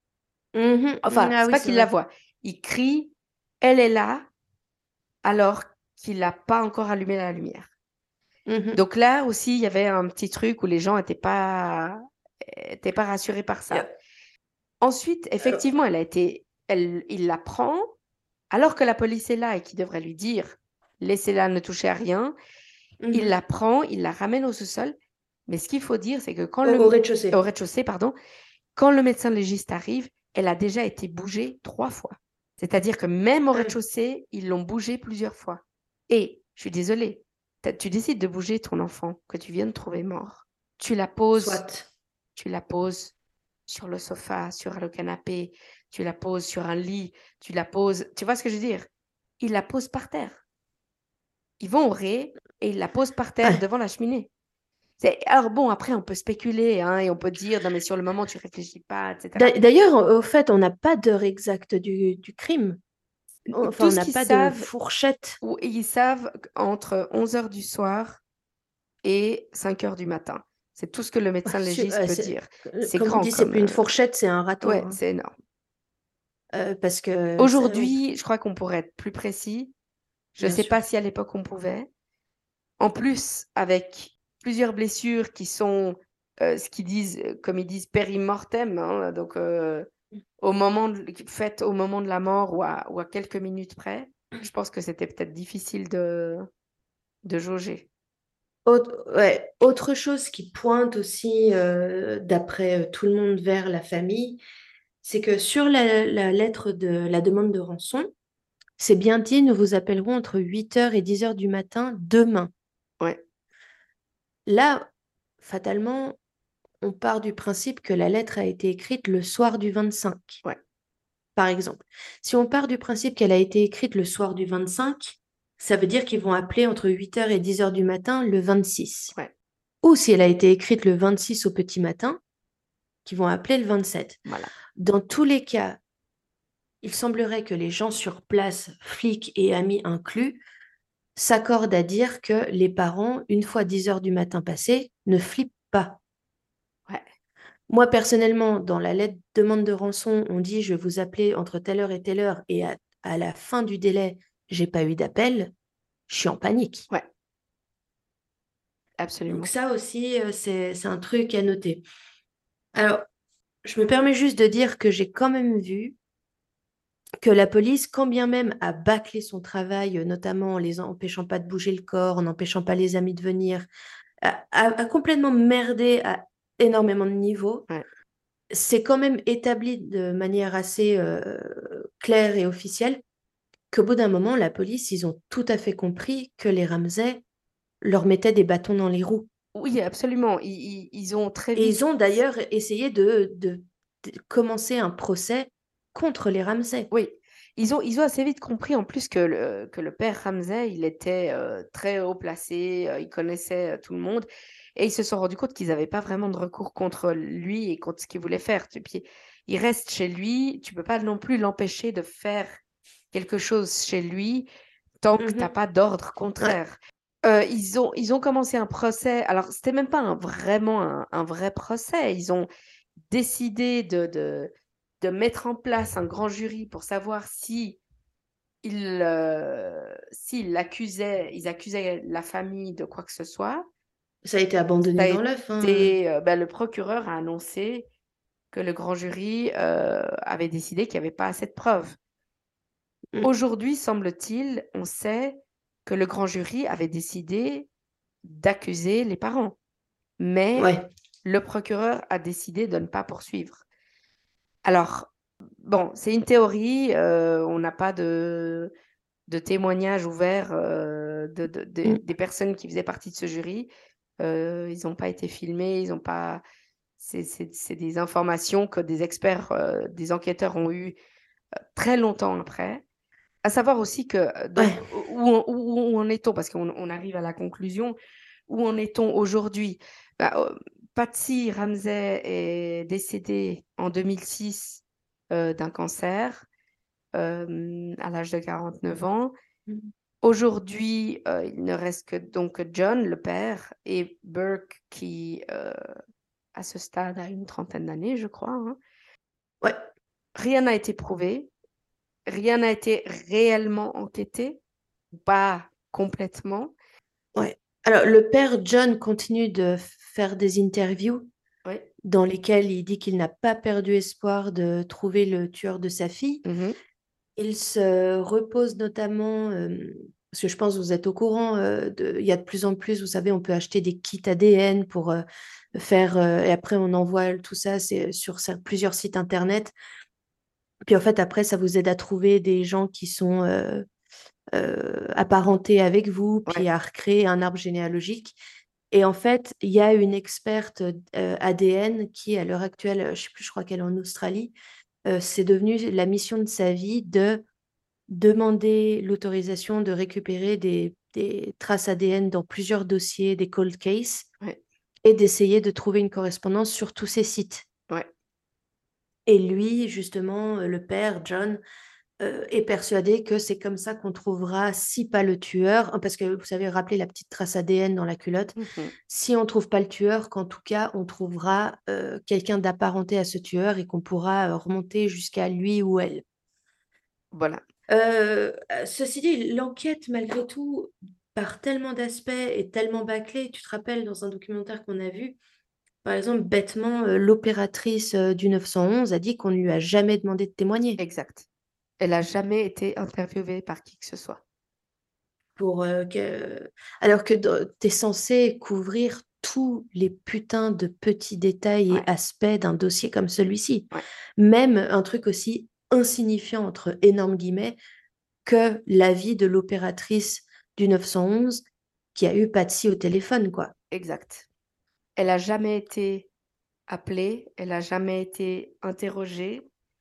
Enfin,
Ah
c'est
oui,
pas
c'est
qu'il la
vrai.
voit. Il crie, elle est là, alors qu'il n'a pas encore allumé la lumière.
Mhm.
Donc là aussi, il y avait un petit truc où les gens n'étaient pas rassurés par ça.
Yeah.
Ensuite,
Alors,
effectivement, il la prend, alors que la police est là et qui devrait lui dire, laissez-la, ne touchez à rien. Il
mhm.
la prend, il la ramène au sous-sol. Mais ce qu'il faut dire, c'est que
Au
au
rez-de-chaussée.
rez-de-chaussée, pardon, quand le médecin légiste arrive, elle a déjà été bougée 3 fois. C'est-à-dire que même au
Ah oui.
rez-de-chaussée, ils l'ont bougée plusieurs fois. Et, je suis désolée, tu décides de bouger ton enfant que tu viens de trouver mort. Tu la poses,
Soit.
tu la poses sur le sofa, sur le canapé, tu la poses sur un lit, tu la poses. Tu vois ce que je veux dire? Ils la posent par terre. Ils vont au rez et ils la posent par terre
Ouais.
devant la cheminée. Alors bon, après, on peut spéculer hein, et on peut dire, non mais sur le moment, tu réfléchis pas, etc.
D'ailleurs, au fait, on n'a pas d'heure exacte du crime. Enfin,
Tout
on
ce
n'a
qu'ils
pas de
savent,
fourchette.
ils savent entre 11 heures du soir et 5 heures du matin. C'est tout ce que le médecin légiste peut dire. C'est
Comme on
grand
dit, c'est
comme...
plus une fourchette, c'est un râteau,
Ouais,
hein.
c'est énorme.
Parce que
Aujourd'hui, je crois qu'on pourrait être plus précis. Je ne
bien
sais
sûr.
pas si à l'époque on pouvait. En plus, avec plusieurs blessures qui sont, ce qu'ils disent, comme ils disent, périmortem, hein, donc faites au moment de la mort ou à quelques minutes près, je pense que c'était peut-être difficile de jauger.
Autre chose qui pointe aussi, d'après tout le monde, vers la famille, c'est que sur la lettre de la demande de rançon, c'est bien dit, nous vous appellerons entre 8 heures et 10 heures du matin demain.
Ouais,
Là, fatalement, on part du principe que la lettre a été écrite le soir du 25,
ouais,
par exemple. Si on part du principe qu'elle a été écrite le soir du 25, ça veut dire qu'ils vont appeler entre 8 heures et 10 heures du matin le 26.
ouais,
Ou si elle a été écrite le 26 au petit matin, qu'ils vont appeler le 27.
voilà.
Dans tous les cas, il semblerait que les gens sur place, flics et amis inclus, s'accordent à dire que les parents, une fois 10 heures du matin passées, ne flippent pas.
Ouais.
Moi, personnellement, dans la lettre demande de rançon, on dit je vais vous appeler entre telle heure et telle heure, et à la fin du délai, j'ai pas eu d'appel, je suis en panique.
Ouais,
Donc
absolument.
ça aussi, c'est un truc à noter. Alors, je me permets juste de dire que j'ai quand même vu que la police, quand bien même a bâclé son travail, notamment en les empêchant pas de bouger le corps, en n'empêchant pas les amis de venir, a complètement merdé à énormément de niveaux,
Ouais.
c'est quand même établi de manière assez claire et officielle qu'au bout d'un moment, la police, ils ont tout à fait compris que les Ramsay leur mettaient des bâtons dans les roues.
Oui, absolument. Ils ont très
Et
vite.
ils ont d'ailleurs essayé de commencer un procès contre les Ramsay.
Oui, ils ont assez vite compris en plus que le père Ramsay, il était très haut placé, il connaissait tout le monde, et ils se sont rendus compte qu'ils n'avaient pas vraiment de recours contre lui et contre ce qu'il voulait faire. Puis, il reste chez lui, tu peux pas non plus l'empêcher de faire quelque chose chez lui tant que tu n'as
Mhm.
pas d'ordre
Ouais,
contraire. Ils ont commencé un procès, alors c'était même pas vraiment un vrai procès, ils ont décidé de mettre en place un grand jury pour savoir si s'ils ils accusaient la famille de quoi que ce soit.
ça a été
Ça a
abandonné dans l'œuf, hein.
été, le procureur a annoncé que le grand jury avait décidé qu'il n'y avait pas assez de preuves.
Mm.
Aujourd'hui, semble-t-il, on sait que le grand jury avait décidé d'accuser les parents, mais
Ouais.
le procureur a décidé de ne pas poursuivre. Alors, bon, c'est une théorie, on n'a pas de témoignages ouverts
Mm.
des personnes qui faisaient partie de ce jury. Ils n'ont pas été filmés, ils ont pas. C'est des informations que des experts, des enquêteurs ont eues très longtemps après. À savoir aussi que, donc,
Ouais.
où en est-on? Parce qu'on arrive à la conclusion. Où en est-on aujourd'hui? Patsy Ramsey est décédée en 2006 d'un cancer à l'âge de 49 ans.
Mhm.
Aujourd'hui, il ne reste que donc John, le père, et Burke qui, à ce stade, a une trentaine d'années, je crois, hein.
Ouais,
Rien n'a été prouvé, rien n'a été réellement enquêté, pas complètement.
ouais. Alors, le père John continue de faire des interviews
Oui.
dans lesquelles il dit qu'il n'a pas perdu espoir de trouver le tueur de sa fille.
Mhm.
Il se repose notamment, parce que je pense que vous êtes au courant, il y a de plus en plus, vous savez, on peut acheter des kits ADN pour faire, et après on envoie tout ça, c'est sur plusieurs sites internet. Puis en fait, après, ça vous aide à trouver des gens qui sont apparentés avec vous, puis
Ouais.
à recréer un arbre généalogique. Et en fait, il y a une experte ADN qui, à l'heure actuelle, je sais plus, je crois qu'elle est en Australie, c'est devenu la mission de sa vie de demander l'autorisation de récupérer des traces ADN dans plusieurs dossiers, des cold cases,
Ouais.
et d'essayer de trouver une correspondance sur tous ces sites.
Ouais.
Et lui, justement, le père, John, est persuadé que c'est comme ça qu'on trouvera, si pas le tueur, parce que vous savez, rappelez la petite trace ADN dans la culotte,
Mhm.
si on ne trouve pas le tueur, qu'en tout cas, on trouvera quelqu'un d'apparenté à ce tueur et qu'on pourra remonter jusqu'à lui ou elle.
Voilà.
Ceci dit, l'enquête, malgré tout, par tellement d'aspects et tellement bâclée, tu te rappelles dans un documentaire qu'on a vu, par exemple, bêtement, l'opératrice du 911 a dit qu'on ne lui a jamais demandé de témoigner.
Exact. Elle n'a jamais été interviewée par qui que ce soit.
Pour, alors que tu es censé couvrir tous les putains de petits détails et
Ouais.
aspects d'un dossier comme celui-ci.
Ouais.
Même un truc aussi insignifiant, entre énormes guillemets, que l'avis de l'opératrice du 911 qui a eu Patsy au téléphone, quoi.
Exact. Elle n'a jamais été appelée, elle n'a jamais été interrogée,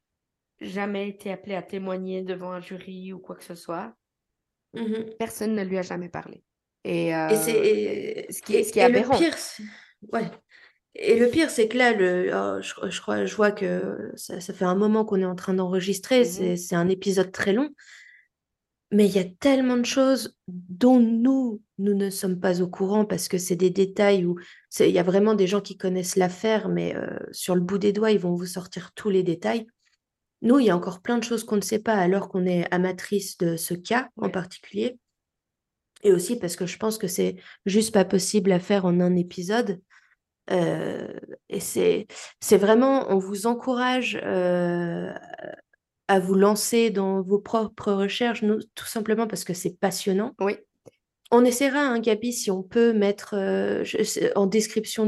jamais été appelée à témoigner devant un jury ou quoi que ce soit.
Mhm.
Personne ne lui a jamais parlé. Et
Et c'est
ce qui est
et le
aberrant.
pire, ouais. Et le pire, c'est que là, je crois, je vois que ça fait un moment qu'on est en train d'enregistrer.
Mhm.
C'est un épisode très long. Mais il y a tellement de choses dont nous ne sommes pas au courant parce que c'est des détails où il y a vraiment des gens qui connaissent l'affaire, mais sur le bout des doigts, ils vont vous sortir tous les détails. Nous, il y a encore plein de choses qu'on ne sait pas alors qu'on est amatrice de ce cas en
Ouais.
particulier. Et aussi parce que je pense que c'est juste pas possible à faire en un épisode. Euh, et c'est vraiment, on vous encourage à vous lancer dans vos propres recherches, tout simplement parce que c'est passionnant.
Oui.
On essaiera, hein, Gabi, si on peut mettre en description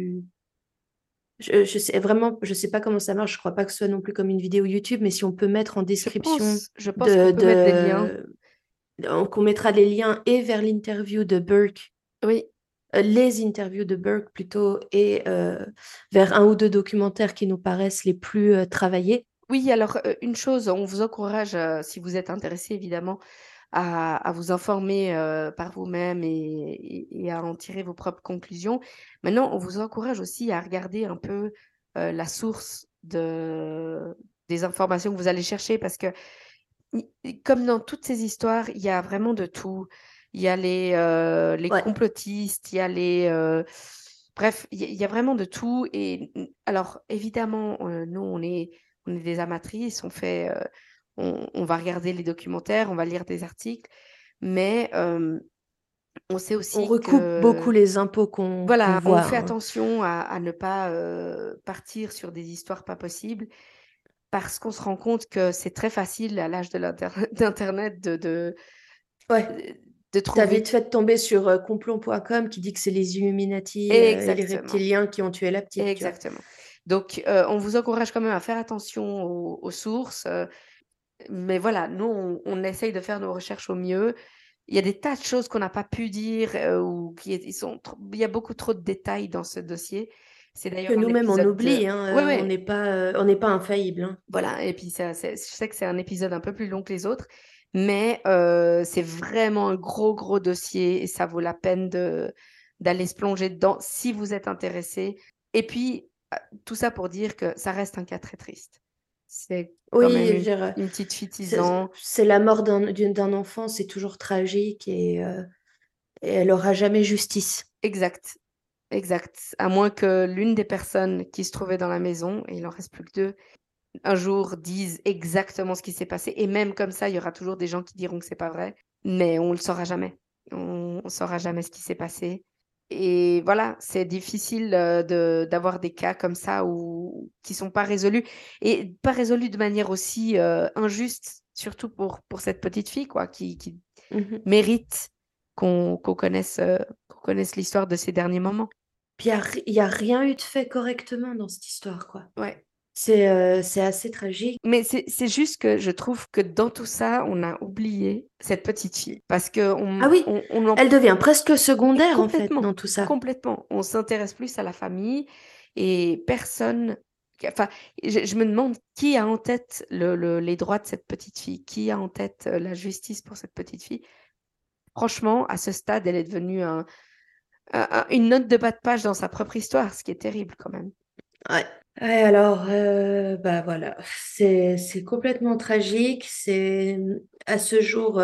je sais vraiment, je sais pas comment ça marche, je crois pas que ce soit non plus comme une vidéo YouTube, mais si on peut mettre en description
Je pense qu'on peut mettre des liens.
qu'on mettra les liens et vers l'interview de Burke,
Oui.
les interviews de Burke plutôt, et vers un ou deux documentaires qui nous paraissent les plus travaillés.
Oui, alors une chose, on vous encourage, si vous êtes intéressé évidemment, à vous informer par vous-même et à en tirer vos propres conclusions. Maintenant, on vous encourage aussi à regarder un peu la source des informations que vous allez chercher parce que, comme dans toutes ces histoires, il y a vraiment de tout. Il y a les
Ouais.
complotistes, il y a bref, il y a vraiment de tout. Et alors, évidemment, nous, on est des amatrices, on va regarder les documentaires, on va lire des articles, mais on sait
On
aussi
recoupe beaucoup
que,
les impôts qu'on
voilà, on
voit,
fait
hein.
attention à ne pas partir sur des histoires pas possibles parce qu'on se rend compte que c'est très facile à l'âge de d'Internet
Ouais.
de
T'as
trouver.
vite fait tomber sur complot.com qui dit que c'est les Illuminati et les
Exactement,
reptiliens qui ont tué la petite, tu vois.
exactement. Donc, on vous encourage quand même à faire attention aux sources. Mais voilà, nous, on essaye de faire nos recherches au mieux. Il y a des tas de choses qu'on n'a pas pu dire ou il y a beaucoup trop de détails dans ce dossier. C'est
Que
d'ailleurs un
nous-mêmes on
épisode.
oublie, hein,
Ouais,
on n'est pas infaillible, hein.
voilà. Et puis je sais que c'est un épisode un peu plus long que les autres, Mais c'est vraiment un gros, gros dossier et ça vaut la peine d'aller se plonger dedans si vous êtes intéressé. Et puis, tout ça pour dire que ça reste un cas très triste. C'est quand
Oui,
même
je veux dire,
une petite fille de 6
c'est
ans.
c'est la mort d'un enfant, c'est toujours tragique et elle aura jamais justice.
Exact, exact. À moins que l'une des personnes qui se trouvait dans la maison, et il en reste plus que deux, un jour disent exactement ce qui s'est passé. Et même comme ça, il y aura toujours des gens qui diront que c'est pas vrai, mais on le saura jamais. On saura jamais ce qui s'est passé. Et voilà, c'est difficile d'avoir des cas comme ça qui sont pas résolus et pas résolus de manière aussi injuste, surtout pour cette petite fille quoi, qui
Mhm.
mérite qu'on connaisse l'histoire de ces derniers moments.
Puis il y a rien eu de fait correctement dans cette histoire, quoi.
Ouais.
C'est assez tragique.
Mais c'est juste que je trouve que dans tout ça, on a oublié cette petite fille. Parce que
Ah oui,
on en...
elle devient presque
Et
secondaire, en fait,
complètement,
dans tout ça.
complètement. On s'intéresse plus à la famille et personne... Enfin, je me demande qui a en tête les droits de cette petite fille, qui a en tête la justice pour cette petite fille. Franchement, à ce stade, elle est devenue une note de bas de page dans sa propre histoire, ce qui est terrible quand même.
Ouais. Ouais, alors, bah voilà, c'est complètement tragique. C'est à ce jour,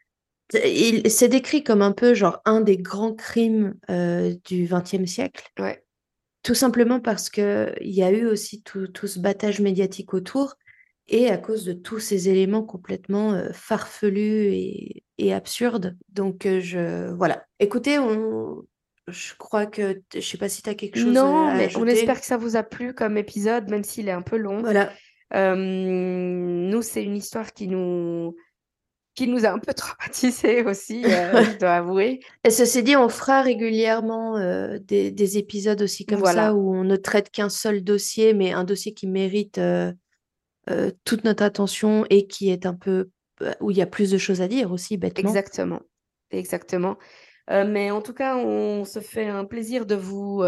c'est décrit comme un peu genre un des grands crimes du XXe siècle.
Ouais,
Tout simplement parce que il y a eu aussi tout ce battage médiatique autour et à cause de tous ces éléments complètement farfelus et absurdes. Donc, voilà. Écoutez, je crois que, je sais pas si tu as quelque chose
non,
à
mais on espère
ajouter.
que ça vous a plu comme épisode, même s'il est un peu long.
Voilà.
Nous, c'est une histoire qui nous a un peu traumatisés aussi, je dois avouer.
Et ceci dit, on fera régulièrement des épisodes aussi comme ça
Voilà,
où on ne traite qu'un seul dossier, mais un dossier qui mérite toute notre attention et qui est un peu où il y a plus de choses à dire aussi, bêtement.
exactement, exactement. Mais en tout cas, on se fait un plaisir de vous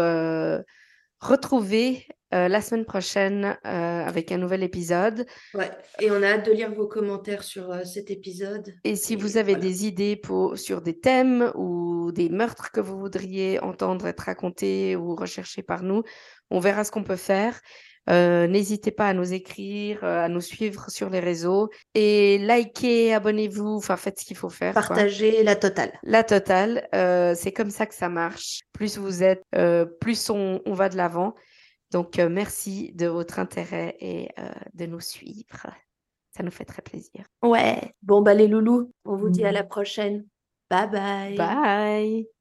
retrouver la semaine prochaine avec un nouvel épisode.
Ouais, et on a hâte de lire vos commentaires sur cet épisode.
Et si vous
Et
avez
voilà.
des idées sur des thèmes ou des meurtres que vous voudriez entendre être racontés ou recherchés par nous, on verra ce qu'on peut faire. N'hésitez pas à nous écrire, à nous suivre sur les réseaux et likez, abonnez-vous, enfin faites ce qu'il faut faire, quoi.
Partager la totale.
La totale, c'est comme ça que ça marche. Plus vous êtes, plus on va de l'avant. Donc, merci de votre intérêt et de nous suivre. Ça nous fait très plaisir.
Ouais. Bon, bah les loulous, on vous dit à la prochaine. Bye bye.
Bye!